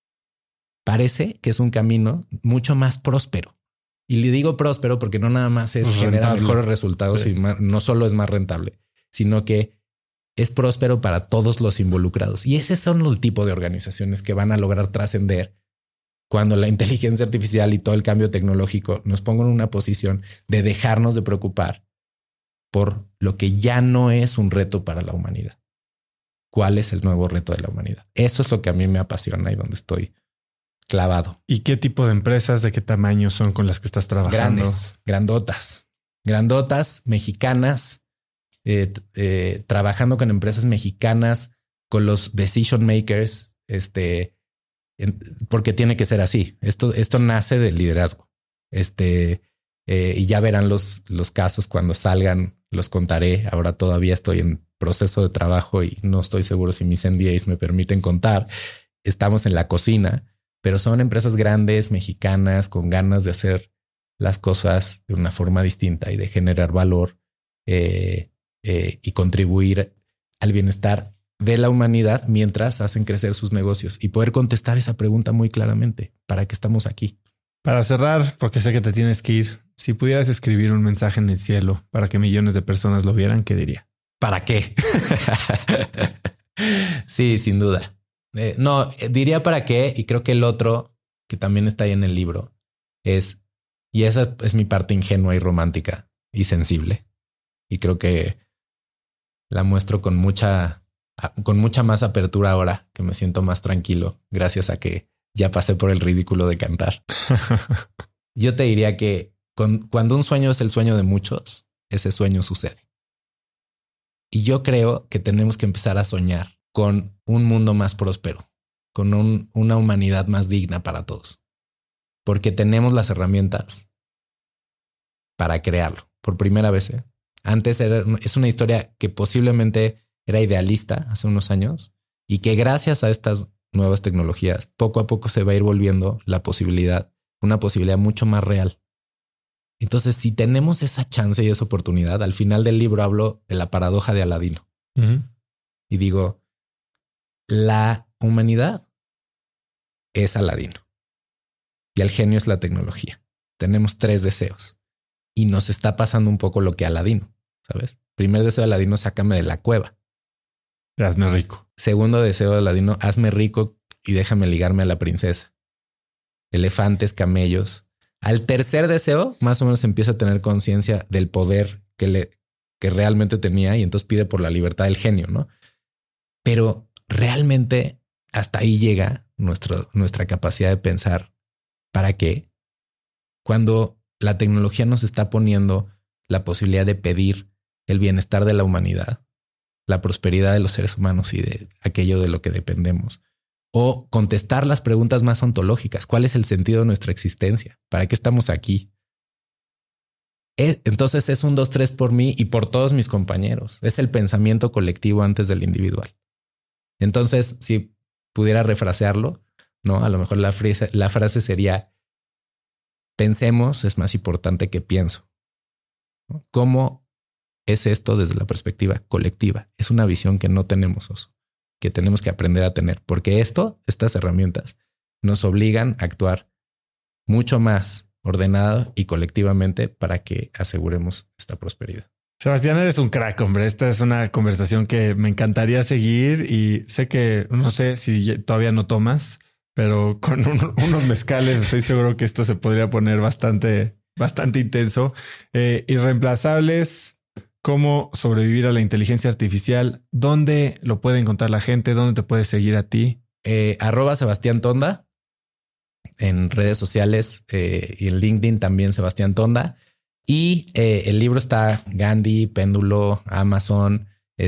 parece que es un camino mucho más próspero. Y le digo próspero porque no nada más es, es generar mejores resultados, sí. Y más, no solo es más rentable, sino que es próspero para todos los involucrados. Y ese son el tipo de organizaciones que van a lograr trascender cuando la inteligencia artificial y todo el cambio tecnológico nos pongan en una posición de dejarnos de preocupar por lo que ya no es un reto para la humanidad. ¿Cuál es el nuevo reto de la humanidad? Eso es lo que a mí me apasiona y donde estoy clavado. ¿Y qué tipo de empresas, de qué tamaño son con las que estás trabajando? Grandes, grandotas, grandotas, mexicanas, eh, eh, trabajando con empresas mexicanas, con los decision makers, este, en, porque tiene que ser así. Esto, esto nace del liderazgo. Este, eh, y ya verán los, los casos cuando salgan, los contaré. Ahora todavía estoy en proceso de trabajo y no estoy seguro si mis N D As me permiten contar. Estamos en la cocina, pero son empresas grandes, mexicanas, con ganas de hacer las cosas de una forma distinta y de generar valor eh, eh, y contribuir al bienestar de la humanidad mientras hacen crecer sus negocios y poder contestar esa pregunta muy claramente. ¿Para qué estamos aquí? Para cerrar, porque sé que te tienes que ir, si pudieras escribir un mensaje en el cielo para que millones de personas lo vieran, ¿qué diría? ¿Para qué? Sí, sin duda. Eh, no, diría para qué, y creo que el otro que también está ahí en el libro es, y esa es mi parte ingenua y romántica y sensible, y creo que la muestro con mucha, con mucha más apertura ahora que me siento más tranquilo gracias a que ya pasé por el ridículo de cantar. Yo te diría que con, cuando un sueño es el sueño de muchos, ese sueño sucede. Y yo creo que tenemos que empezar a soñar con un mundo más próspero, con un, una humanidad más digna para todos, porque tenemos las herramientas para crearlo por primera vez. ¿eh? Antes era, es una historia que posiblemente era idealista hace unos años y que gracias a estas nuevas tecnologías poco a poco se va a ir volviendo la posibilidad, una posibilidad mucho más real. Entonces, si tenemos esa chance y esa oportunidad, al final del libro hablo de la paradoja de Aladino. Uh-huh. Y digo, la humanidad es Aladino y el genio es la tecnología. Tenemos tres deseos y nos está pasando un poco lo que Aladino, ¿sabes? Primer deseo de Aladino, sácame de la cueva. Hazme rico. Segundo deseo de Aladino, hazme rico y déjame ligarme a la princesa. Elefantes, camellos. Al tercer deseo, más o menos empieza a tener conciencia del poder que, le, que realmente tenía y entonces pide por la libertad del genio, ¿no? Pero realmente hasta ahí llega nuestro, nuestra capacidad de pensar para qué, cuando la tecnología nos está poniendo la posibilidad de pedir el bienestar de la humanidad, la prosperidad de los seres humanos y de aquello de lo que dependemos. O contestar las preguntas más ontológicas. ¿Cuál es el sentido de nuestra existencia? ¿Para qué estamos aquí? Entonces es un dos, tres por mí y por todos mis compañeros. Es el pensamiento colectivo antes del individual. Entonces, si pudiera refrasearlo, ¿no? A lo mejor la frase, la frase sería: pensemos es más importante que pienso. ¿No? ¿Cómo es esto desde la perspectiva colectiva? Es una visión que no tenemos, Oso, que tenemos que aprender a tener, porque esto, estas herramientas nos obligan a actuar mucho más ordenado y colectivamente para que aseguremos esta prosperidad. Sebastián, eres un crack, hombre. Esta es una conversación que me encantaría seguir y sé que no sé si todavía no tomas, pero con un, unos mezcales estoy seguro que esto se podría poner bastante, bastante intenso. Eh, irreemplazables, cómo sobrevivir a la inteligencia artificial. ¿Dónde lo puede encontrar la gente? ¿Dónde te puede seguir a ti? Eh, arroba Sebastián Tonda en redes sociales eh, y en LinkedIn también Sebastián Tonda. Y eh, el libro está Gandhi, Péndulo, Amazon,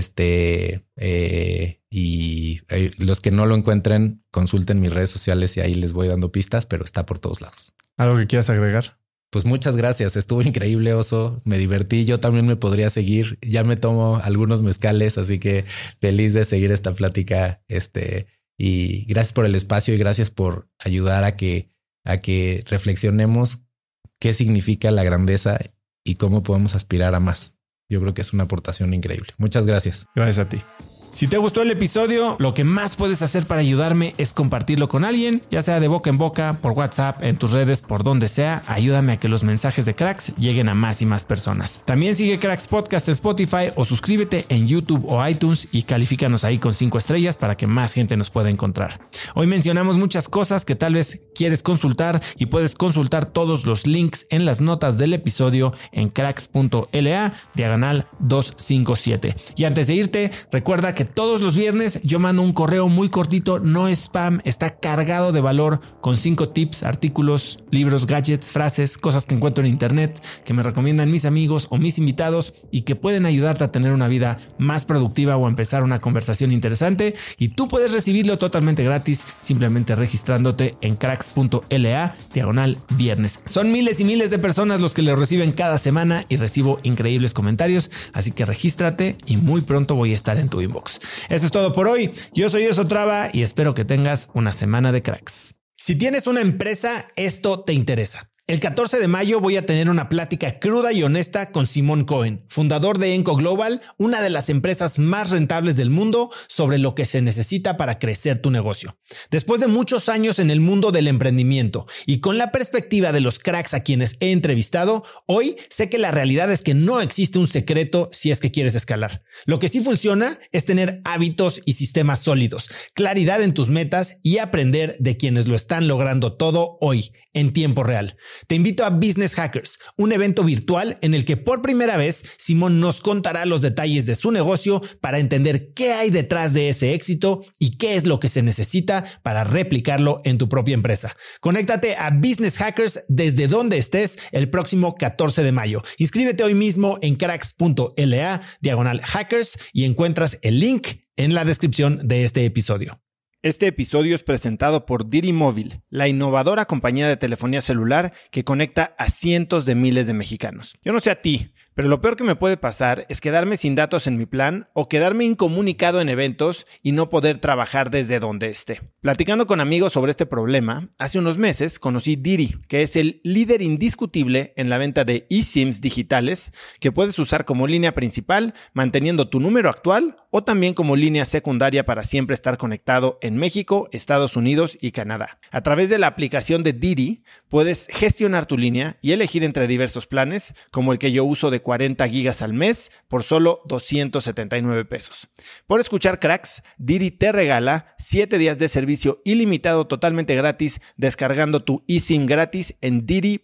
este eh, y eh, los que no lo encuentren, consulten mis redes sociales y ahí les voy dando pistas, pero está por todos lados. ¿Algo que quieras agregar? Pues muchas gracias. Estuvo increíble, Oso. Me divertí. Yo también me podría seguir. Ya me tomo algunos mezcales, así que feliz de seguir esta plática. Este y gracias por el espacio y gracias por ayudar a que a que reflexionemos qué significa la grandeza y cómo podemos aspirar a más. Yo creo que es una aportación increíble. Muchas gracias. Gracias a ti. Si te gustó el episodio, lo que más puedes hacer para ayudarme es compartirlo con alguien, ya sea de boca en boca, por WhatsApp, en tus redes, por donde sea. Ayúdame a que los mensajes de Cracks lleguen a más y más personas. También sigue Cracks Podcast en Spotify o suscríbete en YouTube o iTunes y califícanos ahí con cinco estrellas para que más gente nos pueda encontrar. Hoy mencionamos muchas cosas que tal vez quieres consultar y puedes consultar todos los links en las notas del episodio en cracks.la diagonal doscientos cincuenta y siete. Y antes de irte, recuerda que todos los viernes yo mando un correo muy cortito, no spam, está cargado de valor con cinco tips, artículos, libros, gadgets, frases, cosas que encuentro en internet que me recomiendan mis amigos o mis invitados y que pueden ayudarte a tener una vida más productiva o a empezar una conversación interesante. Y tú puedes recibirlo totalmente gratis simplemente registrándote en cracks.la diagonal viernes. Son miles y miles de personas los que lo reciben cada semana y recibo increíbles comentarios, así que regístrate y muy pronto voy a estar en tu inbox. Eso es todo por hoy. Yo soy Oso Traba y espero que tengas una semana de cracks. Si tienes una empresa, esto te interesa. El catorce de mayo voy a tener una plática cruda y honesta con Simon Cohen, fundador de Enco Global, una de las empresas más rentables del mundo, sobre lo que se necesita para crecer tu negocio. Después de muchos años en el mundo del emprendimiento y con la perspectiva de los cracks a quienes he entrevistado, hoy sé que la realidad es que no existe un secreto si es que quieres escalar. Lo que sí funciona es tener hábitos y sistemas sólidos, claridad en tus metas y aprender de quienes lo están logrando todo hoy, en tiempo real. Te invito a Business Hackers, un evento virtual en el que por primera vez Simón nos contará los detalles de su negocio para entender qué hay detrás de ese éxito y qué es lo que se necesita para replicarlo en tu propia empresa. Conéctate a Business Hackers desde donde estés el próximo catorce de mayo. Inscríbete hoy mismo en cracks.la diagonal hackers y encuentras el link en la descripción de este episodio. Este episodio es presentado por Didi Móvil, la innovadora compañía de telefonía celular que conecta a cientos de miles de mexicanos. Yo no sé a ti, pero lo peor que me puede pasar es quedarme sin datos en mi plan o quedarme incomunicado en eventos y no poder trabajar desde donde esté. Platicando con amigos sobre este problema, hace unos meses conocí Didi, que es el líder indiscutible en la venta de eSIMs digitales que puedes usar como línea principal, manteniendo tu número actual o también como línea secundaria para siempre estar conectado en México, Estados Unidos y Canadá. A través de la aplicación de Didi, puedes gestionar tu línea y elegir entre diversos planes, como el que yo uso de cuarenta gigas al mes por solo doscientos setenta y nueve pesos. Por escuchar Cracks, Didi te regala siete días de servicio ilimitado totalmente gratis descargando tu eSIM gratis en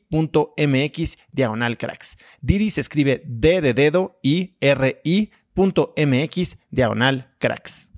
didi.mx diagonal cracks. Didi se escribe D de dedo I R I punto mx diagonal cracks.